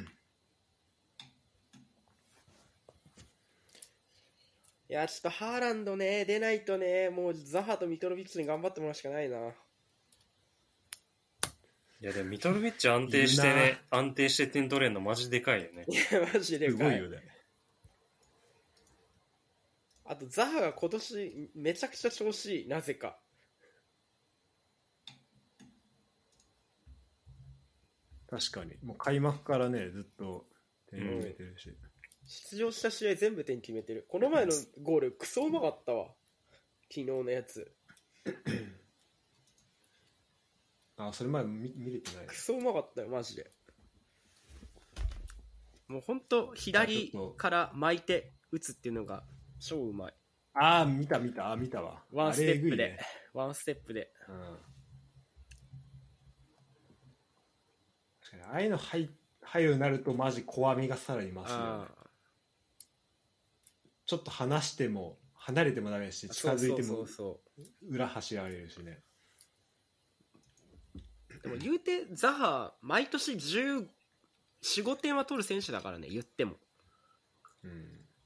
いや、ちょっとハーランドね、出ないとね、もうザハとミトロビッチに頑張ってもらうしかないな。 いやでもミトロビッチ安定してね、安定して点取れるのマジでかいよね。 いや、マジですかい。 ごいよね。 あと、ザハが今年めちゃくちゃ調子いい、なぜか。 確かにもう開幕からねずっと点決めてるし、 出場した試合全部点決めてる。この前のゴール、クソうまかったわ。昨日のやつ。 あ、それ前見れてないク。ソうまかったよ、マジで。もうほんと、左から巻いて打つっていうのが超うまい。 あ、見たわ。 ワンステップで、 あれえぐいね。 ワンステップで。 うん、確かにああいうの入るようになるとマジ怖みがさらに増すよね。 あちょっと離しても離れてもダメだし近づいてもそう裏走られるしね。 でも言うてザハ毎年14、15点は取る選手だからね、言っても。 うん。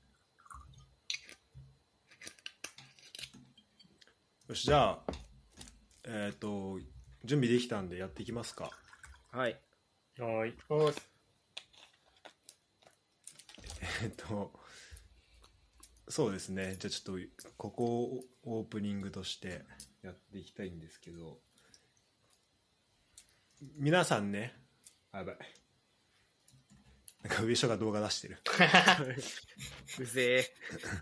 よし、じゃあ準備できたんでやっていきますか。 はい。 はい。 そうですね。じゃあちょっとここをオープニングとしてやっていきたいんですけど、皆さんね、やばい。なんか上所が動画出してる。 うぜえ。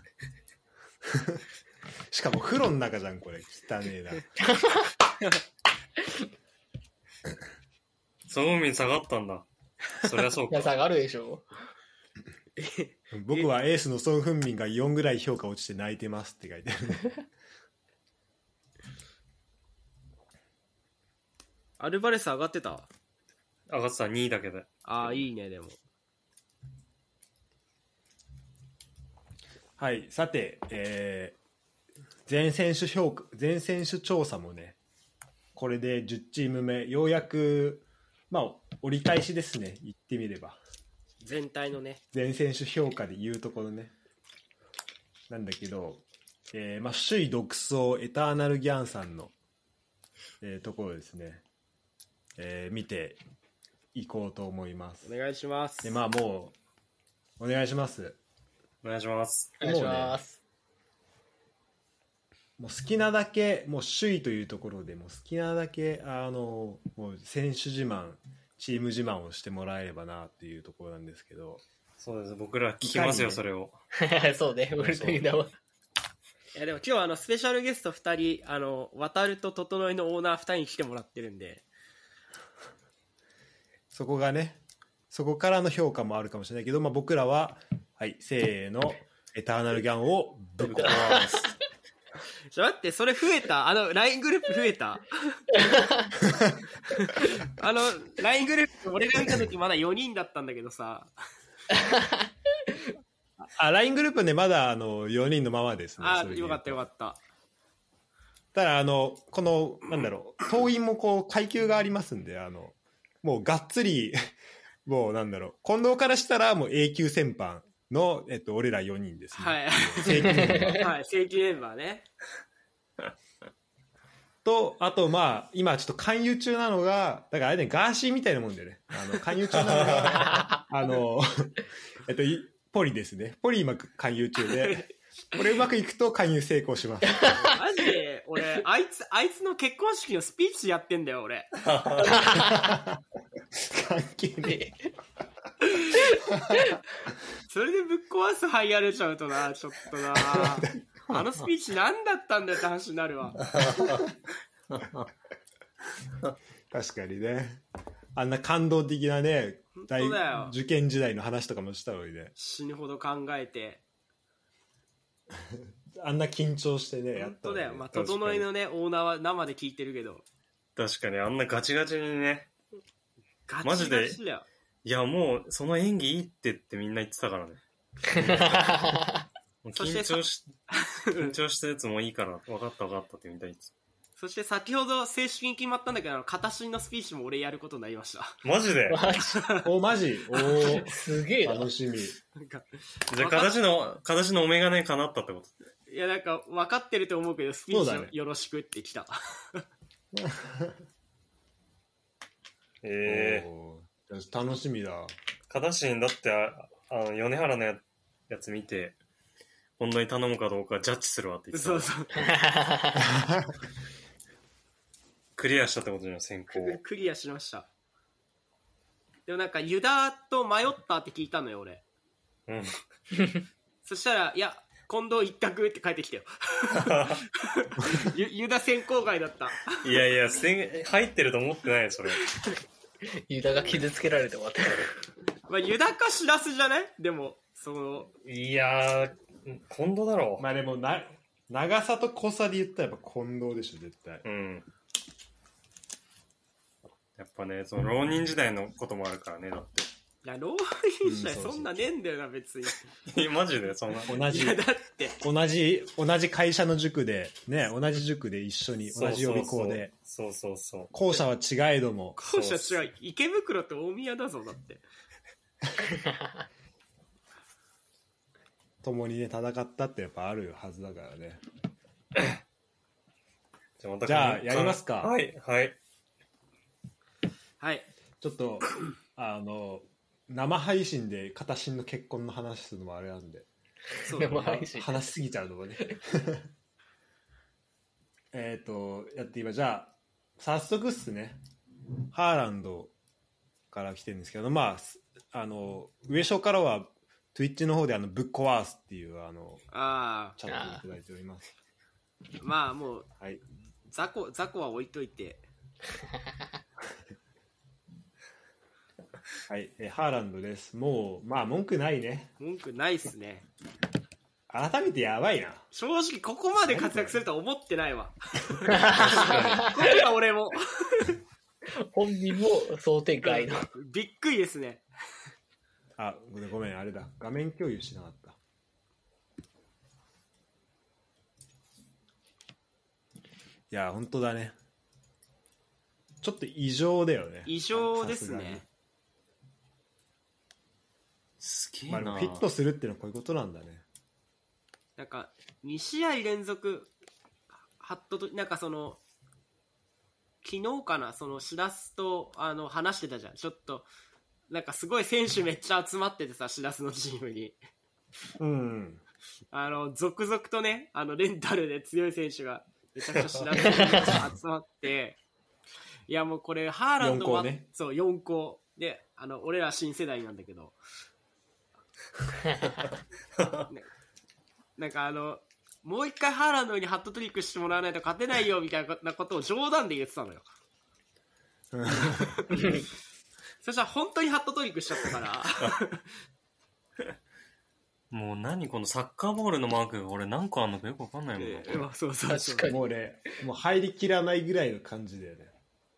しかも風呂の中じゃんこれ。汚ねえな。 ソン・フンミン下がったんだ。そりゃそうか。 いや、下がるでしょ。 僕はエースのソン・フンミンが4ぐらい評価落ちて泣いてますって書いてある。 アルバレス上がってた？ 上がってた、2位だけで。 ああ、いいね、でも。 はい、さて、全選手調査もね、これで10チーム目、ようやく、まあ、折り返しですね、言ってみれば。 全体のね。 全選手評価で言うところね。なんだけど、まあ、首位独走、エターナルギャンさんの、ところですね、見ていこうと思います。 お願いします。 で、まあ、もう、お願いします。 お願いします。 お願いします。 もう好きなだけもう首位というところでもう好きなだけもう選手自慢チーム自慢をしてもらえればなっていうところなんですけど、 そうです。僕ら聞きますよ、それを。 そうね、俺とユダは。 いやでも今日はスペシャルゲスト2人渡ると整いのオーナー2人に来てもらってるんで、 そこがね、そこからの評価もあるかもしれないけど、まあ、僕らははいせーのエターナルギャンをぶっ壊す。 ちょ待って、それ増えたLINE グループ増えたLINE グループ俺が見た時まだ4人だったんだけどさ LINE グループねまだ4人のままですね。 よかったよかった。 ただこのなんだろう党員もこう階級がありますんでもうがっつりもうなんだろう近藤からしたらもう A 級戦犯の、俺ら4人ですね。 はい。 正規メンバー。 はい、正規メンバーね。 と、あと、まあ、今ちょっと勧誘中なのが、だからあれね、ガーシーみたいなもんでね、勧誘中なのが、ポリですね。ポリ今勧誘中で、これうまくいくと勧誘成功します。 マジで、俺、あいつの結婚式のスピーチやってんだよ、俺。 関係ねえ。 それでぶっ壊す肺やれちゃうとな、ちょっとな。あのスピーチ何だったんだよって話になるわ。 確かにね。あんな感動的なね、受験時代の話とかもしたのにね。 死ぬほど考えて。 あんな緊張してね、やったのに。 本当だよ。まあ、整いのね、オーナーは生で聞いてるけど。 確かに、あんなガチガチにね。 ガチガチだよ。マジで。 いやもうその演技いいってってみんな言ってたからね。緊張したやつもいいから分かったってみたいです。 そして先ほど正式に決まったんだけど片新のスピーチも俺やることになりました。 マジで？ マジ？ すげえな。 楽しみ。 じゃあ形のお眼鏡かなったってこと？ いやなんか分かってると思うけどスピーチよろしくってきた。 楽しみだ。 片新だって米原のやつ見て本当に頼むかどうかジャッジするわって言ってた。そうそう。クリアしたってことじゃん、選考。 クリアしました。でもなんかユダと迷ったって聞いたのよ俺。うん。そしたらいや近藤一択って帰ってきたよ。ユダ選考外だった。 いやいや入ってると思ってないよそれ。 ユダが傷つけられて終わった。 まあユダかシラスじゃない？でもいや近藤だろう。 まあでも長さと濃さで言ったらやっぱ近藤でしょ絶対。 うん。やっぱねその浪人時代のこともあるからねだって。 いや浪人者うんそうそうそんなねえんだよな別に。 マジでそんな。 同じいやだって同じ会社の塾でね、同じ塾で一緒に同じ予備校で、 そうそうそう。 校舎は違えども校舎違う、池袋と大宮だぞだって。 共にね戦ったってやっぱあるはずだからね。 じじゃあやりますか。 はいはい。 はい。 ちょっと生配信で片新の結婚の話するのもあれなんでそうだね生配信話しすぎちゃうのもねやって今じゃあ早速っすね、ハーランドから来てるんですけど、まあ上昇からは Twitch の方でぶっ壊すっていうあチャットをいただいております。 あ、まあもうはい雑魚は置いといて。 はい、ハーランドです。もうまあ文句ないね。 文句ないっすね。 改めてやばいな。 正直ここまで活躍するとは思ってないわ。ここは俺も本人も想定外の。 びっくりですね。 あ、ごめん、あれだ。画面共有しなかった。いや、本当だね。ちょっと異常だよね。 異常ですさすがにね。 すげえな。 まあ、でもフィットするっていうのはこういうことなんだね。 なんか2試合連続ハットとなんかその昨日かな、そのしらすと話してたじゃん。ちょっとなんかすごい選手めっちゃ集まっててさ、しらすのチームにうん。 続々とねレンタルで強い選手がめちゃくちゃしらすに集まっていやもうこれハーランドは、 4校ね、 そう4校で俺ら新世代なんだけどね、なんかもう一回ハーランドにハットトリックしてもらわないと勝てないよみたいなことを冗談で言ってたのよ。そしたら本当にハットトリックしちゃったからもう何このサッカーボールのマークが俺何個あんのかよくわかんないもんな。 そうそうそう、 確かにもう俺、もう入りきらないぐらいの感じだよね。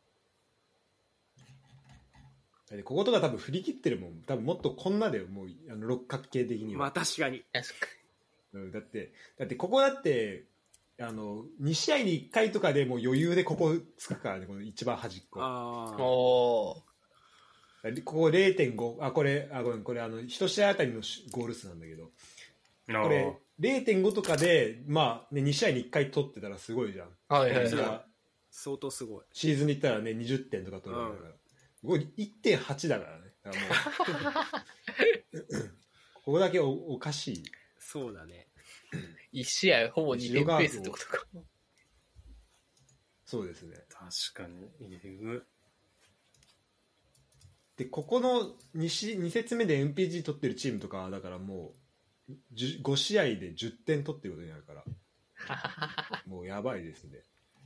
でこことか多分振り切ってるもん。多分もっとこんなだよ、もう六角形的には。 まあ確かに確かうんだってここだって2試合に1回とかでもう余裕でここつくからね、この一番端っこ。 に。 ああおー。 ここ 0.5 ごめん、これ1試合あたりのゴール数なんだけど、これ 0.5 とかでまあね2試合に1回取ってたらすごいじゃん。 はいはいはそれは相当すごい。 シーズンで言ったらね20点とか取るわけだから、ここ 1.8 だからね。だからもうここだけ おかしい。 そうだね。 い。1試合ほぼ2点ペースってことか。 そうですね。 確かにえぐ。 でここの 2節目で MPG 取ってるチームとかはだからもう5試合で10点取ってることになるからもうやばいですね。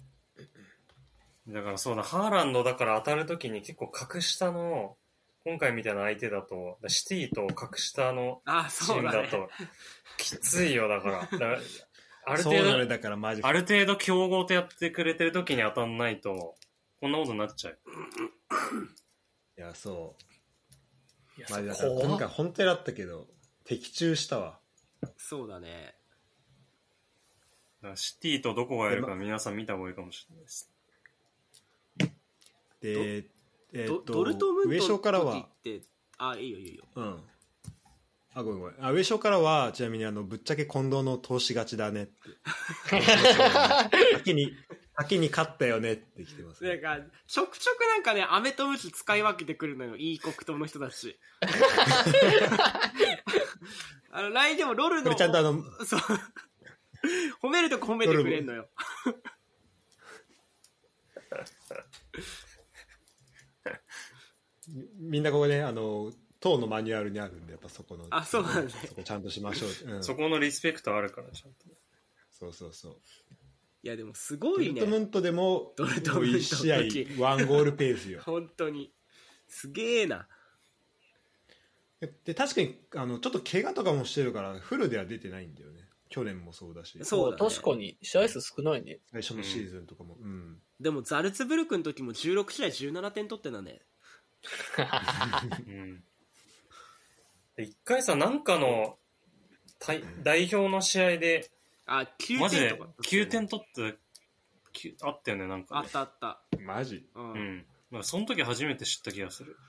だからそうだ、ハーランドだから当たるときに結構格下の今回みたいな相手だとシティと格下のチームだときついよ。だからある程度そうなのだからマジある程度強豪とやってくれてるときに当たんないとこんなことになっちゃう。 いやそいやうマジだから今回本当にあったけど的中したわ。 そうだね。 だからシティとどこがやるか皆さん見た方がいいかもしれないです。 でドルトムント上昇からはの時っていいよいいよ。 うんごめん上昇からはちなみにぶっちゃけ近藤の投資勝ちだねって先に勝ったよねって来てます、ね、 なんかちょくちょくなんかね飴とムチ使い分けてくるのよ、いい黒糖の人たち。来でもロルのこれちゃんとそう褒めるとこ褒めてくれんのよ。 みんなここね党のマニュアルにあるんでやっぱそこのそうなんだね。 そこちゃんとしましょう、うん、 そこのリスペクトあるからちゃんと。 そういやでもすごいね。 ドルトムントでもドルトムントの時 1試合1ゴールペースよ。 本当にすげえな。 で確かにちょっと怪我とかもしてるからフルでは出てないんだよね。去年もそうだし、 そうだね、 確かに試合数少ないね。 最初のシーズンとかも、 でもザルツブルクの時も16試合17点取ってたね。 うん、 一回さ、なんかの代表の試合で、 あ、9 マジで点とか。 9点取ってあったよね、なんかあね。 ったあった。 マジうん。 うん。なんかその時初めて知った気がする。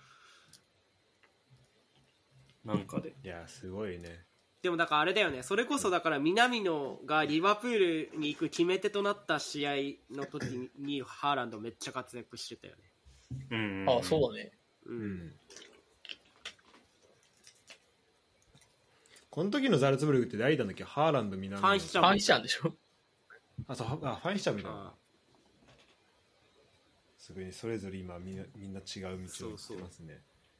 なんかで。 いやすごいね。 でもだからあれだよね、それこそだから南野がリバプールに行く決め手となった試合の時にハーランドめっちゃ活躍してたよね。 うん、うん。 あ、そうだね。 う。 うんん。この時のザルツブルグって誰いたんだっけ？ハーランド、南野。 ファンヒチャンファンヒちゃんでしょ。 あ、そう、あ、ファンヒチャンみたいな。 あすごいね、それぞれ今みんな違う道を行ってますね。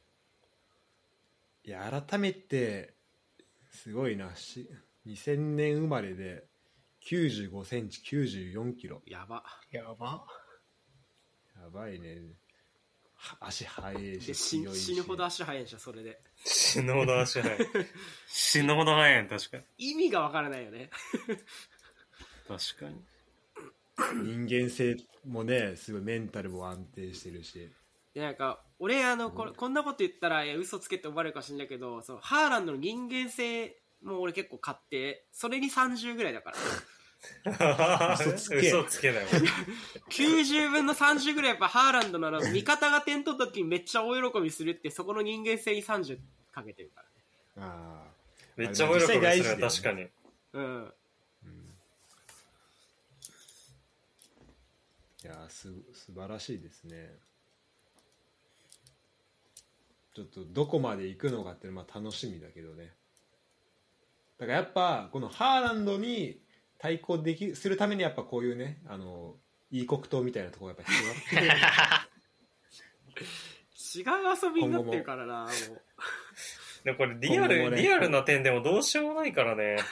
いや改めてすごいな、2000年生まれで95センチ94キロ。 やば。 やば。 やばいね。足速いでし強いし。 死ぬほど足速いんじゃん、それで。 死ぬほど足速い。死ぬほど速い、確かに。 意味がわからないよね。 確かに。 人間性もね、すごいメンタルも安定してるし。 でなんか俺こんなこと言ったら嘘つけって思われるかもしれないけど、そのハーランドの人間性も俺結構買って、それに30ぐらいだから嘘つけ嘘つけないもん。 90分の30ぐらいやっぱハーランドの味方が点取った時にめっちゃ大喜びするって、そこの人間性に30かけてるからね。 ああ。 めっちゃ大喜びするね、確かに。 うんいや素晴らしいですね。ちょっとどこまで行くのかっていうのは楽しみだけどね。だからやっぱこのハーランドに対抗するためにやっぱこういうね、いい黒糖みたいなところがやっぱ必要だ違う遊びになってるからな、もう。 でもこれ今後もねリアルな点でもどうしようもないからね。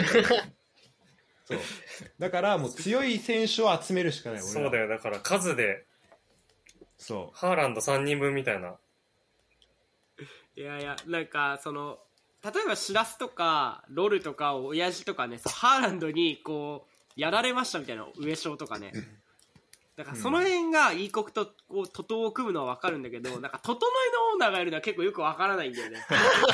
そうだからもう強い選手を集めるしかない。俺らそうだよ、だから数でそハーランド3人分みたいな。 いやいや、なんかその例えばシラスとかロルとかを親父とかね、ハーランドにこうやられましたみたいな上昇とかね、だからその辺がいい国とこう徒党を組むのは分かるんだけど、なんか整いのオーナーがいるのは結構よく分からないんだよね。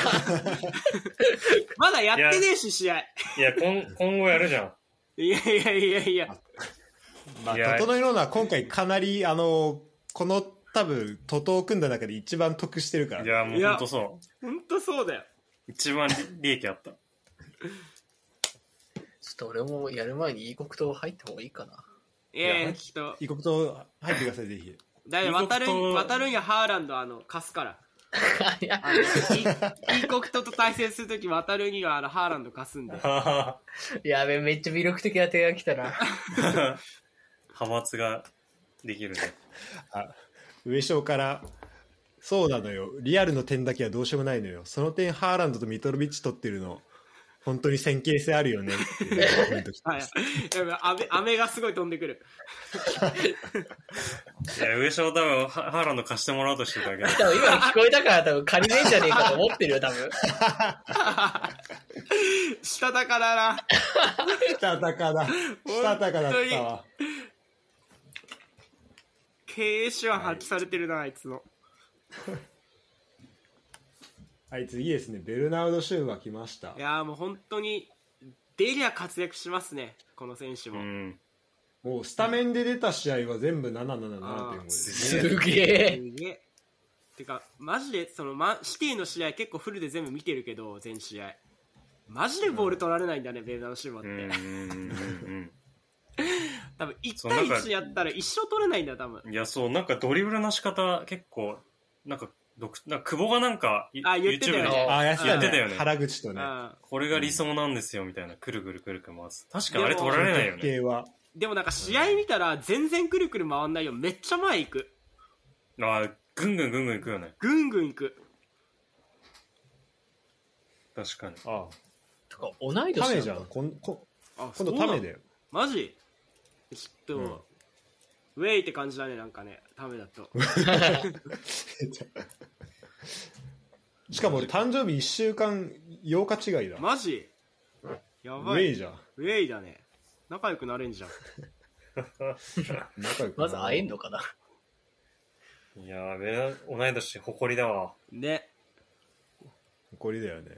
まだやってねえし試合。 いや今後やるじゃん。 いやいやいやいや。 まあいや整いのは今回かなりこの多分徒党を組んだ中で一番得してるから。 いやもう本当そう。 本当そうだよ。 一番利益あった。 ちょっと俺もやる前にいい黒糖入った方がいいかな。 いやいや、ちょっといい黒糖入ってくださいぜひ。 だい渡るんやハーランド貸すから。 いやいい国と対戦するとき渡るにはハーランド貸すんで。 やべ、めっちゃ魅力的な手が来たな。 派閥ができるね。 上昇からそうなのよ、リアルの点だけはどうしようもないのよ。その点ハーランドとミトロビッチ取ってるの本当に先見性あるよねっていうコメント来てはい、雨がすごい飛んでくる。 いや上昇多分ハーランド貸してもらおうとしてたけど。 多分今の聞こえたから多分借りねえんじゃねえかと思ってるよ、多分。 したたかだな。 したたかだったわ。 経営手腕発揮されてるな、あいつの。 はい、次ですね、ベルナード・シューが来ました。 いやーもう本当に出りゃ活躍しますね、この選手も。 もうスタメンで出た試合は全部777.5ですね。 すげえ。 すげえ。てかマジでシティの試合結構フルで全部見てるけど、全試合マジでボール取られないんだね、ベルナード・シューマって。多分1対1やったら一生取れないんだ多分。 いやそう、なんかドリブルの仕方結構なんか久保がなんか言ってたよね。 YouTube で言ってたよね。 ね原口とね。 これが理想なんですよみたいな、くるくるくるくる回す。確かあれ取られないよね。 でもなんか試合見たら全然くるくる回んないよ。めっちゃ前行く。 ぐんぐん行くよね。 ぐんぐん行く。 確かに。 とか同い年タメじゃん。今度タメだよ。 マジちょっと、ウェイって感じだね、なんかね、タメだと。 しかも俺誕生日1週間8日違いだ。 マジやばい。 ウェイじゃん。 ウェイだね。仲良くなれんじゃん。 まず会えんのかな。 いやー、同い年誇りだわ。 ね。 誇りだよね。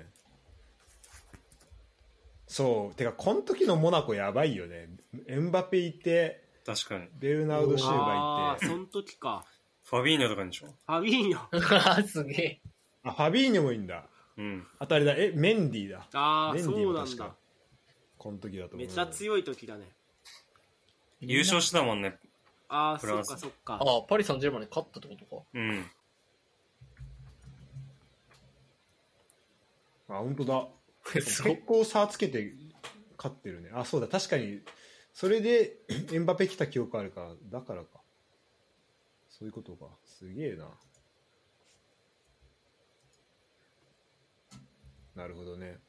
そうてかこの時のモナコやばいよね。エムバペいて確かに。 ベルナルド・シューバーいて、 その時か。 ファビーニョとかにでしょ。 ファビーニョ。 あすげえ。 あファビーニョもいいんだ。 うん。 あとあれだ、メンディーだ。 ああ、 メンディそうなんだーも確か。この時だと思う。 めっちゃ強い時だね。 優勝したもんね。 ああ、 フランスそっかそっか。 あパリ・サンジェルマンに勝ったってことか。 うん。 あ本当だ。 すごい結構差つけて勝ってるね。あそうだ、確かにそれでエンバペ来た記憶あるから、だからか。そういうことか。すげえな。なるほどね。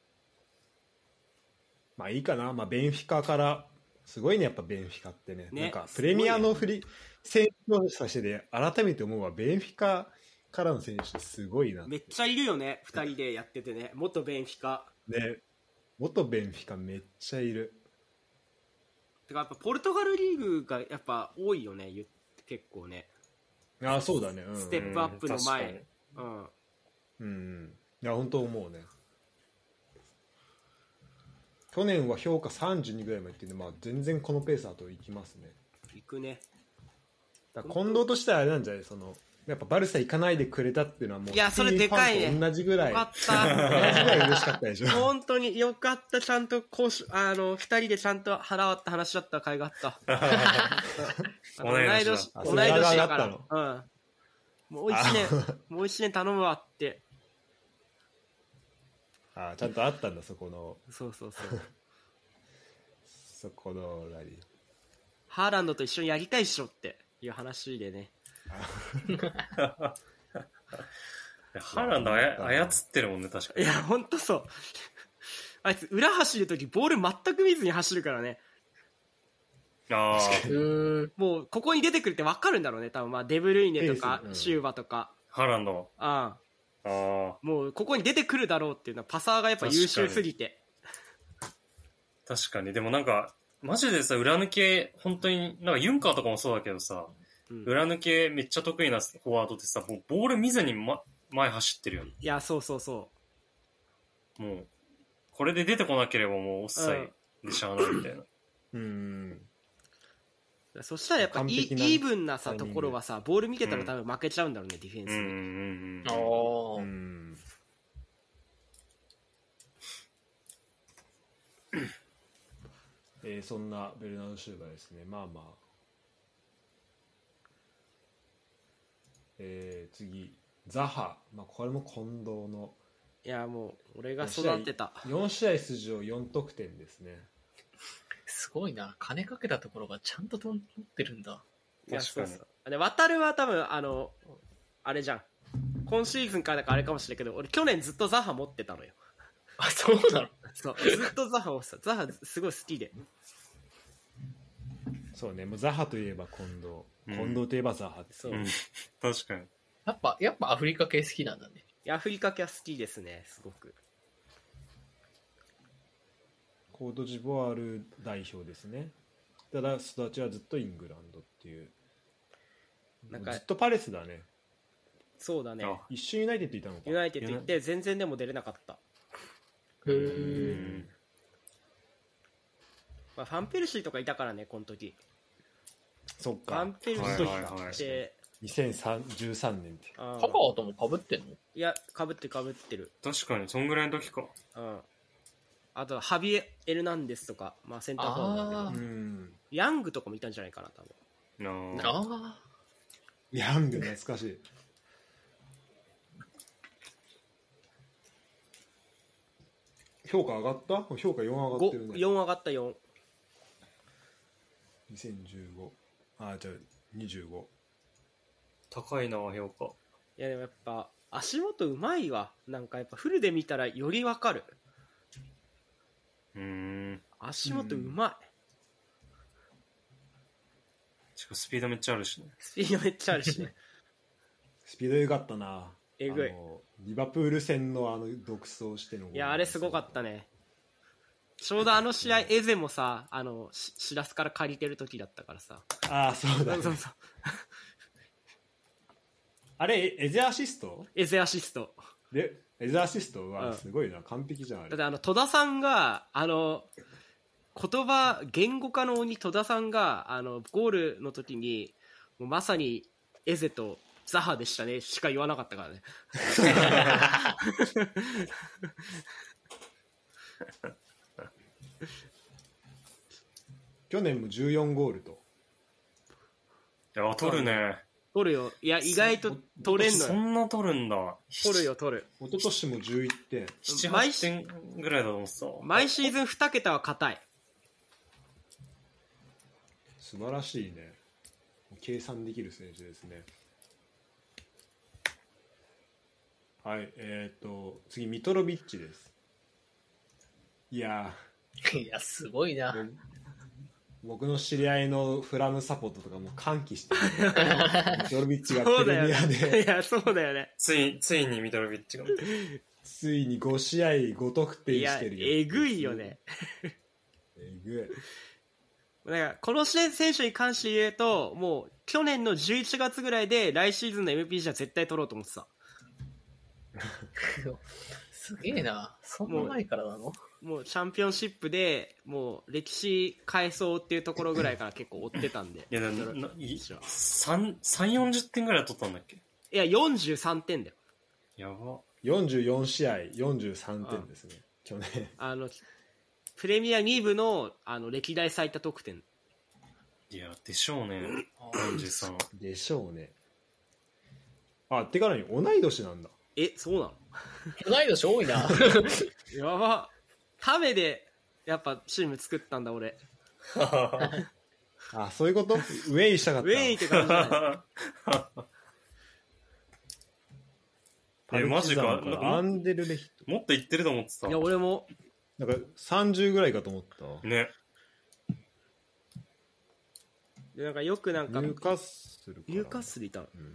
まあいいかな。まあベンフィカからすごいね、やっぱベンフィカってね。 ねなんかプレミアの選手をさせて改めて思うわ。ベンフィカからの選手すごいな。 めっちゃいるよね、2人でやっててね。元ベンフィカ。 ね、元ベンフィカめっちゃいる。 てかやっぱポルトガルリーグがやっぱ多いよね、結構ね。 あそうだね、うん、 ステップアップの前。うん。 うんいや本当思うね。去年は評価32ぐらいまでいってね、まあ、全然このペースだといきますね。 行くね。 だから近藤としてはあれなんじゃないやっぱバルサ行かないでくれたっていうのはもういやそれでかいねスティーファンと同じぐらいよかっ同じぐらい嬉しかったでしょ。 本当によかった。ちゃんと2人でちゃんと腹割った話だった甲斐があった同い年だ同い年だから。 あそれが上がったうんもう一年頼むわって。 あちゃんとあったんだ、そこのラリー。 ハーランドと一緒にやりたいっしょっていう話でね。 ハーランド操ってるもんね、確かに。 いやほんとそう。あいつ裏走るときボール全く見ずに走るからね。 あもうここに出てくるって分かるんだろうね多分。まあデブルイネとかペースシューバとか。 ハーランド。 あああもうここに出てくるだろうっていうのはパサーがやっぱ優秀すぎて。 確かに。でもなんか、マジでさ、裏抜け、本当に、なんかユンカーとかもそうだけどさ、裏抜けめっちゃ得意なフォワードってさ、もうボール見ずに、前走ってるよね。 いやそうそうそもう、これで出てこなければもうオフサイでしゃあないみたいな。 そしたらやっぱイ完璧なーブンなさところはさボール見てたら多分負けちゃうんだろうね、ディフェンスに。 そんなベルナード・シューバーですね。まあまあ、次ザハ、まあ、これも近藤のいやもう俺が育てた 4試合出場4得点ですね。 すごいな。金かけたところがちゃんと取ってるんだ。 確かに。 で渡るは多分あれじゃん、今シーズンからだからあれかもしれないけど俺去年ずっとザハ持ってたのよ。 あ、そうなの？ そうずっとザハ持ってた。ザハすごい好きで。 そうね、もうザハといえば近藤、近藤といえばザハって。 そう、 確かに。 やっぱアフリカ系好きなんだね。 アフリカ系は好きですね、すごく。 コートジボワール代表ですね。ただ育ちはずっとイングランドっていう。 なんかずっとパレスだね。 そうだね。 一瞬ユナイテッドいたのか。 ユナイテッド行って全然でも出れなかった。 へー。 まあ、ファンペルシーとかいたからねこの時。 そっか。 ファンペルシーって 2013年って。 香川とも被ってんの？ いや被ってる。 確かにそんぐらいの時か。 あとハビエ・エルナンデスとか、まあ、センターフォワードだけど、ヤングとかもいたんじゃないかな多分。 ヤング懐かしい。評価上がった？評価4上がってるね。 4上がった4。 2015。あ、じゃあ25。 高いな評価。 いやでもやっぱ足元うまいわ。なんかやっぱフルで見たらよりわかる。足元うまい。 しかもスピードめっちゃあるしね。 スピードめっちゃあるしね。 スピードよかったな。 えぐい。 リバプール戦の独走しての。 いやあれすごかったね。ちょうどあの試合エゼもさしらすから借りてる時だったからさ。 ああそうだ、ね。 そうあれエゼアシスト？ エゼアシスト。 でエズアシストはすごいな、完璧じゃんあれ。 だって戸田さんが言語化の鬼戸田さんがゴールの時にもうまさにエゼとザハでしたねしか言わなかったからね。 去年も14ゴールと。 いや、取るね。 取るよ。いや意外と取れんのよ。 そんな取るんだ。 取るよ取る。 一昨年も11点。 7、8点ぐらいだと思ってた。 毎シーズン2桁は硬い。 素晴らしいね。計算できる選手ですね。はい、次ミトロビッチです。いやいや、すごいな。 僕の知り合いのフラムサポートとかも歓喜してる、ミトロビッチがプレミアで、 いやそうだよね。 ついにミトロビッチがついに5試合5得点してるよ。 いやえぐいよね。 えぐい。 だからこの選手に関して言うともう去年の11月ぐらいで来シーズンの MVP じゃ絶対取ろうと思ってた。 すげえな。そんな前からなの？ もうチャンピオンシップでもう歴史変えそうっていうところぐらいから結構追ってたんで。 いや3、40点ぐらい取ったんだっけ。 いや43点だよ。 やば。 44試合43点ですね、去年。 プレミア2部の歴代最多得点。 いやでしょうね。43 でしょうね。あ、てからに同い年なんだ。 そうなの？ 同い年多いな。 やば。ためでやっぱチーム作ったんだ俺。 あ、そういうこと？ウェイしたかった。 ウェイって感じじゃない。 マジか。 アンデルレヒト。 もっといってると思ってた。 いや俺もなんか30ぐらいかと思ったね。 でなんかよくなんかニューカッスルかな。 ニューカッスルいたの。 うん、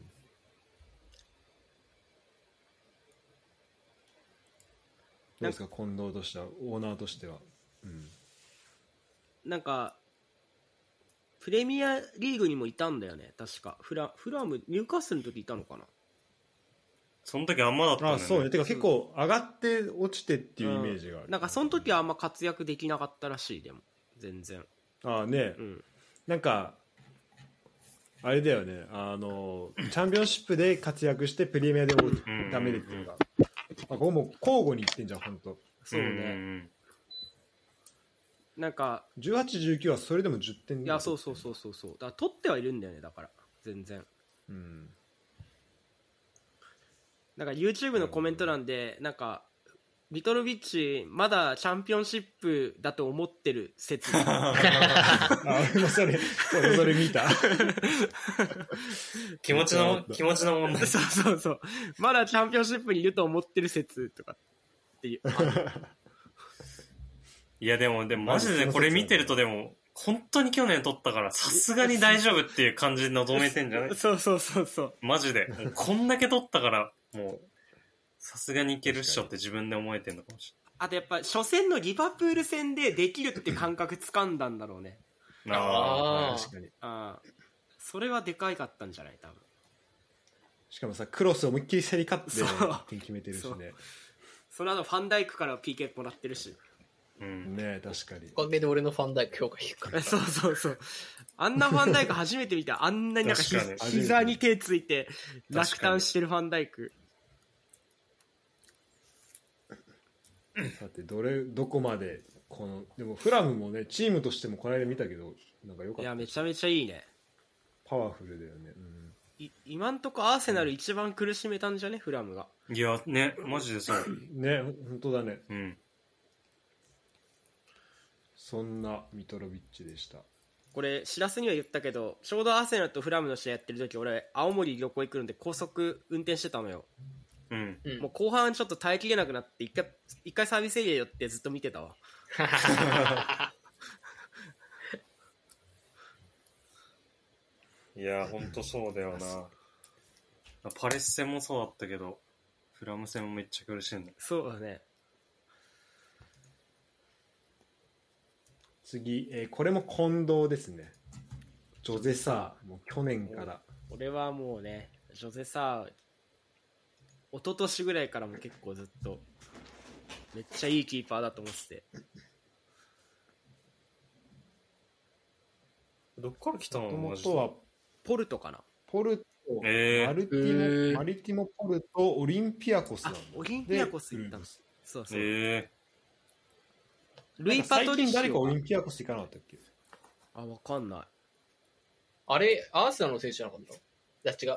どうですか近藤としては、オーナーとしては。うん、 なんかプレミアリーグにもいたんだよね確か。フラムニューカッスルの時いたのかな。 その時あんまだったんだよね。 あ、そうね。てか結構上がって落ちてっていうイメージがある。 なんかその時はあんま活躍できなかったらしい。でも全然。 あね、 うん、なんかあれだよね、チャンピオンシップで活躍してプレミアでダメでっていうか、ここも交互にいってんじゃん本当。 そうね、なんか 18、19はそれでも10点。 いやそうだから取ってはいるんだよねだから全然。 うん。 なんか YouTube のコメント欄でなんかミトロビッチまだチャンピオンシップだと思ってる説。 あ、俺もそれ見た。 気持ちの問題。 そうまだチャンピオンシップにいると思ってる説とかっていう。 いやでもマジでこれ見てるとでも本当に去年取ったからさすがに大丈夫っていう感じで臨めてんじゃない？ そうマジでもうこんだけ取ったからもうさすがにいけるっしょって自分で思えてんのかもしれあとやっぱ初戦のリバプール戦でできるって感覚掴んだんだろうね。 ない。 あ確かに。 それはでかいかったんじゃない多分。 しかもさクロスを思いっきり競り勝って点決めてるしね。 その後ファンダイクから PK もらってるし。 ね、確かに。 おかげで俺のファンダイク評価低いから。 そうあんなファンダイク初めて見た。あんなになんか膝に手ついて落胆してるファンダイク。 さてどこまででもフラムもねチームとしてもこの間見たけどなんか良かった。 いやめちゃめちゃいいね。 パワフルだよね。 今んとこアーセナル一番苦しめたんじゃねフラムが。 いやねマジでそうね本当だね。 うん。 そんなミトロビッチでした。 これしらすには言ったけどちょうどアーセナルとフラムの試合やってる時俺青森旅行行くので高速運転してたのよ。もう後半ちょっと耐えきれなくなって一回サービスエリア寄ってずっと見てたわ。 いやほんとそうだよな。パレス戦もそうだったけどフラム戦もめっちゃ苦しいんだ。 そうだね。 次、これも近藤ですね。ジョゼサーもう去年から。 俺はもうねジョゼサー一昨年ぐらいからも結構ずっとめっちゃいいキーパーだと思ってて。 どっから来たの？ もマジでともとはポルトかな。 ポルト、マルティモ・ポルト、オリンピアコスなんだ。 オリンピアコス行ったの。そうそう。ルイ・パトリシオ。 最近誰かオリンピアコス行かなかったっけ？ あ、わかんない。 あれ、アーセナルの選手じゃなかった？いや、違う。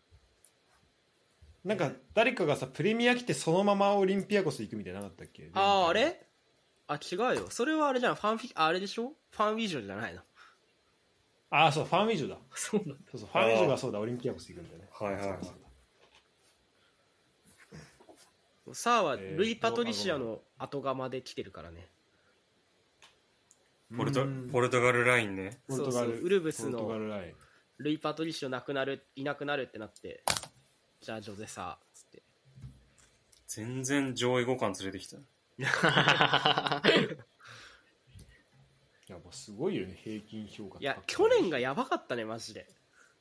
なんか誰かがさ、プレミア来てそのままオリンピアコス行くみたいなかったっけ？ あれ違うよ。それはあれじゃん。あれでしょ？ファンウィジョじゃないの。 そう、ファンウィジョだ。 そうなんだ。 そうそう、ファンウィジョがそうだ、オリンピアコス行くんだよね。 はいはいはい。 サーはルイ・パトリシアの後釜で来てるからね。 ポルトガルラインね。 そうそう、ウルブスのポルトガルライン。 ルイ・パトリシオいなくなるってなって、じゃあジョゼサーつって。 全然上位互換連れてきた。 いやもうすごいよね、平均評価。 いや去年がやばかったねマジで。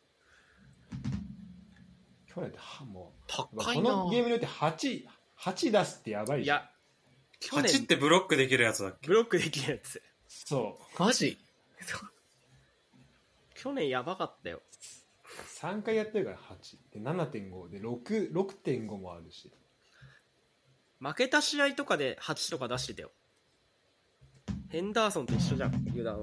去年ってもう高こいな。 のゲームによって8出すってやばいじゃん。 いや去年 8ってブロックできるやつだっけ？ ブロックできるやつ。 そうマジ？ 去年やばかったよ。 3回やってるから8で 7.5 で 6.5 もあるし、 負けた試合とかで8とか出してたよ。ヘンダーソンと一緒じゃん、ユダの。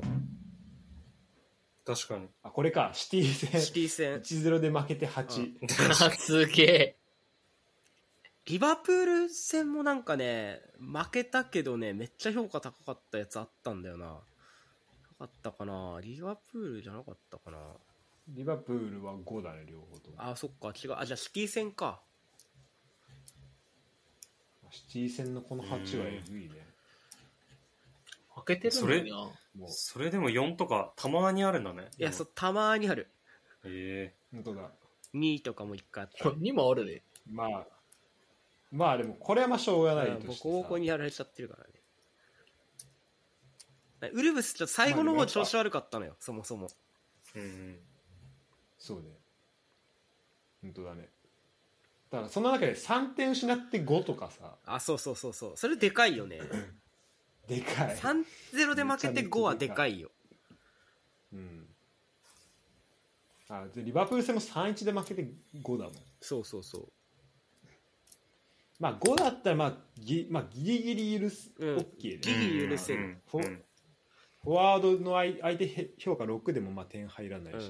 確かに。 これか、シティ戦シティ戦 1-0 で負けて8、 すげえ。 リバプール戦もなんかね負けたけどねめっちゃ評価高かったやつあったんだよな。なかったかな。リバプールじゃなかったかな。 リバプールは5だね、両方とも。 そっか違う。じゃあシティ戦か。 シティ戦のこの8はえぐいね。 負けてるのにな。 もうそれでも4とかたまにあるんだね。 いやそうたまーにある。 本当だ。 2とかも1回あった。 これにもあるね。 まあでもこれはまあしょうがないとしてさ、 ボコボコにやられちゃってるからね。ウルブスちょっと最後の方調子悪かったのよ、そもそも。 そうね、本当だね。だからその中で3点失って5とかさ、 そうそれでかいよね。 でかい。 3-0 で負けて5はでかいよ。 でリバプール戦も 3-1 で負けて5だもん。 そう 5だったらギリギリ許す、OK で、 ギリ許せる。 フォワードの相手評価6でも点入らないし、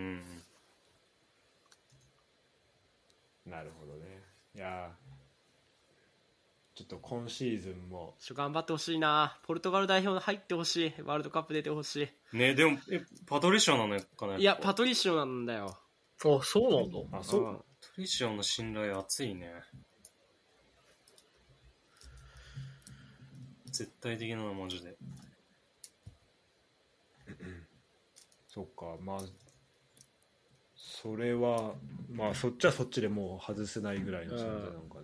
なるほどね。いやちょっと今シーズンも頑張ってほしいな。ポルトガル代表入ってほしい。ワールドカップ出てほしいね。でもパトリシオなのかな。 いやパトリシオなんだよ。 そうなんだ。 パトリシオの信頼厚いね。絶対的なのマジで。 そっか、それはそっちはそっちでもう外せないぐらいの存在なのかね。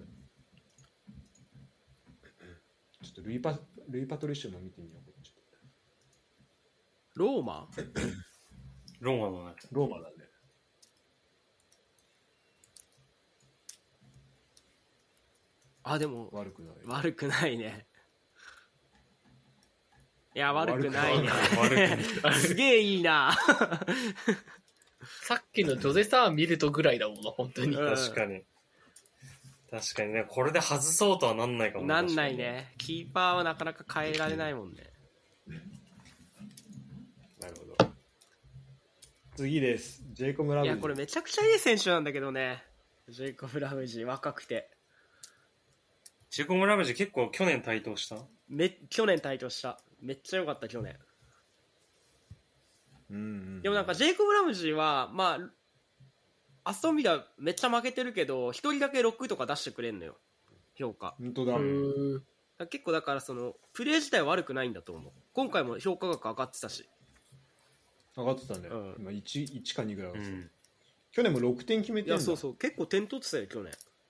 ちょっとルイパトリシオも見てみよう。 ローマだね。 ローマだね。 でも悪くないね。いや悪くないね。すげえいいな。 さっきのジョゼサー見るとぐらいだもんな、本当に。 確かにね。これで外そうとはなんないかもね。 なんないね。キーパーはなかなか変えられないもんね。 なるほど。次です。ジェイコブ・ラムジー。 いやこれめちゃくちゃいい選手なんだけどね。ジェイコブ・ラムジー若くて。 ジェイコブ・ラムジー結構去年台頭した。 去年台頭した。めっちゃ良かった去年。でもなんかジェイコブ・ラムジーはアストンビラめっちゃ負けてるけど一人だけ6とか出してくれんのよ評価。 本当だ。 結構だからそのプレー自体は悪くないんだと思う。今回も評価額上がってたし。 上がってたね。今 1か2ぐらい上がってた。去年も6点決めてんだ。 いやそう結構点取ってたよ去年。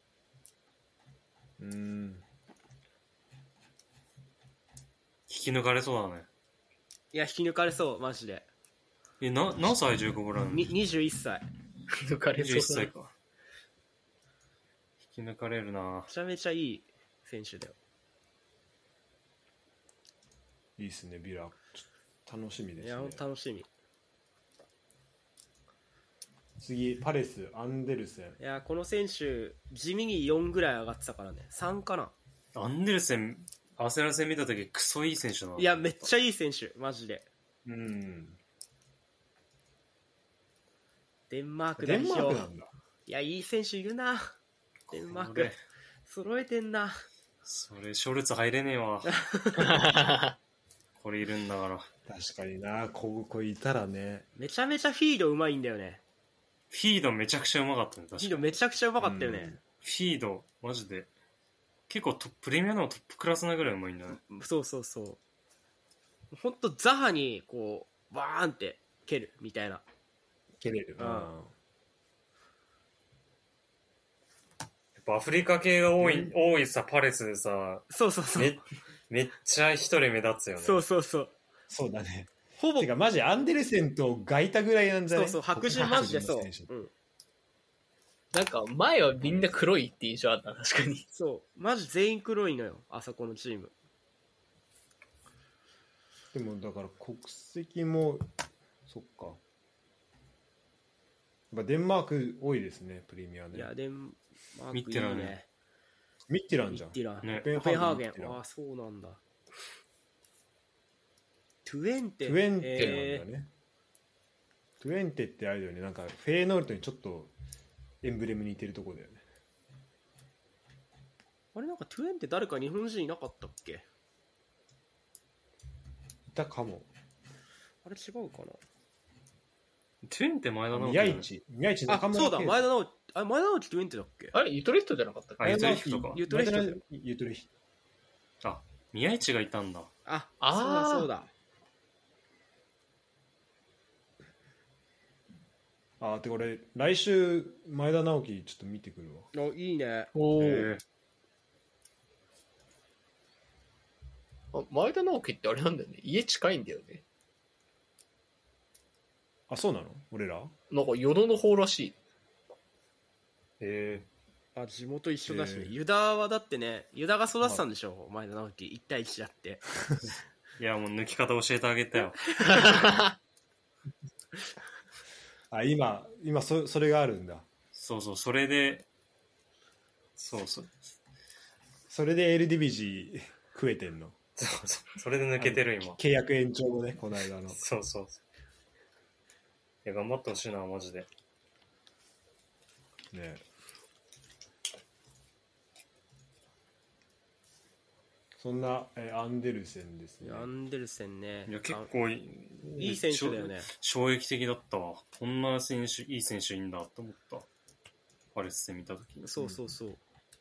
引き抜かれそうだね。 いや引き抜かれそうマジで。 何歳ジェイコブ・ラムジー？ 21歳。 抜かれそう 21歳か。 引き抜かれるな。 めちゃめちゃいい選手だよ。 いいっすね、ビラ。ちょっと楽しみですね。 いや、ほんと楽しみ。 次、パレス、アンデルセン。 いや、この選手、地味に4ぐらい上がってたからね。3かな。 アンデルセン、アーセナル戦見たときクソいい選手だな。 いや、めっちゃいい選手、マジで。 うん。 デンマークデン代表。 マークなんだ。 いや、いい選手いるな。デンマークこれ。 揃えてんな。 それ、ショルツ入れねえわ。これいるんだから。 確かにな、こいたらね。 めちゃめちゃフィードうまいんだよね。 フィードめちゃくちゃうまかったね、確かに。 フィードめちゃくちゃうまかったよね。 フィード、マジで。結構プレミアのトップクラスなぐらいうまいんだね。 そうそうそう。ほんとザハにこうバーンって蹴るみたいな。 蹴れる。 うんやっぱアフリカ系が多いさ、パレスでさ、 そうそうそう。 めっちゃ一人目立つよね。 そうそうそう。 そうだね。 ほぼてかマジアンデルセンとガイタぐらいなんじゃない？ そうそう、白人マジでそう。 白人の選手うん。 なんか前はみんな黒いって印象あった、確かに。 そう。マジ全員黒いのよ、あそこのチーム。 でもだから国籍もそっか。やっぱデンマーク多いですね、プレミアね。 いや、デンマークいいミッテランね。 ミッティランじゃん。 ミッティラン。 ねコペンハーゲンミッテ。ランああ、そうなんだ。トゥエンテ。 トゥエンテなんだね。トゥエンテってあれだよね、なんかフェーノルトにちょっとエンブレムに似てるとこだよね。 あれなんかトゥエンテ誰か日本人いなかったっけ？ いたかも。 あれ違うかな。 トゥエンって前田直樹宮市中あ、そうだ、 村圭前田直樹。あ、前田直樹トゥエンテだっけ？ あれ、ユトレストじゃなかったっけ？ あ、ユトレヒトか。 ユトレヒトだよ。 ユトレヒあ、宮市がいたんだ。 あ、 あーそうだ。 あ、てこれ来週前田直樹ちょっと見てくるわ。 あ、いいね。 おーへあ、前田直樹ってあれなんだよね。家近いんだよね。 あ、そうなの？俺ら？ なんか淀の方らしい。 え。 あ、地元一緒だしね。 へえユダはだってね、ユダが育てたんでしょ、前田直樹。1対1だって。 いや、もう抜き方教えてあげたよ。 あ、今それがあるんだ。 そうそう、それで、そうそう。 それでエルディビジ食えてんの。 そうそう。それで抜けてる今。 契約延長のね、この間の。 そうそうそう。いや、頑張ってほしいな、マジで。 ね。そんなアンデルセンですね。 アンデルセンね。 いや、結構いい選手だよね。 衝撃的だったわ。こんな選手、いい選手いいんだと思った。パレス戦見たときに。 そうそうそう。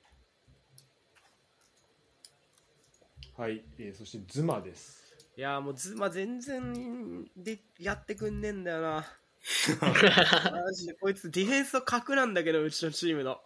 はい、そしてズマです。 いやもうズマ全然でやってくんねえんだよな。マジでこいつディフェンスの核なんだけど、うちのチームの。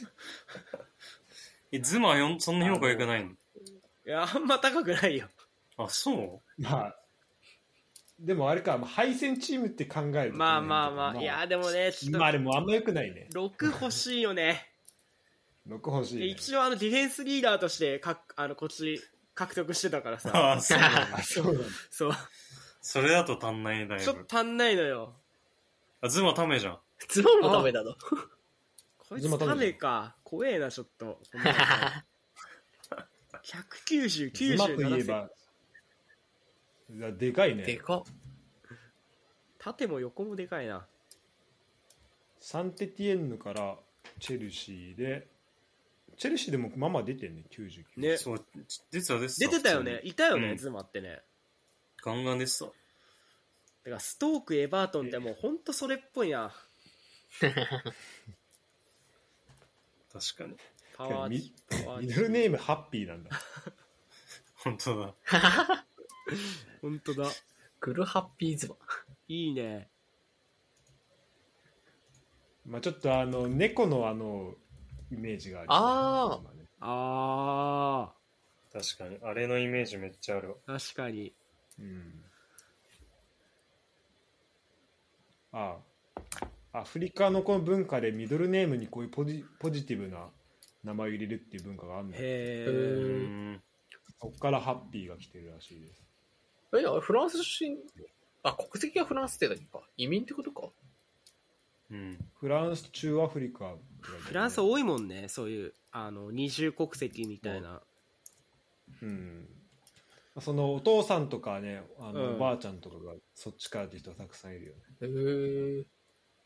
ズマはそんな評価良くないの？ いや、あんま高くないよ。 あ、そうまあでもあれか、敗戦チームって考えると、 まあまあまあ、いやでもね、ちょっと、 まあでもあんま良くないね。 6欲しいよね。 6欲しい、ね。 一応ディフェンスリーダーとしてこっち獲得してたからさ。 あ、そうなんだ。 あ、そうなんだ。 そう。 それだと足んないだいぶ。 ちょっと足んないのよ。 あ、ズマためじゃん。 ズボンもダメだの。 こいつタメか。怖えな、ちょっと。190、 ズマといえ 97 ばいやでかいね。 でかっ。 縦も横もでかいな。 サンテティエンヌからチェルシーで、チェルシーでもまあまあ出てんね、99。 ね。 そう、実は出出てたよね。いたよね、 うんズマってね。 ガンガンでした。 だからストーク、エバートンってもうほんとそれっぽいな。 確かに。 パワーミパワーミドルネームハッピーなんだ。 本当だ。 ほんとだ。 グルハッピーズマ。 いいね。 まあちょっと猫のイメージがある。 あー今ねあ確かに。あれのイメージめっちゃあるわ。 ー、確かに。 うん。アフリカのこの文化でミドルネームにこういうポジティブな名前を入れるっていう文化があるんだよ。 へうえ。 ん。 そこからハッピーが来てるらしいです。 あれフランス出身、国籍はフランスってだけか。移民ってことか。 うん。 フランス、中アフリカ、 フランス多いもんね、そういう二重国籍みたいな。 うん。そのお父さんとかね、 うんおばあちゃんとかがそっちからって人がたくさんいるよね。 へえ。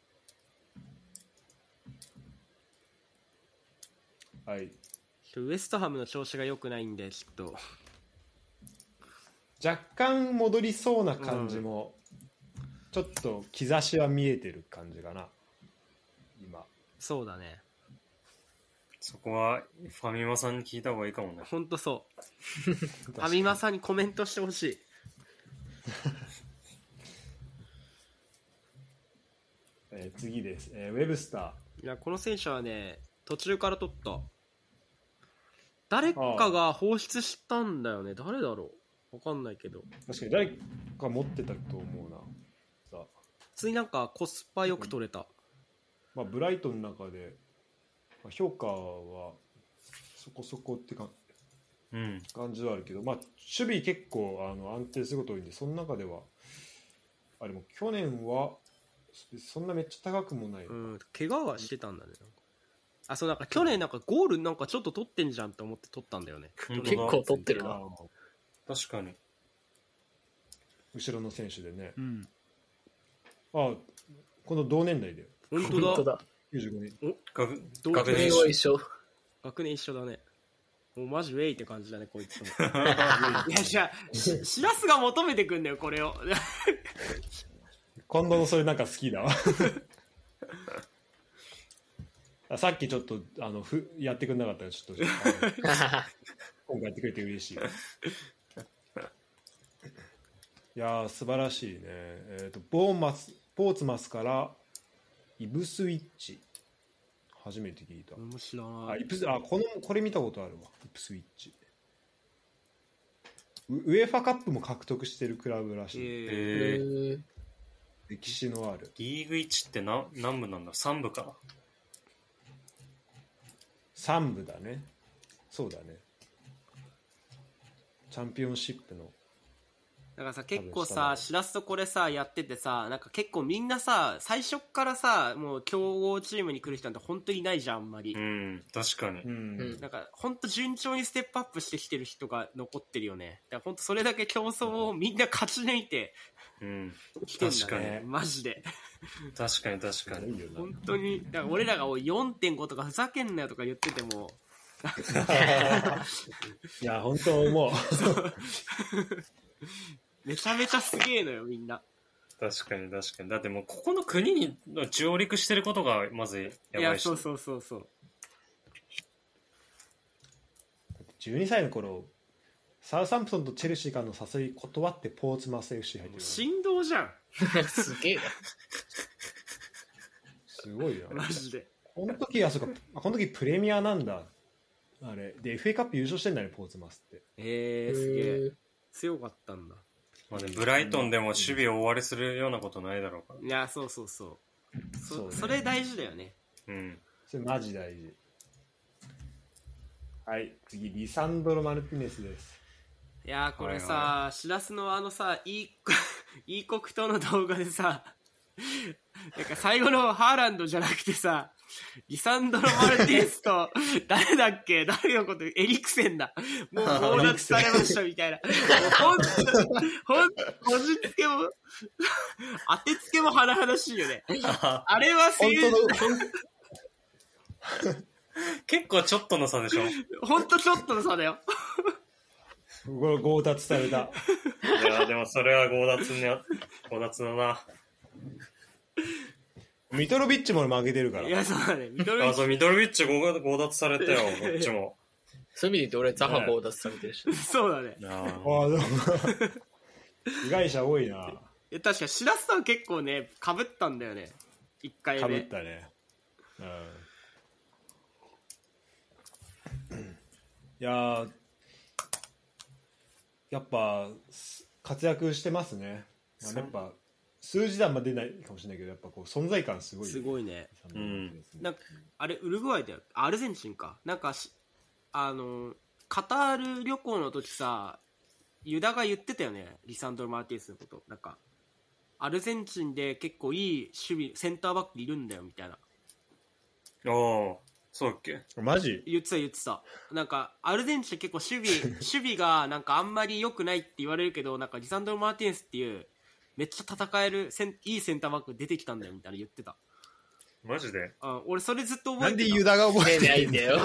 はい。 ウエストハムの調子が良くないんで、ちょっと。 若干戻りそうな感じも、ちょっと兆しは見えてる感じかな、今。 そうだね。 そこはファミマさんに聞いた方がいいかもね。 ほんとそう。ファミマさんにコメントしてほしい。 次です、ウェブスター。 いや、この選手はね、途中から取った。誰かが放出したんだよね。誰だろう、わかんないけど。 確かに誰か持ってたと思うな。さあ、 普通になんかコスパよく取れた。 まあ、ブライトンの中で、まあ、評価はそこそこって感じはあるけど、まあ、守備結構安定すること多いんで、その中ではあれも去年はそんなめっちゃ高くもない、 うん、怪我はしてたんだね。そう、なんか去年なんかゴールなんかちょっと取ってんじゃんって思って取ったんだよね。 本当だ結構取ってるな。 確かに。 後ろの選手でね。 うん。 この同年代だよ。 本本当当だ。 だ。 95年。 同学年学年は一緒。 学年一緒だね。もうマジウェイって感じだね、こいつも。いや、じゃあ、しらすが求めてくんだよ、これを。 今度のそれなんか好きだわ。さっきちょっとやってくれなかったらちょっと今回やってくれて嬉しい。いやー素晴らしいね。ポーツマスからイブスウィッチ、初めて聞いた。 面白い。 これ見たことあるわ。イプスウィッチ。ウェファカップも獲得してるクラブらしい。歴史のある。 リーグ1って何部なんだ？ 3 部か。 3部だね。そうだね。チャンピオンシップの。 だからさ、結構さ、しらすとこれさやっててさ、なんか結構みんなさ、最初っからさ、もう強豪チームに来る人なんて本当にいないじゃん、あんまり。 うん、確かに。 なんか本当順調にステップアップしてきてる人が残ってるよね。だから本当それだけ競争をみんな勝ち抜いてきてんだね、マジで。 確かに確かに。 本当に、だから俺らが4.5 とかふざけんなよとか言ってても。 いや、本当思う。 めちゃめちゃすげえのよ、みんな。 確かに確かに。だってもうここの国に上陸してることがまずやばいし。 いや、そうそう。 12歳の頃、サウサンプトンとチェルシーからの誘い断ってポーツマス FC 入ってる。 振動じゃん。 すげえな。 すごいな。 マジで。 この時プレミアなんだ。あれで FA カップ優勝してんだね、ポーツマスって。 すげえ。強かったんだ。 まあね、ブライトンでも守備を終わりするようなことないだろうから。 いや、そう。それ大事だよね。 それマジ大事。はい、次リサンドロ・マルティネスです。 いやこれさ、しらすのさ、いい黒糖の動画でさ、なんか最後のハーランドじゃなくてさ、リサンドロ・マルティネスと誰だっけ、誰のこと、エリクセンだ、もう強奪されましたみたいな。ほんとこじつけも当てつけも甚だしいよね。あれは結構ちょっとの差でしょ。 ほんとちょっとの差だよ。 強奪された。 いやでもそれは強奪だな。 ミトロビッチも負けてるから。 いや、そうだね。 ミトロビッチ強奪されたよ、こっちも。 そういう意味で言うと俺ザハ強奪されてるし。 そうだね。 でも被害者多いな。 確かしらすさん結構ね被ったんだよね、1回目。 被ったね。いややっぱ活躍してますね。やっぱ数字ではあんま出ないかもしれないけど、やっぱこう存在感すごい、 すごいね。 うんなんかあれウルグアイだよ、アルゼンチンか。なんかカタール旅行の時さ、ユダが言ってたよね、リサンドロ・マルティネスのこと。なんかアルゼンチンで結構いい守備センターバックいるんだよみたいな。 ああ、そうだっけ。 マジ言ってた。なんかアルゼンチン結構守備がなんかあんまり良くないって言われるけど、なんかリサンドロ・マルティネスっていうめっちゃ戦えるいいセンターバック出てきたんだよみたいな言ってた。 マジで。 俺それずっと覚えてた。 なんでユダが覚えてるないんだよ。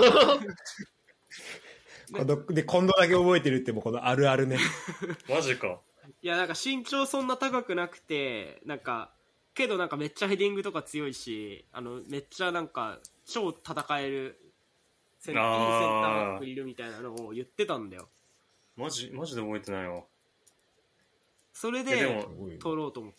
で今度だけ覚えてるってもうこのあるあるね。 マジか。 いやなんか身長そんな高くなくて、なんかけどなんかめっちゃヘディングとか強いし、めっちゃなんか超戦えるいいセンターバックいるみたいなのを言ってたんだよ。 マジで覚えてないわ。 それででも取ろうと思った。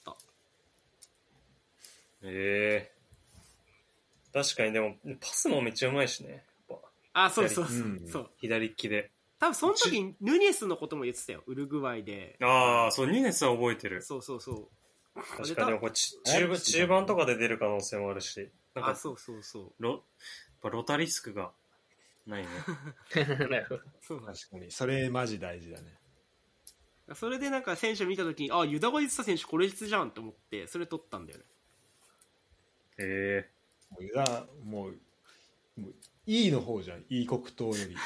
確かに。でもパスもめっちゃうまいしね、やっぱそう、 左利きで。 多分その時ヌニエスのことも言ってたよ、ウルグアイで。 そう、ニネスは覚えてる。 そう確かに。これ中盤とかで出る可能性もあるし、なんかそうロタリスクがないね。 そうなん確かにそれマジ大事だね。 それでなんか選手見た時にユダが言ってた選手これ実じゃんと思ってそれ取ったんだよね。 もうユダもういいの方じゃん、いい黒糖より。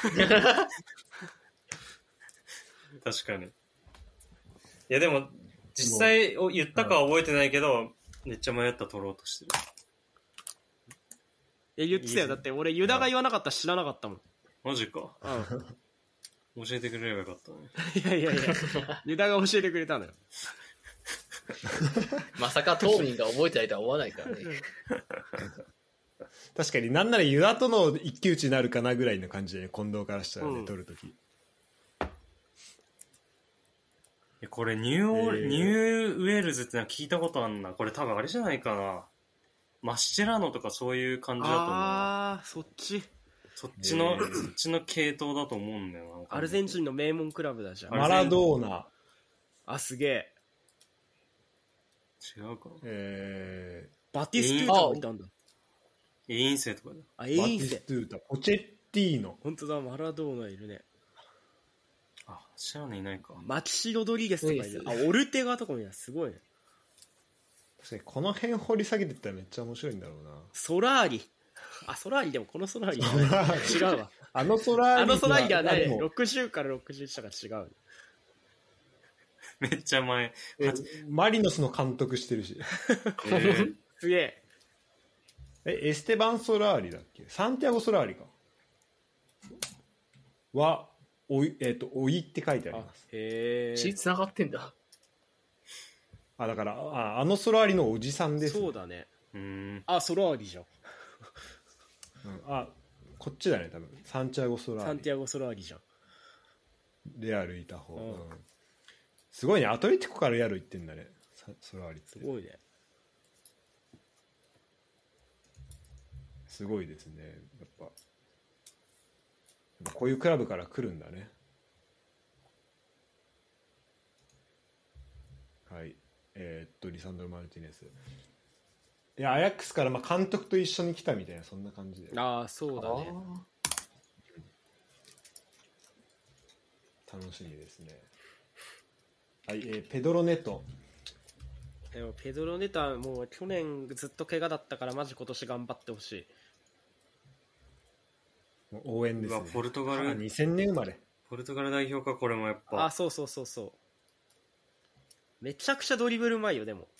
確かに。いやでも実際言ったかは覚えてないけど、めっちゃ迷った取ろうとしてる。 言ってたよ。だって俺ユダが言わなかったら知らなかったもん。 マジか。教えてくれればよかったいね。 やユダが教えてくれたのよ。 まさか当人が覚えてないとは思わないからね。 確かになんならユダとの一騎打ちになるかなぐらいの感じで、ね、近藤からしたらね、取るとき。 これニューウェールズってのは聞いたことあんな。これ多分あれじゃないかな。マッシェラノとかそういう感じだと思う。 そっちの系統だと思うんだよな。 アルゼンチンの名門クラブだじゃん。 マラドーナ。 すげえ。 違うか。 バティストゥータもいたんだ。 エインセとかだ。 エインセ。 バティストゥータ、ポチェッティーノ。 本当だ、マラドーナいるね。 知らないいないか。 マキシ・ロドリゲスとかいる。オルテガとかもいる。すごいね。 確かにこの辺掘り下げてったらめっちゃ面白いんだろうな。 ソラーリ。ソラーリでもこのソラーリ違うわ。 ソラーリではないね。60から61とか違う。 めっちゃ前。 マリノスの監督してるし。 すげえ。 エステバン・ソラーリだっけ？サンティアゴ・ソラーリか。おいって書いてあります。 血繋がってんだ。 だからソラーリのおじさんです、ね。 そうだね。ソラーリじゃん。 こっちだね多分。サンティアゴ・ソラーリ。 サンティアゴ・ソラーリじゃん。 レアルいた方。すごいね。アトレティコからレアル行ってんだね。ソラーリって。 すごいね。 すごいですね。やっぱこういうクラブから来るんだね。はい。リサンドロ・マルティネス。いや、アヤックスから監督と一緒に来たみたいな、そんな感じで。 そうだね。 楽しみですね。はい、ペドロネト。 でもペドロネトはもう去年ずっと怪我だったからマジ今年頑張ってほしい。 もう応援ですね。 ポルトガル 2000年生まれ。 ポルトガル代表か。これもやっぱそうめちゃくちゃドリブルうまいよ。でも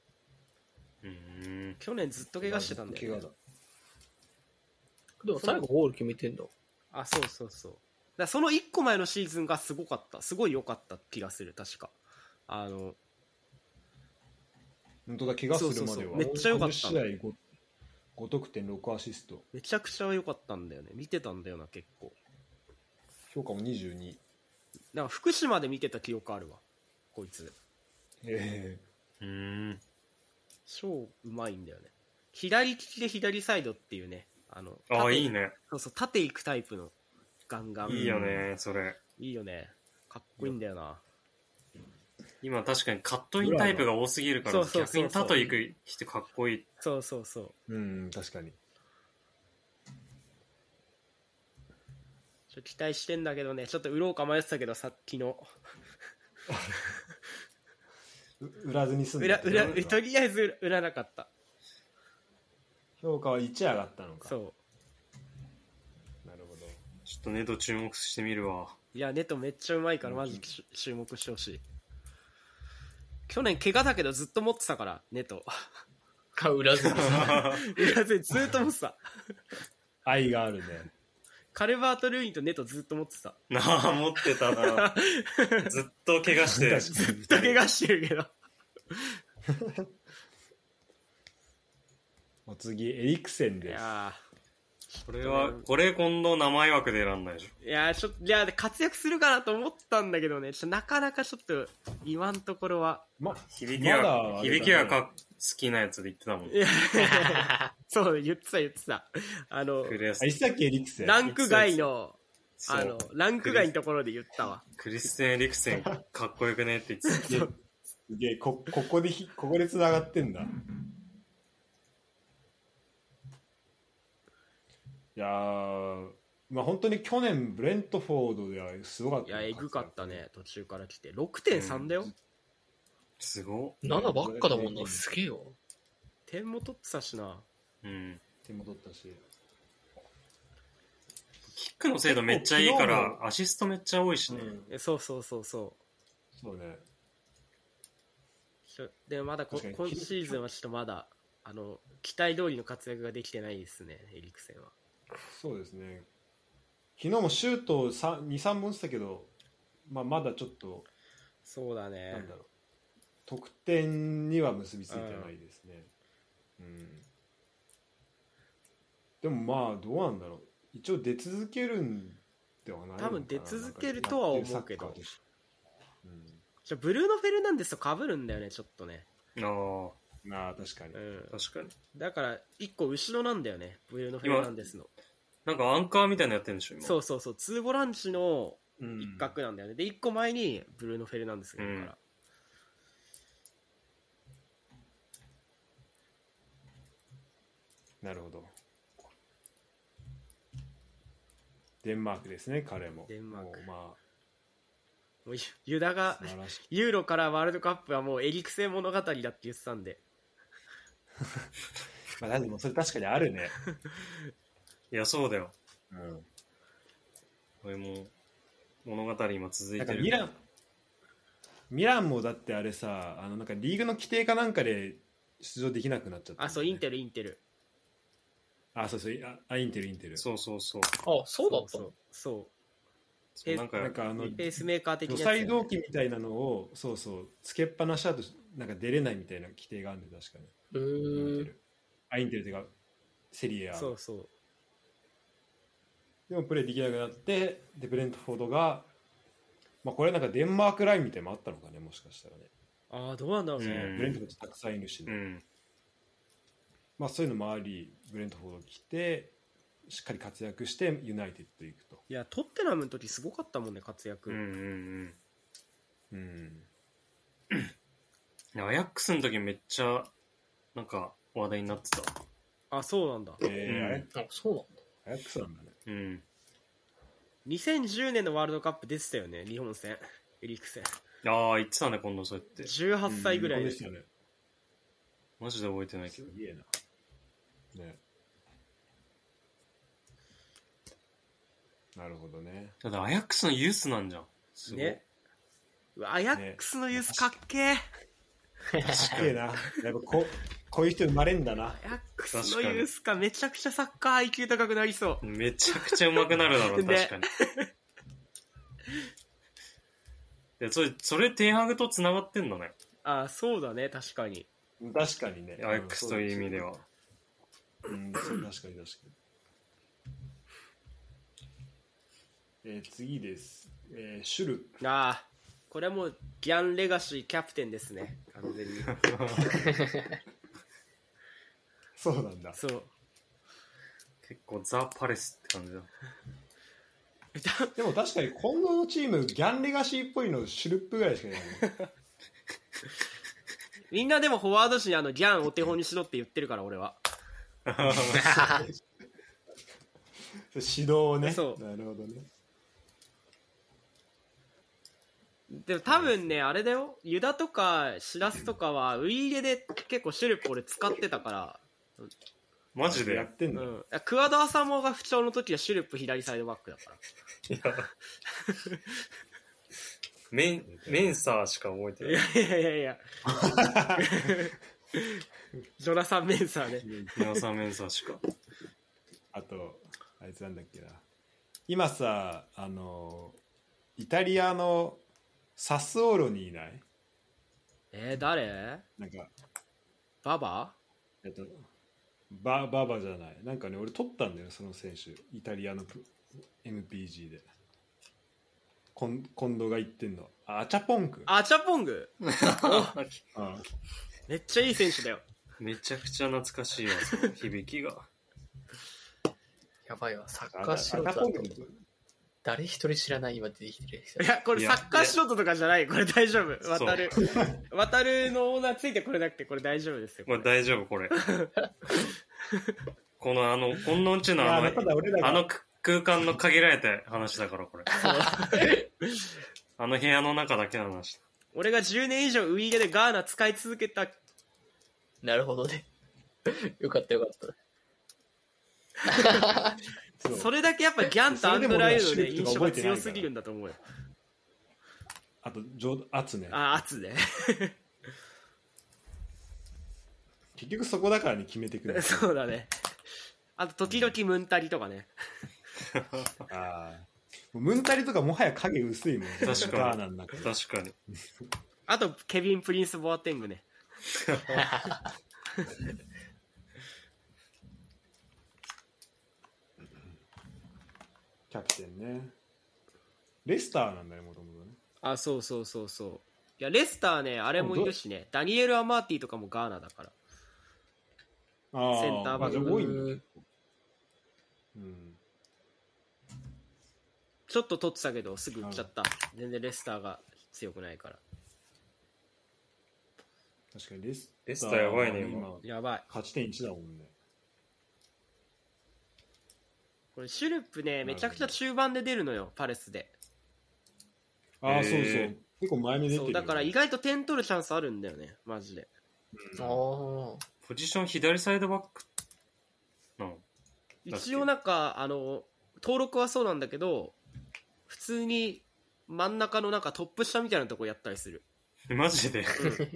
去年ずっと怪我してたんだよ、ね、 でも最後ゴール決めてんだ。 そうだその1個前のシーズンがすごい良かった気がする。確か本当だ、怪我するまではめっちゃ良かった。 10試合 5得点6アシスト。 めちゃくちゃ良かったんだよね。見てたんだよな結構。 評価も22。 なんか福島で見てた記憶あるわこいつ。超うまいんだよね。左利きで左サイドっていうね。 いいね。 そう縦行くタイプのガンガン。 いいよねそれ。 いいよね。かっこいいんだよな。 今確かにカットインタイプが多すぎるから、 そうそうそうそう逆にタト行く人かっこいい。 そうそうそううん確かに。 期待してんだけどね、ちょっと売ろうか迷ってたけどさ、昨日売らずに済んだってことか。 とりあえず売らなかった。 評価は1上がったのか。 そなるほど。 ちょっとネト注目してみるわ。 う。いや、ネトめっちゃうまいから、マジ注目してほしい。去年怪我だけどずっと持ってたから、ネト。 売らずにさ。 売らずにずっと持ってた。 愛があるね。 カルバート・ルーインとネトずっと持ってた。 なあ、持ってたな。ずっと怪我して。 ずっと怪我してるけど。 お次、エリクセンいです。 やこれ今度名前枠で選んないでしょ。 いやちょっと、いや、活躍するかなと思ったんだけどね、なかなかちょっと、今のところは。 響きまだが好きなやつで言ってたもん。 いやそう、言ってた。 クレスあ、いつだっけ、エリクセン。 ランク外の、 そうランク外のところで言ったわ。 クリステン・エリクセンかっこよくねって言ってた。 すげえ、ここで繋がってんだ。いやー、まあ本当に去年ブレントフォードではすごかった。 いや、えぐかったね、途中から来て。6.3 だよ。 すごっ。 7ばっかだもんな、すげえよ。 点も取ってたしな。 うん。 手も取ったし。 キックの精度めっちゃいいからアシストめっちゃ多いしね。 そうそう。 そうね。 でもまだ今確かにシーズンはちょっとまだ、期待通りの活躍ができてないですね、エリクセンは。 そうですね。昨日もシュートを2、3本したけど、まあ、まだちょっと、 そうだね。 なんだろう。得点には結びついてないですね。でもまあ、どうなんだろう。一応出続けるんではないのかな。 多分出続けるとは思うけど。 なんかやってるサッカーとしてブルーノ・フェルナンデスと被るんだよね、ちょっとね。 まあ、確かに。 確かに。 だから、1個後ろなんだよね、ブルーノ・フェルナンデスの。 なんかアンカーみたいなのやってるんでしょ、今。 そう、2ボランチの一角なんだよね。で、1個前にブルーノ・フェルナンデスがいるから。 なるほど。デンマークですね、彼も。 デンマーク。 もうユダがユーロからワールドカップはもうエリクセン物語だって言ってたんで。 まあ、でもそれ確かにあるね。 いや、そうだよ。これも物語今続いてる。 ミランもだってあれさ、なんかリーグの規定かなんかで出場できなくなっちゃった、ね。 あ、そう、インテル。 あ、そう、インテル。 そう。 あ、そうだったの？ そうなんかペースメーカー的なやつ、 除細動機みたいなのをつけっぱなしだとなんか出れないみたいな規定があるんで、確かに。インテルっていうかセリエ A。 そう。 でもプレーできなくなって、でブレントフォードが、まあこれなんかデンマークラインみたいなのもあったのかね、もしかしたらね。 ああ、どうなんだろうね。 ブレントフォードたくさんいるしね。まあそういうのもあり、ブレントフォード来てしっかり活躍してユナイテッド行くと。 いや、トッテナムの時すごかったもんね、活躍。 アヤックスの時めっちゃなんか話題になってた。 あ、そうなんだ。 そうなんだ。 アヤックスなんだね。 2010年のワールドカップ出てたよね、日本戦。エリクセン。 ああ、言ってたね、今度そうやって。 18歳ぐらいですよね。 マジで覚えてないけど。 すげえな。ね。なるほどね。 ただアヤックスのユースなんじゃん。すごい。 ね。アヤックスのユースかっけー。 すげえな。やっぱこういう人生まれんだな。 アヤックスのユースか、めちゃくちゃサッカー IQ 高くなりそう。 めちゃくちゃ上手くなるだろう、確かに。それテンハグとつながってんのね。 あ、そうだね、確かに。 確かにね。 アヤックスという意味では。 そう確かに。次です。シュル。 ああ、これはもうギャンレガシーキャプテンですね、完全に。 そうなんだ。 そう。 結構ザ・パレスって感じだ。 でも確かに今後のチームギャンレガシーっぽいのシュルップぐらいしかいない、ね。 みんなでもフォワード陣ギャンお手本にしろって言ってるから俺は。 指導をね。 そうなるほどね。 でも多分ねあれだよ、ユダとかシラスとかはウイイレで結構シュルップ俺使ってたから、 マジで。 やってんの、 クワドアサモが不調の時はシュルップ左サイドバックだから。 いやメンサーしか覚えてない。 いやジョナサン・メンサーね。 皆さんメンサーしか。 あとあいつなんだっけな、今さイタリアのサスオーロにいない？ 誰？ なんかババ？ ババじゃない、なんかね俺取ったんだよその選手、イタリアの MPG で近藤が言ってんのアチャポンク。 アチャポングあめっちゃいい選手だよ。 めちゃくちゃ懐かしいわ、その響きが。 やばいわ、サッカー素人だと誰一人知らない今出てきてる人。 いやこれサッカー素人とかじゃない、これ大丈夫。渡るのオーナーついてこれなくてこれ大丈夫ですよ。 これ大丈夫これ。このこんのうちのあの空間の限られた話だからこれ。あの部屋の中だけの話だ。 俺が10年以上ウイイレでガーナ使い続けた。 なるほどね。よかったよかった。 それだけやっぱギャンとアンドライドで印象が強すぎるんだと思うよ。 あと圧ね。 圧ね。 結局そこだからに決めてくる。 そうだね。あと時々ムンタリとかね。 ムンタリとかもはや影薄いもん。 確かに。 確かに。 あとケビン・プリンス・ボアテングね。 キャプテンね。レスターなんだよもともとね。 そう。いやレスターねあれもいるしね。ダニエル・アマーティとかもガーナだから。センターバック。 多いんだ。 ちょっと取ってたけどすぐ売っちゃった。全然レスターが強くないから。 確かにレスターやばいね今。 やばい。 勝ち点1だもんね。 これシュルップねめちゃくちゃ中盤で出るのよパレスで。 そう結構前目出てるよ、 そうだから意外と点取るチャンスあるんだよねマジで。 ポジション左サイドバックなの？ 一応なんか登録はそうなんだけど普通に真ん中のなんかトップ下みたいなとこやったりする。 マジで？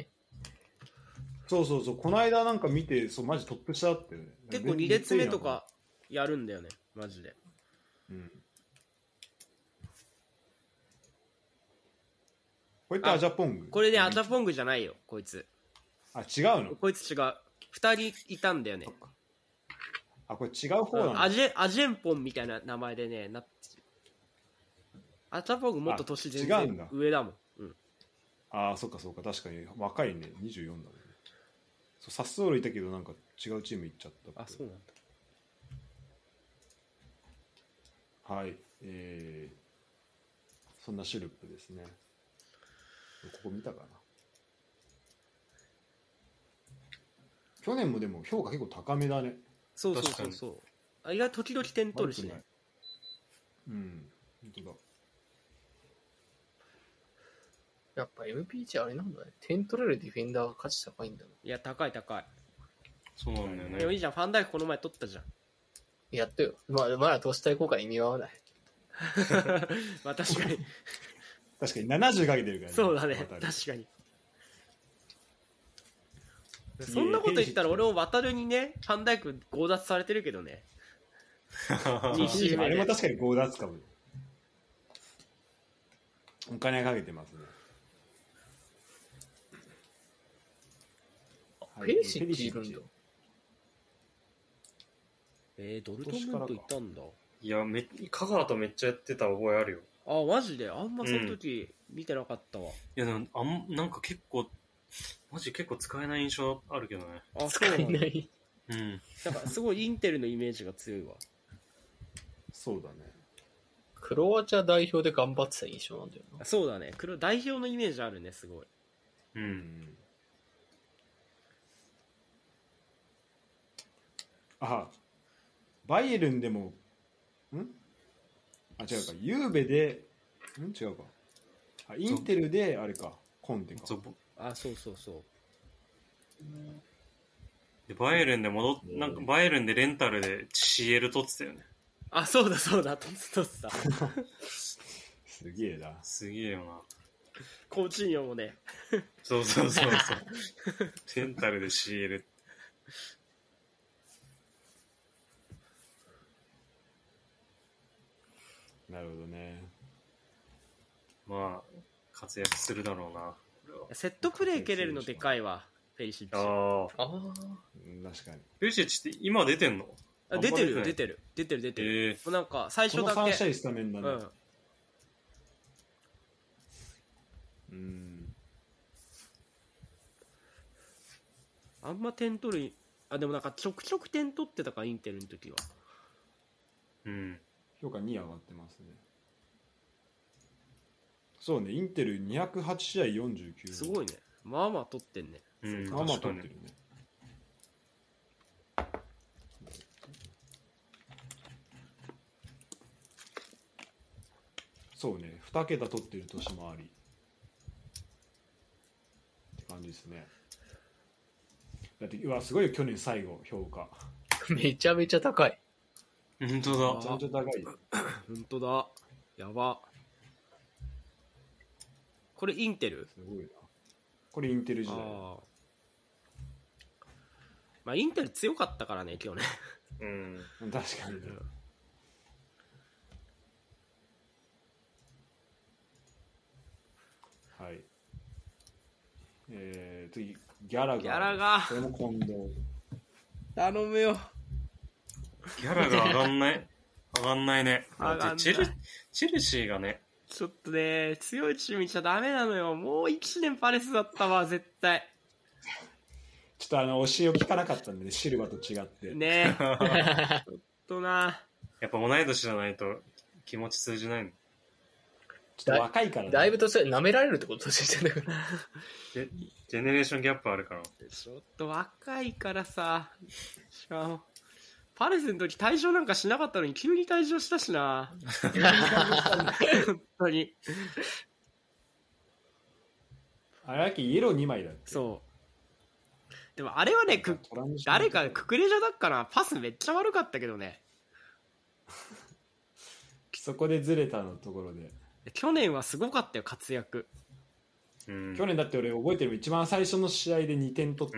そうこの間なんか見てマジトップ下だったよね。 結構2列目とかやるんだよねマジで。 これってアジャポング？ これねアジャポングじゃないよこいつ。 違うの？ こいつ違う。2人いたんだよね。 これ違う方なの？ アジェンポンみたいな名前でねアジャポングもっと年全然上だもん。 そっか確かに若いね、24だもんね。サッソールいたけどなんか違うチーム行っちゃった。 そうなんだ。 はい、そんなシュルップですね。ここ見たかな。去年もでも評価結構高めだね。 そう意外と時々点取るしね。 本当だ。 やっぱ MPG あれなんだね。点取れるディフェンダーが価値高いんだね。 いや高い。 そうなんだよね。 でもいいじゃん、ファンダイクこの前取ったじゃん。 やったよ。まだ投資対効果に見合わない。 まあ確かに 70かけてるからね。 そうだね確かに。そんなこと言ったら俺も渡るにねファンダイク強奪されてるけどね。2周目あれも確かに強奪かも。お金かけてますね。 ペリシッチいるんだ。 ドルトムントいたんだ。 いや香川とめっちゃやってた覚えあるよ。 マジであんまその時見てなかったわ。 いやなんか結構マジ結構使えない印象あるけどね。 使えない。 だからすごいインテルのイメージが強いわ。 そうだね。 クロアチア代表で頑張ってた印象なんだよな。 そうだね。代表のイメージあるねすごい。 あ、バイエルンでも違うか、ユーベで違うか、インテルであれか、コンテか。 そうそうそう。 でバイエルンでなんかバイエルンでレンタルで CL 取ってたよね。 そうだ取ってた。 すげえな。 すげえよな。 コーチニョもね。 そうレンタルで CL。 なるほどね。 まあ活躍するだろうな。 セットプレー蹴れるのでかいわ、ペリシッチ。 確かに。 ペリシッチって今出てんの？ 出てる。もうなんか最初だけ。 この3試合スタメンだね。 あんま点取る、でもなんかちょくちょく点取ってたか、インテルの時は。 評価2上がってますね。そうね、インテル208試合49。 すごいね。まあまあ取ってんね。 まあまあ取ってるね。そうね、2桁取ってる年もありって感じですね。だってすごいよ、去年最後評価めちゃめちゃ高い。 本当だ。 めちゃめちゃ高いよ。 本当だ。やば。これインテル？ すごいな。これインテル時代。 まあインテル強かったからね、今日ね。 確かにね。はい。次ギャラガー。これも近藤。 頼むよ。 ギャラが上がんないね。チェルシーがね。 ちょっとね、強いチームいちゃダメなのよ。もう1年パレスだったわ、絶対。 ちょっと教えを聞かなかったんでね、シルバと違って。 ねえ。ちょっとな。 やっぱ同い年じゃないと気持ち通じないの。 ちょっと若いからね。 だいぶとそれ舐められるってことしてんだから。 ジェネレーションギャップあるから。 ちょっと若いからさ。しかもパレスの時退場なんかしなかったのに急に退場したしな。本当に。 あれだけイエロー2枚だって。 そう。でもあれはね、誰かククレジャだっかな、パスめっちゃ悪かったけどね。 そこでずれたのところで。 去年はすごかったよ、活躍。 去年だって俺覚えてる、一番最初の試合で2点取って。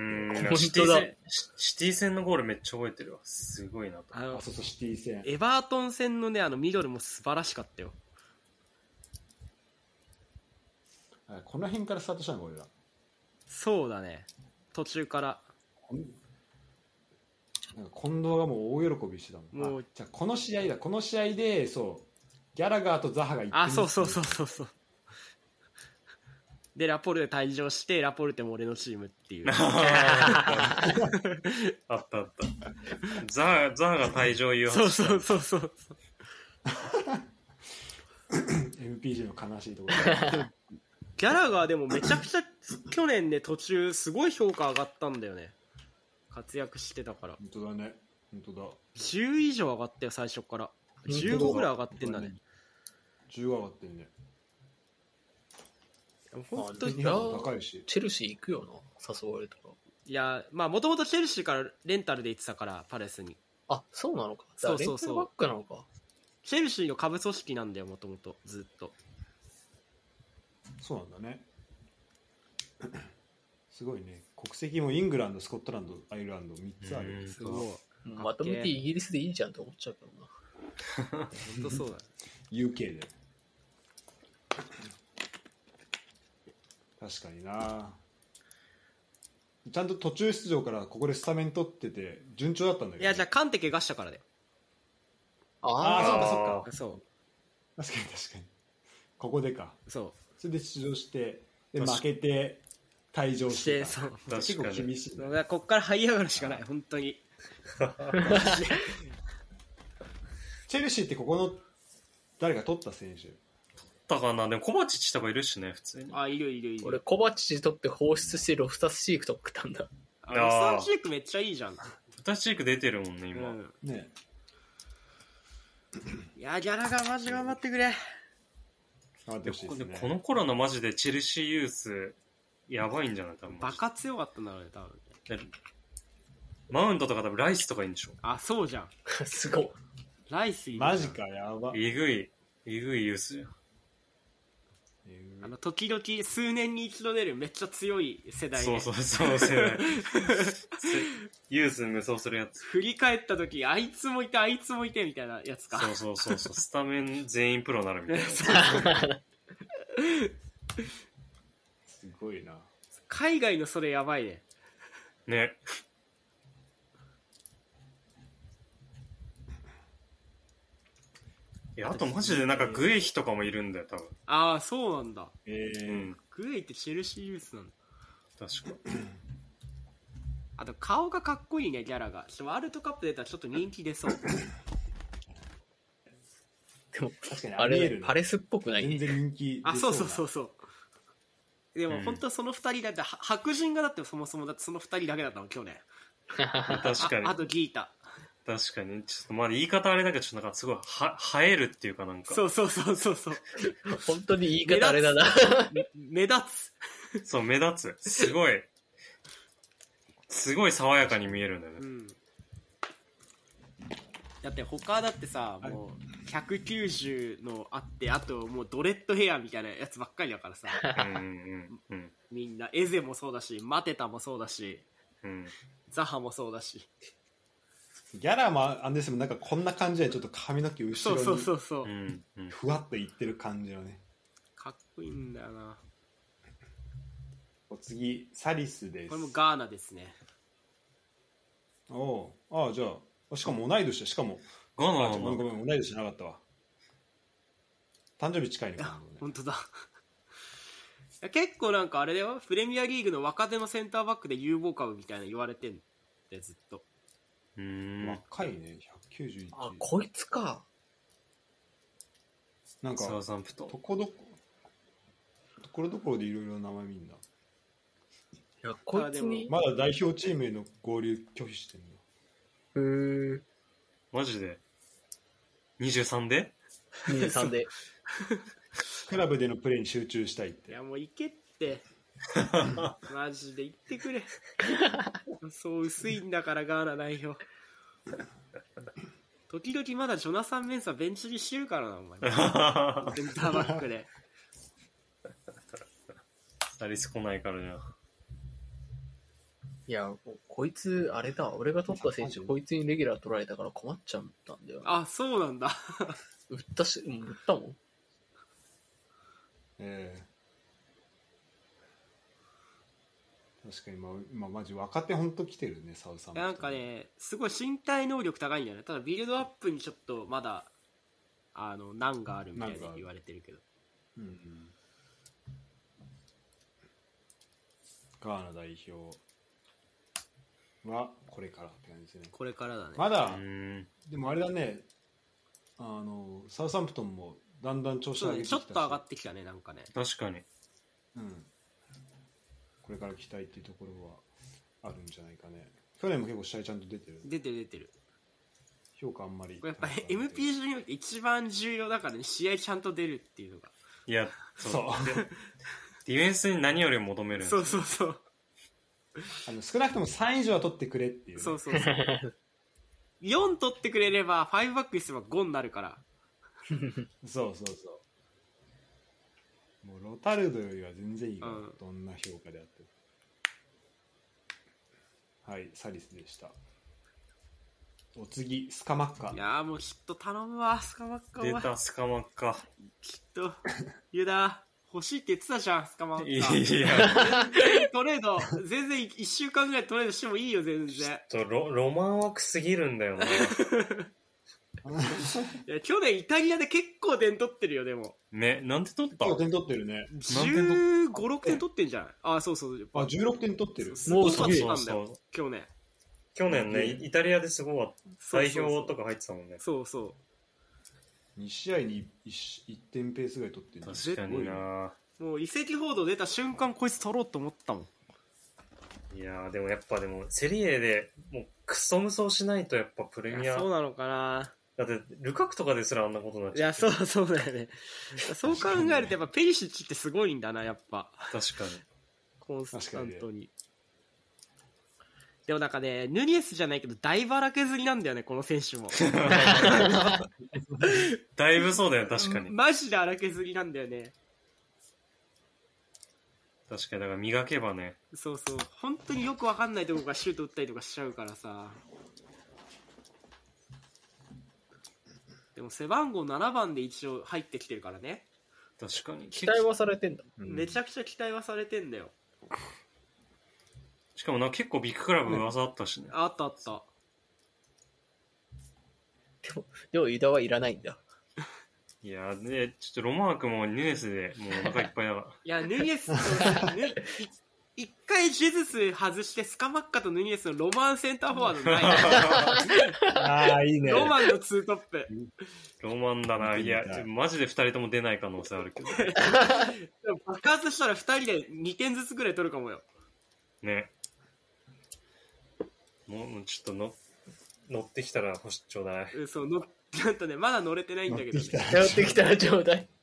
シティ戦のゴールめっちゃ覚えてるわ。すごいなと。 そうシティ戦。 エバートン戦のね、ミドルも素晴らしかったよ。 この辺からスタートしたの俺ら。 そうだね、途中からなんか近藤がもう大喜びしてたもん。じゃあこの試合でそうギャラガーとザハが行ってそうでラポルテ退場して、ラポルテも俺のチームっていう。 あったザハが退場言う話。 そう MPG の悲しいところ。 ギャラガーでもめちゃくちゃ去年ね、途中すごい評価上がったんだよね。活躍してたから。 本当だね。本当だ。 10以上上がったよ、最初から。15ぐらい上がってんだね。 10上がってんね。 本当に高いし。 チェルシー行くよな、誘われたら。 いや、まあもともとチェルシーからレンタルで行ってたから、パレスに。 そうなのか。 そうレンタルバックなのか。 チェルシーの下部組織なんだよ、もともとずっと。 そうなんだね。すごいね。国籍もイングランド、スコットランド、アイルランド3つある。 すごい。 まとめてイギリスでいいじゃんって思っちゃうけどな。 本当そうだ。 UK で。確かにな。ちゃんと途中出場からここでスタメン取ってて順調だったんだけど、 いや、じゃあカンテ怪我したからだよ。 そっか。 そう。 確かに。ここでか。 そう。 それで出場してで負けて退場してそう。 結構厳しい、ね。 こっから這い上がるしかない、本当に。 チェルシーってここの誰か取った選手。 たかな。でもコバチッチとかいるしね、普通に。 あ、いるいるいる。 俺、コバチッチ取って放出してロフタスチークと送ったんだ。 ロスターチークめっちゃいいじゃん。 豚チーク出てるもんね、今。 うん。 ねいや、ギャラがマジ頑張ってくれ。 頑張ってほしいですね。 この頃のマジでチェルシーユース、やばいんじゃない多分。 バカ強かったんだろうね、多分。 でマウントとか多分ライスとかいいんでしょ。 あ、そうじゃん。 すごい。 ライスいるじゃんマジか、やば。 えぐいユースじゃん。 時々数年に一度出るめっちゃ強い世代で、 そう世代ユース無双するやつ。 振り返った時あいつもいてあいつもいてみたいなやつか。 そうスタメン全員プロになるみたいな。 すごいな。 海外のそれやばいね。 ね。いや、あとマジでなんかグエヒとかもいるんだよ、多分。 ああ、そうなんだ。 うん。 グエイってチェルシーユースなんだ。 確か。 あと顔がかっこいいね、ギャラが。ワールドカップ出たらちょっと人気出そう。 でも、 確かにあれ、 りえるパレスっぽくない全然人気あ、そううそう。でも本当その2人だって白人がだってそもそもだってその2人だけだったの去年。 確かに。 あとギータ。 確かに。ちょっとまあ言い方あれだけど、ちょっとなんかすごい映えるっていうかなんか。 そう。 本当に言い方あれだな。 目立つ。 そう、目立つ。すごい爽やかに見えるんだよね。 うん。だって他だってさ、もう190のあってあともうドレッドヘアみたいなやつばっかりだからさ。 うんみんなエゼもそうだしマテタもそうだしザハもそうだし。 ギャラもあんですもなんかこんな感じでちょっと髪の毛後ろにそう、 ふわっといってる感じのね。 かっこいいんだよな。 お次サリスです。 これもガーナですね。 おああ、じゃあしかも同い年だ。しかもガーナはごめん同い年じゃなかったわ。誕生日近いのかな、ね、 本当だ。いや結構なんかあれだよ、プレミアリーグの若手のセンターバックで有望株みたいな言われてんでずっと。 若いね。191。 あ、こいつか。 なんかサウサンプトンところどころでいろいろ名前見んだ。 いや、こいつに。 まだ代表チームへの合流拒否してんだ。 マジで23で 23で。 クラブでのプレーに集中したいって。 いやもう行けって。マジで行ってくれ。そう薄いんだからガーナ代表。時々まだジョナサン・メンサベンチにしてるからなお前。センターバックで。 サリス来ないからじゃん。 いや、こいつ、あれだ、俺が取った選手、こいつにレギュラー取られたから困っちゃったんだよ。 あ、そうなんだ。 売ったもん。 確かに今マジ若手ほんと来てるね、サウサンプトン。 なんかね、すごい身体能力高いんだよね。ただビルドアップにちょっとまだ難があるみたいな言われてるけど。 ガーナ代表はこれからって感じですね。 これからだね。 まだでもあれだね、サウサンプトンもだんだん調子上げてきたし、 ちょっと上がってきたね、なんかね。 確かに。 これから期待っていうところはあるんじゃないかね。去年も結構試合ちゃんと出てる。 出てる。 評価あんまり。 これやっぱり MPG において一番重要だからね、試合ちゃんと出るっていうのが。 いや、 そう。 ディフェンスに何よりも求めるんですよ。 そう。 少なくとも3以上は取ってくれっていう、ね。 そう。4取ってくれれば5バックにすれば5になるから。 そう。もうロタルドよりは全然いいわ、どんな評価であっても。はい、サリスでした。お次、スカマッカ。 いやーもうきっと頼むわ、スカマッカ。 出た、スカマッカ。 きっと、ユダ、欲しいって言ってたじゃん、スカマッカ。 いや。 トレード、全然1週間ぐらいトレードしてもいいよ、全然。 ロマン枠すぎるんだよな。 いや去年イタリアで結構点取ってるよ、でも。 なんで取った？ 結構点取ってるね。 15、6点取ってんじゃない？あ、そう。 あ、16点取ってる。 もうすげえなんだよ、去年ね、イタリアですごい代表とか入ってたもんね。 そう。 2試合に 1点ペースぐらい取ってる。 確かにな。 もう移籍報道出た瞬間こいつ取ろうと思ったもん。 いやーでもやっぱセリエでもうクソ無双しないとやっぱプレミアそうなのかな。 だってルカクとかですらあんなことになっちゃう。 いやそうだよね。そう考えるとやっぱペリシッチってすごいんだなやっぱ。 確かに。 コンスタントに。でもなんかね、ヌニエスじゃないけど大ばらけずりなんだよねこの選手も。 だいぶそうだよ確かに。 マジで荒けずりなんだよね。 確かにだから磨けばね。 そう本当によくわかんないとこからシュート打ったりとかしちゃうからさ。でも背番号7番で一応入ってきてるからね。 確かに。 期待はされてんだ。 めちゃくちゃ期待はされてんだよ。 しかも結構ビッグクラブ噂あったしね。 あった。 でもユダはいらないんだ。 いやでちょっとロマークもニュースでもうお腹いっぱいだから。 いやヌニエスと一回ジェズス外してスカマッカとヌニエスのロマンセンターフォワードない。 ああいいね。 ロマンのツートップ。 ロマンだな。いやマジで2人とも出ない可能性あるけど。 でも爆発したら2人で2点ずつぐらい取るかもよ。 ね。もうちょっと乗ってきたら星ちょうだい。 そうなんとねまだ乗れてないんだけど、ね、 乗ってきたらちょうだい。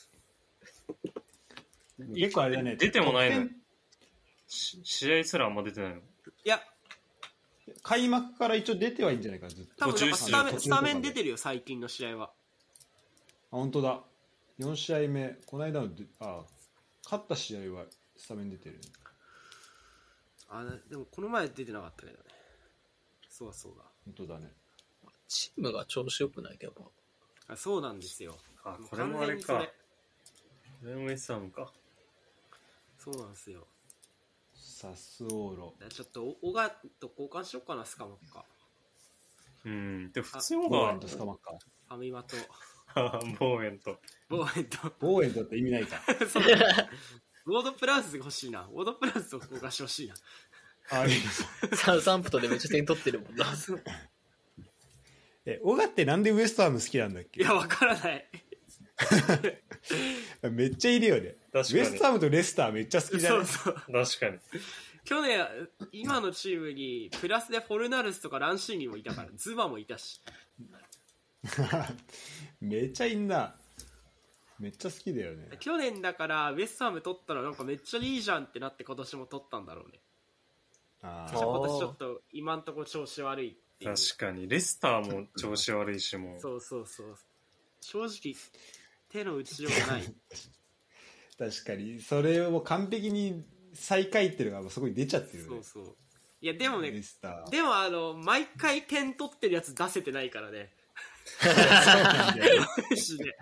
結構あれだね。 出てもないの。試合すらあんま出てないの。 いや開幕から一応出てはいいんじゃないかなずっと。 多分なんかスタメン出る。 てるよ最近の試合は。 あ本当だ。4試合目この間の勝った試合はスタメン出てる。 でもこの前出てなかったけどね。そうだ本当だね。 チームが調子よくないけど。 そうなんですよ。 あこれもあれか。これも S さんか。 そうなんですよ。 サスオーロ。 ちょっとオガと交換しようかなスカマッカ。 で普通オガボーエンとスカマッカ。 ファミマとボーエンとボーエンとボーエントって意味ないか。 そうウォードプラスが欲しいな。ウォードプラスと交換してほしいな。 あいいサウサンプトンでめっちゃ点取ってるもんな。 オガってなんでウエストハム好きなんだっけ。 いやわからない。 めっちゃいるよね。ウエ確かにストハムとレスターめっちゃ好きじゃない。 そう確かに。 去年今のチームにプラスでフォルナルスとかランシーニもいたからズバもいたし。 めっちゃいんな。めっちゃ好きだよね。 去年だからウエストハム取ったらなんかめっちゃいいじゃんってなって今年も取ったんだろうね。 あ今年ちょっと今んとこ調子悪いっていう。 確かにレスターも調子悪いしもう。 そう正直手の打ちようがない。 確かにそれを完璧に最下位っていうのがそこに出ちゃってるよね。 そういやでもねレスター。 でも毎回点取ってるやつ出せてないからね。 そうなんだよね。 マジで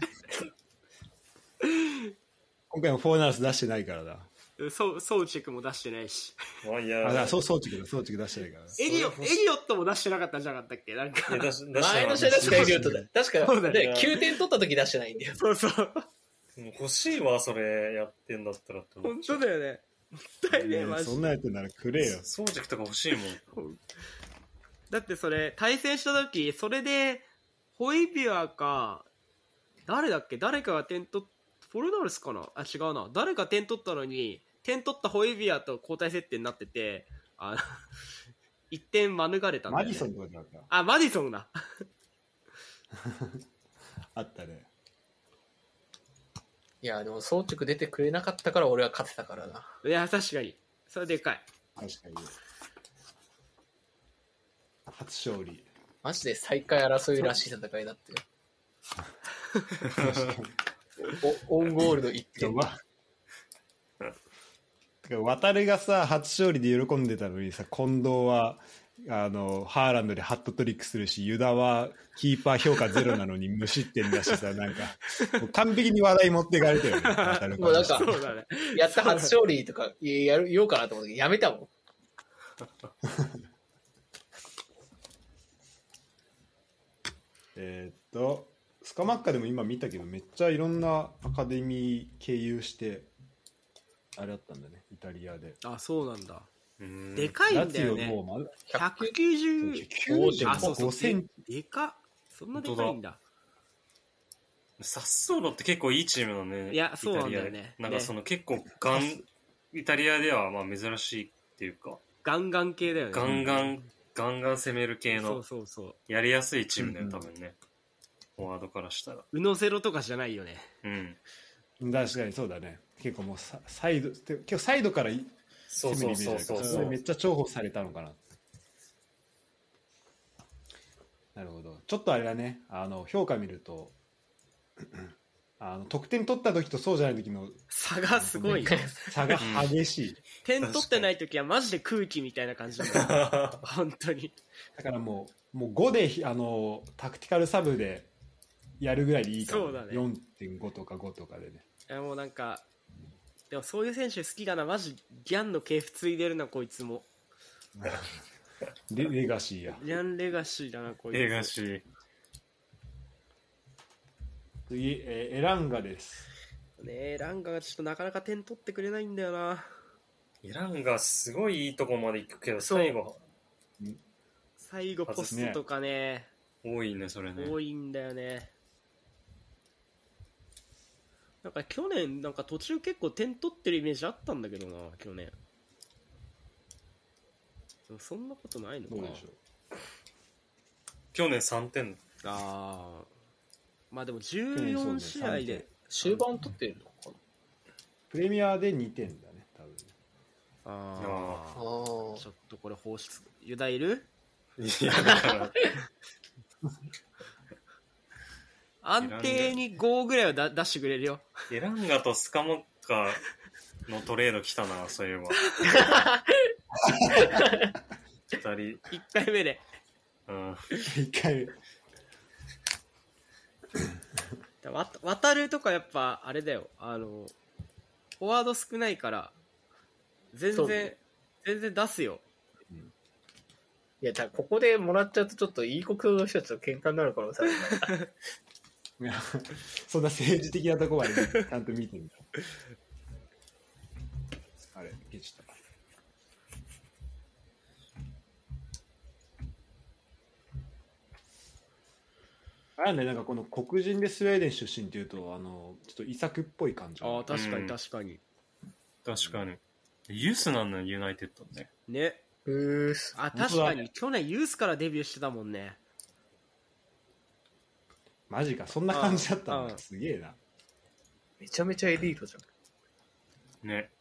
今回もフォーナルス出してないからだ。 ソウチェクも出してないし。 いやそう装置出してないから。 エリオットも出してなかったんじゃなかったっけ。なんか前の試合確かエリオットだ。確かそうだね9点取った時出してないんだよ。 そうもう欲しいわそれやってんだったらって思っ本ちゃう。 当だよね。もったいねえマジで。 そんなやつならくれよ。 ソージェクとか欲しいもん。 だってそれ対戦した時それでホイビアか誰だっけ、誰かが点取っフォルナルスかな、違うな、誰か点取ったのに点取ったホイビアと交代設定になってて1点免れたんだよね。 マディソンとかじゃなかった。 マディソンだあったね。 いやでも総直出てくれなかったから俺は勝てたからな。 いや確かにそれでかい。 確かに。初勝利。 マジで最下位争いらしい戦いだったよ。オンゴールの1点。 渡るがさ初勝利で喜んでたのにさ、近藤はハーランドでハットトリックするし、ユダはキーパー評価ゼロなのに無失点だしさ、なんかもう完璧に話題持っていかれたよね。渡るもうなんかそうだねやった初勝利とか言おうかなと思ったけどやめたもん。 スカマッカでも今見たけどめっちゃいろんなアカデミー経由してあれだったんだね、イタリアで。 そうなんだ。 うんでかいんだよね。 もう 190 5.5 そうセンチ。 でかっ、そんなでかいんだ。 サッソーロって結構いいチームだね。 いやそうなんだよねイタリアでなんかその結構イタリアではまあ珍しいっていうか、 ガンガン系だよね。 ガンガン攻める系そうのそうそう。 やりやすいチームだよ、 うん多分ね。フォワードからしたら。 うのゼロとかじゃないよね。 うん。 確かにそうだね。結構もうサイド結構サイドからそう攻めそうそうそうるイメージだから、それめっちゃ重宝されたのかな。なるほど。ちょっとあれだね、評価見ると得点取った時とそうじゃない時の差がすごいね。 差が激しい。 点取ってない時はマジで空気みたいな感じなんだよ。本当に。 だからもう5でタクティカルサブでやるぐらいでいいから、 そうだね 4.5 とか5とかでね。 いやもうなんか、でもそういう選手好きだな。マジギャンの系譜継いでるな、こいつも。 レガシーや。 ギャンレガシーだな、こいつ。 レガシー。 次、エランガです。 ねえ、ランガがちょっとなかなか点取ってくれないんだよな。 イランがすごいいいとこまで行くけど、 そう最後、 最後ポストとかね、 多いね、それね。 多いんだよね。なんか去年なんか途中結構点取ってるイメージあったんだけどな、去年。でもそんなことないのかな。 どうでしょう。 去年3点。 ああ、まあでも14試合で、 終盤取ってるのかな。 プレミアで2点だね、多分ね。 あああ、ちょっとこれ放出ユダいる？ いや、だから、 安定に5ぐらいは出してくれるよ。 エランガとスカモッカのトレード来たな、そういえば。2人。 1回目で。 うん。 1回渡るとかやっぱあれだよ、フォワード少ないから全そう然出すよ。 いや、ここでもらっちゃうとちょっといい国の人たちと喧嘩になる可能性あるから。 いやそんな政治的なところまで、ね、ちゃんと見てみた。あれ、消した。あれね、なんかこの黒人でスウェーデン出身っていうと、ちょっとイサクっぽい感じ。 ああ、確かうんに確かに。 確かに。ユースなんのユナイテッドね。 ね。あ、確かに去年ユースからデビューしてたもんね。 マジか、そんな感じだったうんの。すげえな。 めちゃめちゃエリートじゃん。 ね。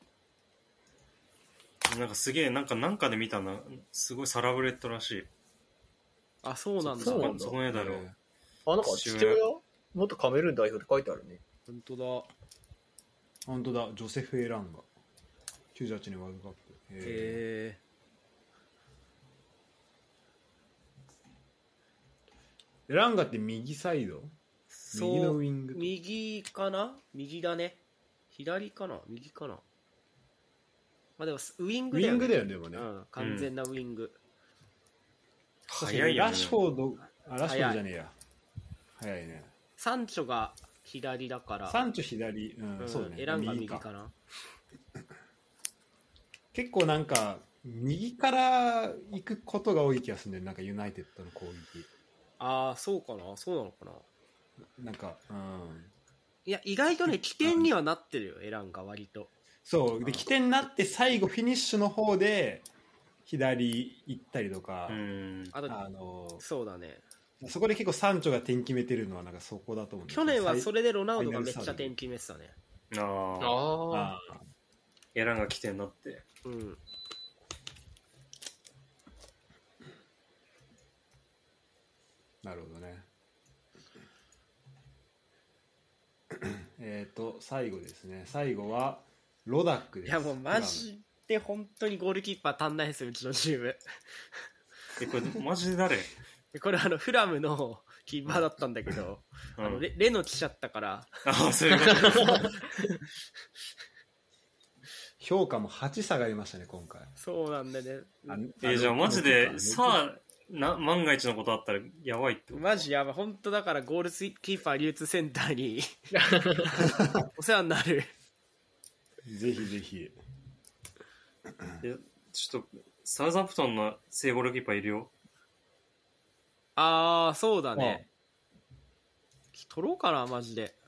なんかすげえ、なんかで見たな。すごいサラブレッドらしい。 あ、そうなんだ。 そうなんだそこねだろう。 あ、なんか父親元カメルーン代表って書いてあるね。 本当だ。 本当だ、ジョセフ・エランガ。98年ワールドカップ。 へエランガって右サイド？ そう右のウィング。 右かな？右だね。左かな？右かな？まあでもウィングだよね。 ウィングだよね、でもね。 うん、完全なウィング。 早いよね。 ラッシュフォード、ラッシュフォードじゃねえや。早いね。 サンチョが左だから。 サンチョ左、 うん、 そうだね。 エランが右かかな。 結構なんか、右から行くことが多い気がするんだよ、なんかユナイテッドの攻撃。 ああ、そうかな。そうなのかな。 なんか、 いや、意外とね、起点にはなってるよ、エランが割と。 そう。で、起点になって最後フィニッシュの方で、左行ったりとか、 あと、そうだね。 そこで結構サンチョが点決めてるのはなんかそこだと思うんだ去年はそれでロナウドがめっちゃ点決めてたね。 ああ。エランが起点になって。 うん。 なるほどね。最後ですね。最後はロダックです。 いやもうマジで本当にゴールキーパー足んないですよ、うちのチーム。 これマジで誰？ これフラムのキーパーだったんだけど、レノ来ちゃったから。 あ、そういうこと評価も8下がりましたね、今回。 そうなんだね。 じゃあマジでさあ万が一のことあったらやばいってこと？ マジやばい。本当だからゴールキーパー流通センターにお世話になる。 ぜひぜひ。 ちょっとサウザンプトンの正ゴールキーパーいるよ。 ああ、そうだね。 取ろうかなマジで。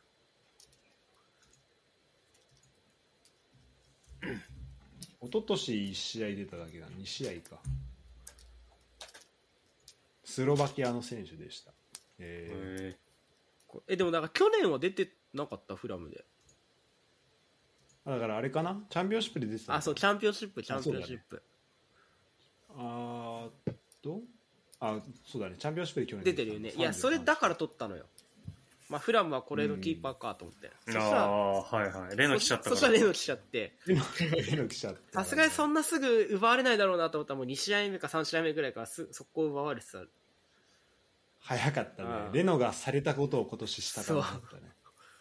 一昨年1試合出ただけだ。2試合か。スロバキアの選手でした。 へでもなんか去年は出てなかったフラムで。 だからあれかな、チャンピオンシップで出てたのかな。 あ、そう、チャンピオンシップ。 そうだね、チャンピオンシップで去年出てるよね。いや、それだから取ったのよ。まあ、フラムはこれのキーパーかと思って。そしたら、 はいはい。レノ来ちゃったから。 そしたらレノ来ちゃって。 レノ来ちゃって。 さすがにそんなすぐ奪われないだろうなと思ったら、もう2試合目か3試合目ぐらいから速攻奪われてた。 早かったね。レノがされたことを今年したからだったね。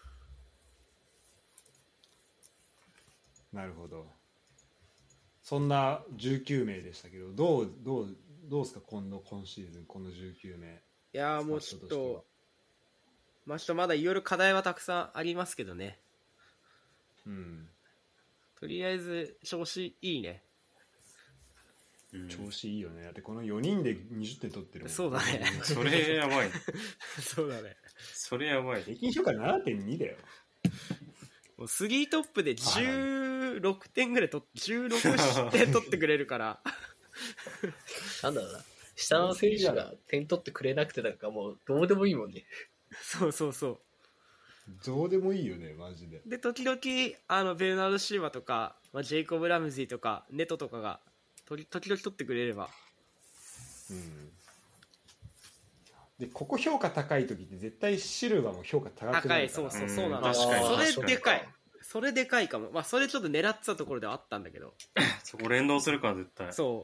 なるほど。そんな19名でしたけど、どうですか、今シーズンこの19名。 いやーもうちょっとまだいろいろ課題はたくさんありますけどね。 うん。 とりあえず調子いいね。 調子いいよね。だってこの4人で20点取ってるもん。 そうだね。 それやばい。 そうだね。 それやばい。 平均評価 7.2 だよ。 もう3トップで16点ぐらい取って、16点取ってくれるから。 なんだろうな。下の選手が点取ってくれなくてなんかもうどうでもいいもんね。 そうそうそう。 どうでもいいよね、マジで。 で、時々、ベルナード・シーバとか、ジェイコブ・ラムジーとか、ネトとかが、時々取ってくれれば。 うん。で、ここ評価高い時って絶対シルバーも評価高くなるから。 高い、そうそう、そうなの。 確かに。 それでかい。それでかいかも。まあ、それちょっと狙ってたところではあったんだけど。 そこ連動するから絶対。 そう。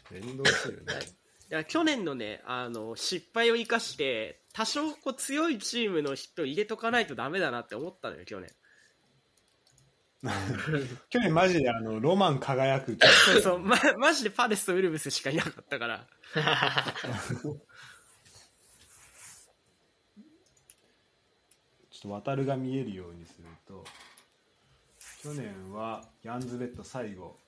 連動するよね。 いや去年のね、失敗を生かして多少こう強いチームの人入れとかないとダメだなって思ったのよ去年。 去年マジでロマン輝くそうそう、マジでパレスとウルブスしかいなかったからちょっと渡るが見えるようにすると、去年はヤンズベット最後、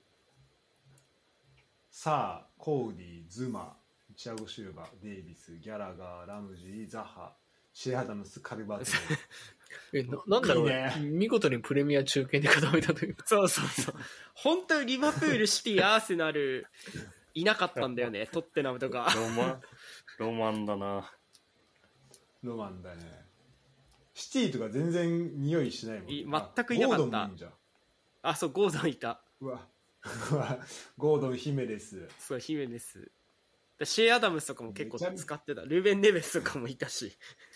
サー、コーディ、ズマ、チアゴ・シルバ、デイビス、ギャラガー、ラムジー、ザハ、シェアダムス、カルバートなんだろう、 ね、 見事にプレミア中堅で固めたというか。 そうそうそう。本当にリバプール、シティ、アーセナルいなかったんだよね。トッテナムとか。 ロマンだな。 ロマンだね。シティとか全然匂いしないもん。 全くいなかった。 ゴードンもいいんじゃん。 あ、そう、ゴードンいた。 うわゴードン、ヒメレス。 そう、ヒメネス。シェアダムスとかも結構使ってた。ルーベン・ネベスとかもいたし。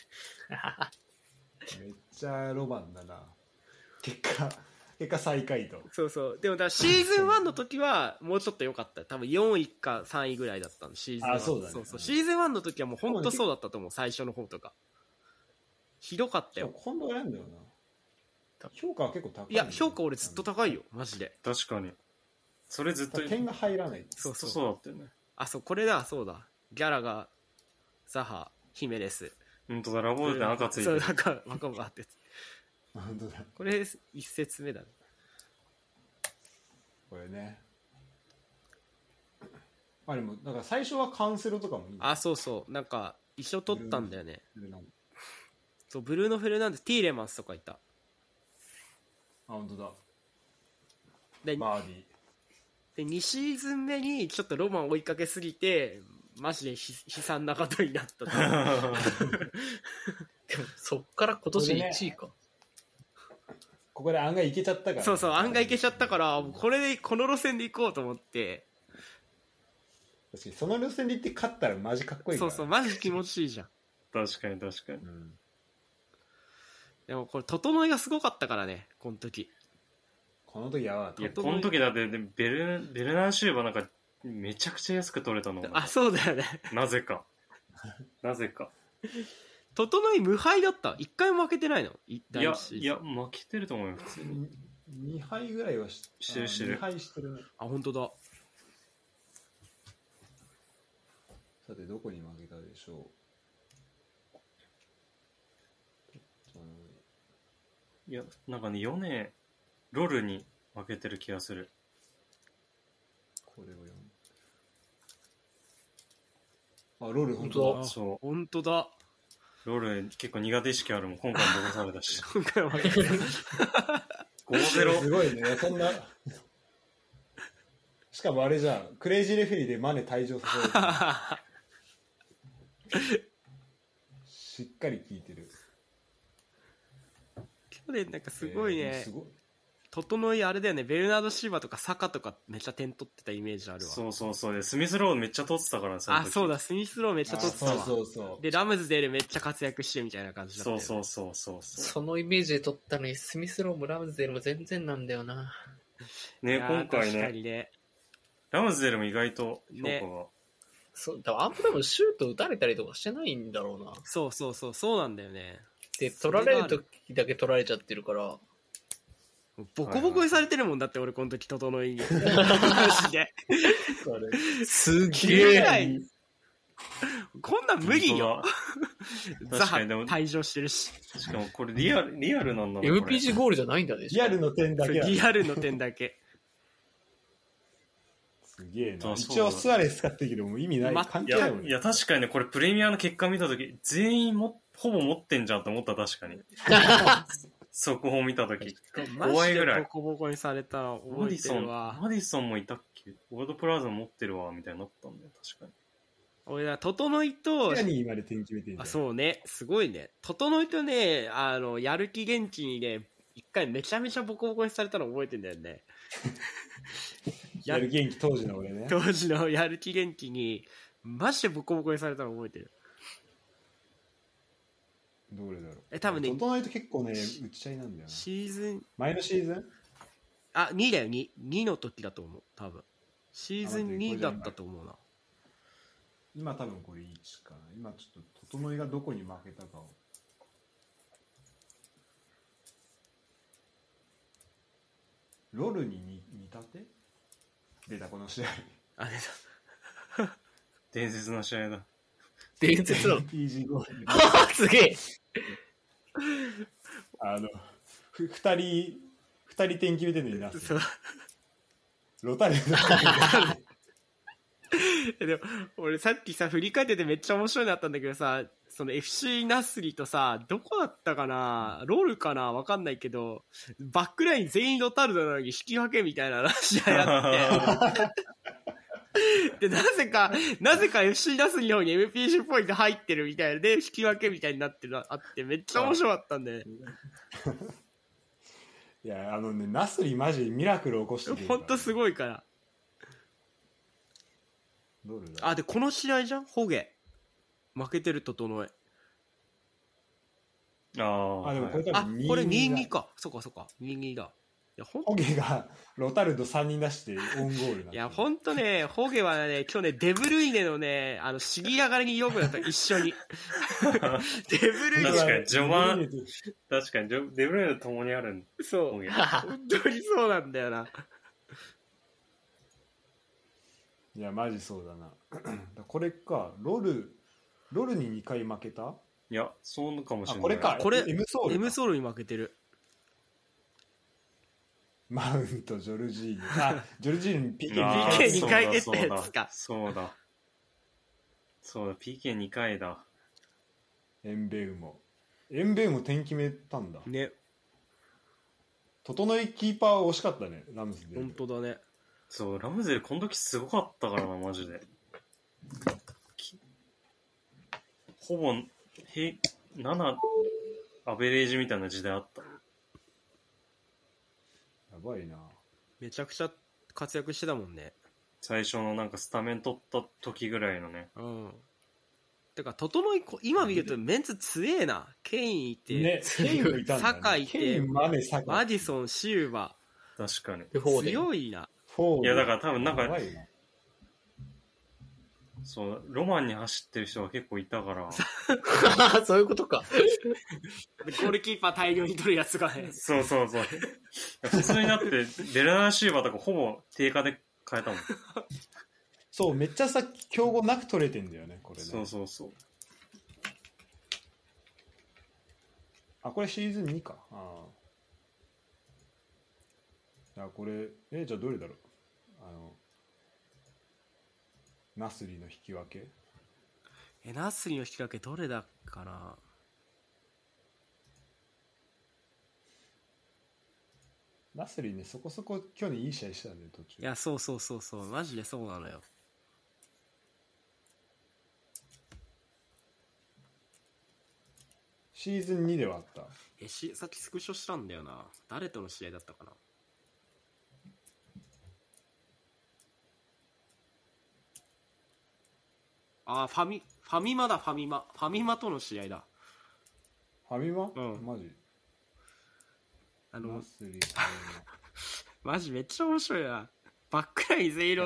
めっちゃロマンだな。結果最下位と。 そうそう。でもだからシーズン1の時はもうちょっと良かった。多分4位か3位ぐらいだったの。シーズン1。 そうだね。 そうそう。シーズン1の時はもう本当そうだったと思う。最初の方とか。ひどかったよ。 今度はやんだよな。評価は結構高い。 いや、評価俺ずっと高いよ。マジで。 確かに。それずっと点が入らない。 そうそう。 そうだったよね。 あ、そう、これだ、そうだ。ギャラが、ザハ、ヒメレス。 本当だ、ラボールで赤ついてる。 そう、赤があって。 本当だ。 これ、一節目だね。 これね。でも、だから最初はカンセロとかもいい。 あ、そうそう。なんか、一緒取ったんだよね。そう、ブルーノ・フェルナンデス、ティーレマンスとかいた。 本当だ。 で、 バーディー。 で2シーズン目にちょっとロマン追いかけすぎてマジで悲惨なことになったでもそっから今年1位か。 ここで案外いけちゃったから、ね、 そうそう、案外いけちゃったからこの路線で行こうと思って。 確かにその路線で行って勝ったらマジかっこいいから、 そうそう、マジ気持ちいいじゃん。 確かに、 でもこれ整いがすごかったからね、この時やばかった。 いや、この時だってベルナーシューバーなんかめちゃくちゃ安く取れたの。 あ、そうだよね。 なぜか整い無敗だった。1回も負けてないの。 いや負けてると思うよ普通に。 2敗ぐらいはしてる。2敗してるね。 あ、本当だ。 さてどこに負けたでしょう。いや、なんかね、4年ロルに負けてる気がする。 これを読む。ロル本当だ。 そう、本当だ。 ロール結構苦手意識あるもん。今回もボコされたし。 今回は負けた。 5-0。 すごいね、そんな。しかもあれじゃん、クレイジーレフェリーでマネ退場させる。しっかり効いてる。 去年なんかすごいねす、ごい。 整いあれだよね、ベルナード・シーバーとかサカとかめっちゃ点取ってたイメージあるわ。 そうそうそう。で、スミスローめっちゃ取ってたから、その時あ、そうだ、スミスローめっちゃ取ってたわ。 そうそうそう。 で、ラムズデールめっちゃ活躍してるみたいな感じだったよね。 そうそうそうそうそう。 そのイメージで撮ったのに、スミスローもラムズデールも全然なんだよな。 ね、 いやー今回確かね、 にね。 ラムズデルも意外と評価が。 そう、だからあんま多分シュート打たれたりとかしてないんだろうな。 そうそうそう、そうなんだよね。 で、取られる時だけ取られちゃってるから。 ボコボコにされてるもんだって、俺この時、整いに。マジで。 すげえこんなん無理よ。 本当だザハ確かにでも退場してるし。 しかもこれリアルなんだな。これ MPG ゴールじゃないんだね。 リアルの点だけだ。 リアルの点だけ。 すげえな。 そう一応スアレス使ってるけどもう意味ない。 ま関いや係ないもんね。 いや、確かにね、これプレミアの結果見たとき、全員ほぼ持ってんじゃんと思った、確かに。速報見たとき。 マジで怖いぐらいボコボコにされたの覚えマディソン、 てるわ。 マディソンもいたっけゴールドプラズマ持ってるわ、みたいになったんだよ、確かに。 俺だ、整いと、 キラニーまで点決めてんじゃん。 あ、そうね、すごいね。整いとね、やる気現地にね、一回めちゃめちゃボコボコにされたの覚えてんだよね。 やる元気当時の俺ね。 当時のやる気現地に、マジでボコボコにされたの覚えてる。 どれだろう。 多分ね整えと結構ね、打ち合いなんだよな。 シーズン、 前のシーズンあ、2だよ、2。2の時だと思う、多分。シーズンあ待って 2だったと思うな。 今多分これ1かな。今ちょっと整いがどこに負けたかを。ロルに似たて出たこの試合。 あれだ。 伝説の試合だ。 伝説の。 イージーゴール。 すげえ。 二人点決めてんのにな。 そう。 ロタレでも俺さっきさ振り返っててめっちゃ面白いなったんだけどさ、その FC ナスリとさ、どこだったかな、ロールかな、わかんないけど、バックライン全員ロタルドなのに引き分けみたいな試合あってでなぜか FC ナスリの方に MPC ポイント入ってるみたいで引き分けみたいになってるのあって、めっちゃ面白かったんで、 いやナスリマジミラクル起こしてくるからほんとすごいから。 どれだ。 あ、でこの試合じゃん、ホゲ負けてる整え。 ああ、 でもこれあ、 多分これ 2-2 2-2か。そうかそうか。2-2だ。いや、ほんホゲがロタルド3人出してオウンゴールなんいや、ほんとね、ホゲはね、今日ね、デブルイネのね、しぎ上がりによくなった、一緒に。デブルイ確ネ、 かに序盤確かにデブルイネと共にあるんそう。 ホゲ本当にそうなんだよな。 いやマジそうだな。これかロルに2回負けた。 いや、そうかもしれない。 これか。 これ、 エムソールか。 M ソールに負けてる。 マウントジョルジーニジョルジーニに PK2 あー回 PK2 回蹴ったやつかそうだ PK2 回だ。 エンベウモ点決めたんだ。 ね、 整いキーパー惜しかったね、ラムズで。 ほんとだね。 そう、ラムゼルこの時すごかったからな、マジで。ほぼ7アベレージみたいな時代あった。 やばいな。 めちゃくちゃ活躍してたもんね。 最初のなんかスタメン取った時ぐらいのね。 うん。てか、整い、今見るとメンツ強えな。ケインいて、 ね、ケインもいたんだ、ね。 酒井いてケイン、マネ、酒井。 マディソン、シューバ確かに。 フォーデン強いな。 フォーいやだから多分なんかやばいな。 そう、ロマンに走ってる人が結構いたから。 そういうことか。 でゴールキーパー大量に取るやつがね。 そうそうそう。普通になって、ベルナーシューバーとかほぼ定価で変えたもん。 そう、めっちゃさ、競合なく取れてんだよね、これね。 そうそうそう。 あ、これシーズン2か。ああ。これ、じゃあどれだろう。ナスリの引き分け。 ナスリの引き分けどれだかな。 ナスリね、そこそこ去年いい試合してたんだよ、途中。 いや、そうそうそうそう、マジでそうなのよ。 シーズン2ではあった。 さっきスクショしたんだよな。誰との試合だったかな。あー、ファミマだ、ファミマとの試合だ。 ファミマ？ うんマジ？ ナナスリ、ファミマジめっちゃ面白いな。バックライン全員マ。 の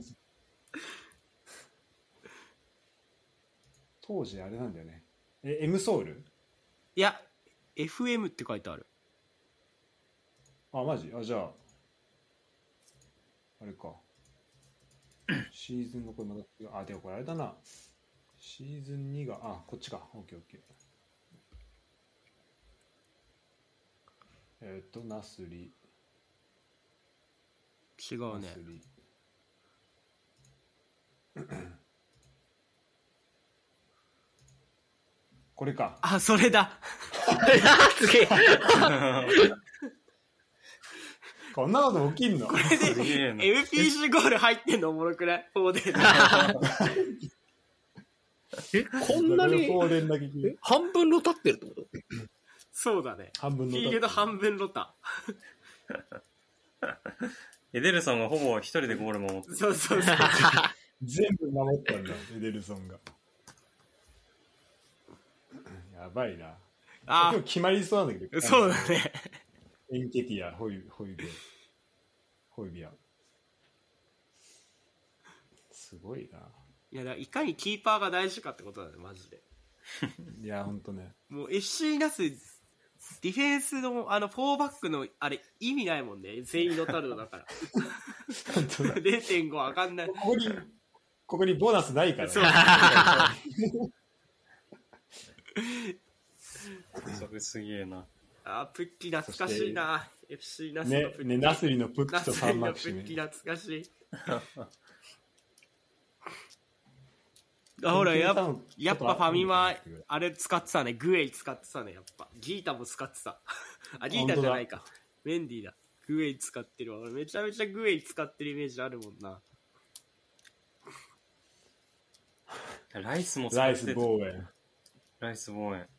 当時あれなんだよね。M ソウル？ いや、FM って書いてある。 あ、マジ？あ、じゃあ、あれか。シーズンのこれまだ、あ、でもこれあれだな。シーズン2が、あ、こっちか。オッケーオッケー。ナスリ。 違うねナス。リ。これか。 あ、それだ。 すげえ。 こんなこと起きんの？ これですげえな。 MPG ゴール入ってんのおもろくない？フォーデン。 こんなにフォーデンだけ聞いて半分の立ってるってこと？ そうだね。 半分のフィールド半分ロタ。 エデルソンがほぼ一人でゴール守ってそうそうそう。 全部守ったんだ、エデルソンが。やばいな。 あ今日決まりそうなんだけど。 そうだね。 エンケティア、ホイビア。すごいな。 いや、だからいかにキーパーが大事かってことだね、マジで。 いや、ほんとね。 もう FC ナス、ディフェンスの4バックのあれ意味ないもんね。全員ロタルドだから。 本当だ。 0.5 上がんない。 ここにボーナスないからね。 そうそれすげえな。 プッキー懐かしいな。FC ナスのねプッキー。 ね、ナスリのプッキとナスリのサンマークシプッキメ。 ー懐かしい。ほら、やっぱファミマ、あれ使ってたね。グエイ使ってたね、やっぱ。ギータも使ってた。あ、ギータじゃないか。メンディーだ。グエイ使ってるわ。俺めちゃめちゃグエイ使ってるイメージあるもんな。 ライスも使ライスってた。 ボーエン。 ライスボーエン。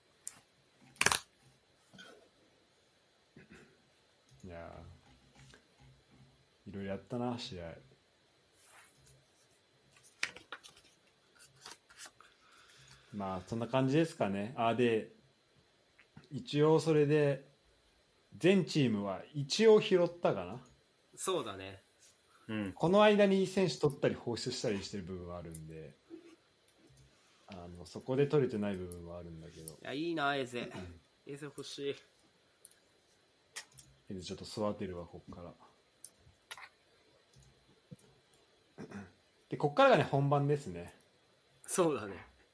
いやー、いろいろやったな、試合。まあそんな感じですかね。で一応それで全チームは一応拾ったかな。 そうだね。 うん。 この間に選手取ったり放出したりしてる部分はあるんで、そこで取れてない部分はあるんだけど、 いや、いいな、エゼ。エゼ欲しい。 ちょっと育てるわ、こっから。でこっからがね本番ですね。 そうだね。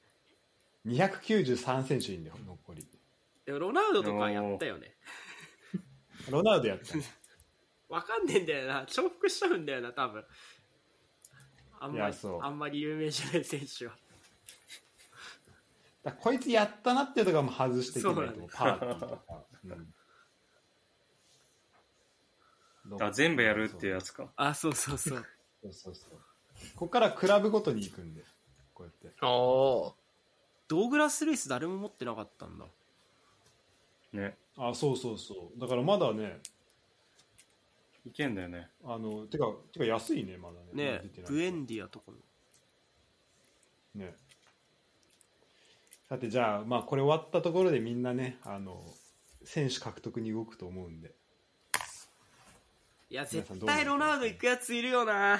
293選手いいんだよ、残り。 でもロナウドとかやったよね。 ロナウドやったね。 わかんねえんだよな。重複しちゃうんだよな、多分。あいやそうんまり有名じゃない選手は。 だこいつやったなっていうところも外していけないと思う。 そうパーティーとか、 あ、全部やるっていうやつか。 あ、そうそうそう。 そうここからクラブごとに行くんで、こうやって。 ああ。 ドーグラス・ルイス誰も持ってなかったんだ。 ね。 そうだからまだね、 いけんだよね。 てか安いね、まだね。 ね出てないブエンディアとかも。 ね。さてじゃあ、まあこれ終わったところでみんなね、選手獲得に動くと思うんで。 いや、 皆さんどう思います絶対ロナウド行くやついるよな。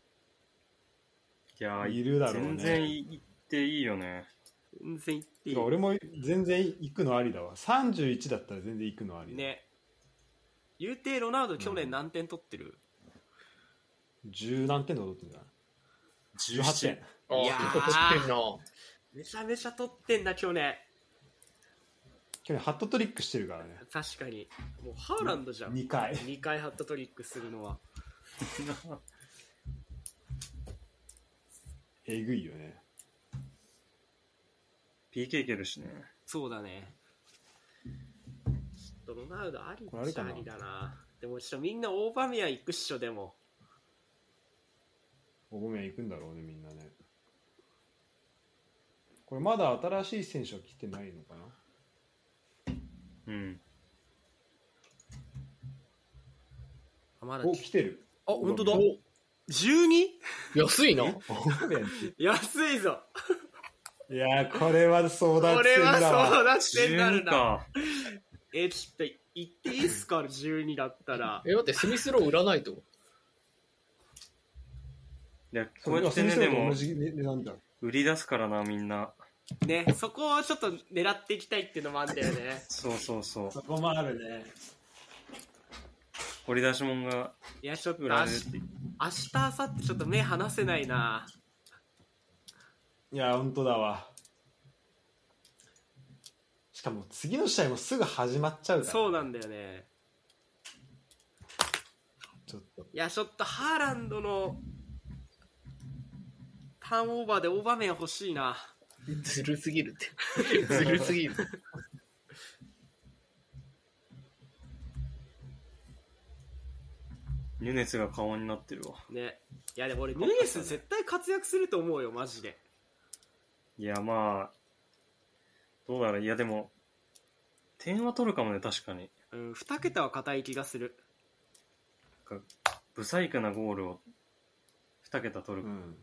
いやー、 いるだろうね全然行っていいよね。 全然行っていい。 俺も全然行くのありだわ。31だったら全然行くのありだ。 ね。言うてロナウド去年何点取ってる？ 10何点で踊ってんじゃない？18 17 点。 あいやー結構取ってんな。 めちゃめちゃ取ってんだ、去年。 去年ハットトリックしてるからね。 確かに。もうハーランドじゃん。 2回。 2回ハットトリックするのは。 えぐいよね。 PK いけるしね。 そうだね。ちょっとロナウドありっちゃありだな。 でもちょっとみんなオーバメヤン行くっしょ、でも。 オボメヤン行くんだろうね、みんなね。これまだ新しい選手は来てないのかな。 うん。 まだお、来てる。 あ、本当だ。 お 12？ 安いな。 オボメヤンって安いぞ。 いやー、これは争奪これは戦だわ。 争奪戦になる 12 な。 か。 ちょっと言っていいっすか、12だったら。 待って、スミスロー売らないと。 いや、 そうこうやってね、でも同、じ値段だ。 売り出すからな、みんな。 ね、そこをちょっと狙っていきたいっていうのもあるんだよね。 そうそうそう。 そこもあるね。 掘り出し物がいや、ちょっと売られるって。 明日、明後日ちょっと目離せないな。 いや、本当だわ。しかも次の試合もすぐ始まっちゃうから。 そうなんだよね。 ちょっと。 いや、ちょっとハーランドのターンオーバーでオーバーメン欲しいな。 ずるすぎるって。ずるすぎる。 ヌネスが顔になってるわ。 ね。いや、でも俺、ヌネス絶対活躍すると思うよ、マジで。 いや、まあ、どうだろう。いや、でも、点は取るかもね、確かに。 うん、2桁は硬い気がする。 ブサイクなゴールを2桁取る。 うん。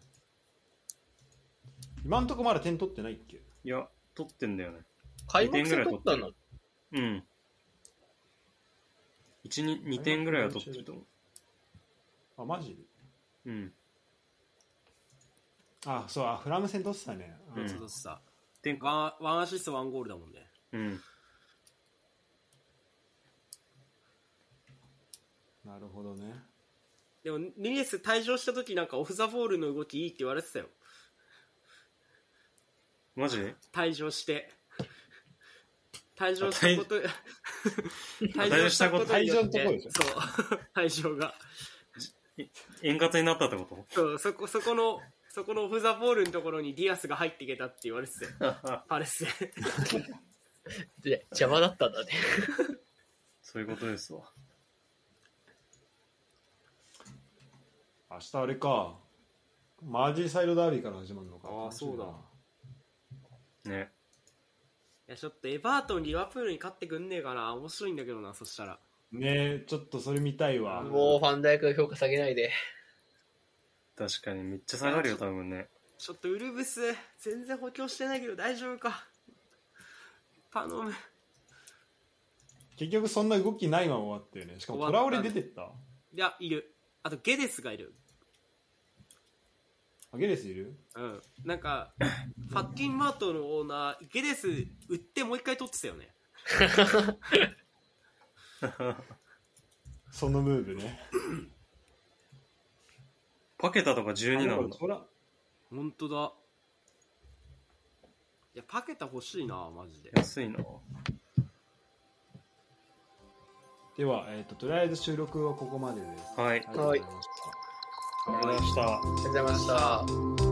今んとこまだ点取ってないっけ？ いや、取ってんだよね。 開幕戦取ったの？ うん。2点ぐらいは取ってると思あ、マジで？ う。うん。 あ、そう、あ、フラム戦取ってたね。 うんそうさ。 点ワンアシスト、ワンゴールだもんね。 うん。 なるほどね。 でも、ヌネス退場した時なんかオフザボールの動きいいって言われてたよ。 マジ？ 退場して。退場したこと退場したことによって退場のとこでしょそう退場が円滑になったってこと？ そうそこのオフザボールのところにディアスが入っていけたって言われてたよパレスで邪魔だったんだね。 そういうことですわ。 明日あれか。マージーサイドダービーから始まるのか。 ああそうだね。 いやちょっとエバートンリバプールに勝ってくんねえかな。面白いんだけどな。そしたらねえ、ちょっとそれ見たいわ。 もうファンダイクの評価下げないで。 確かにめっちゃ下がるよ、多分ね。 ちょっとウルブス全然補強してないけど大丈夫か。頼む。 結局そんな動きないまま終わったよね。しかもトラオレ出てった。 いやいる。あとゲデスがいる。 あ、ゲレスいる？ うん、なんかファッキンマートのオーナーゲデス売ってもう一回取ってたよね。 そのムーブね。 パケタとか12なんだ。 本当だ。いやパケタ欲しいなマジで。 安いな。 では、とりあえず収録はここまでです。 はい。 ありがとうございました。 ありがとうございました。 ありがとうございました。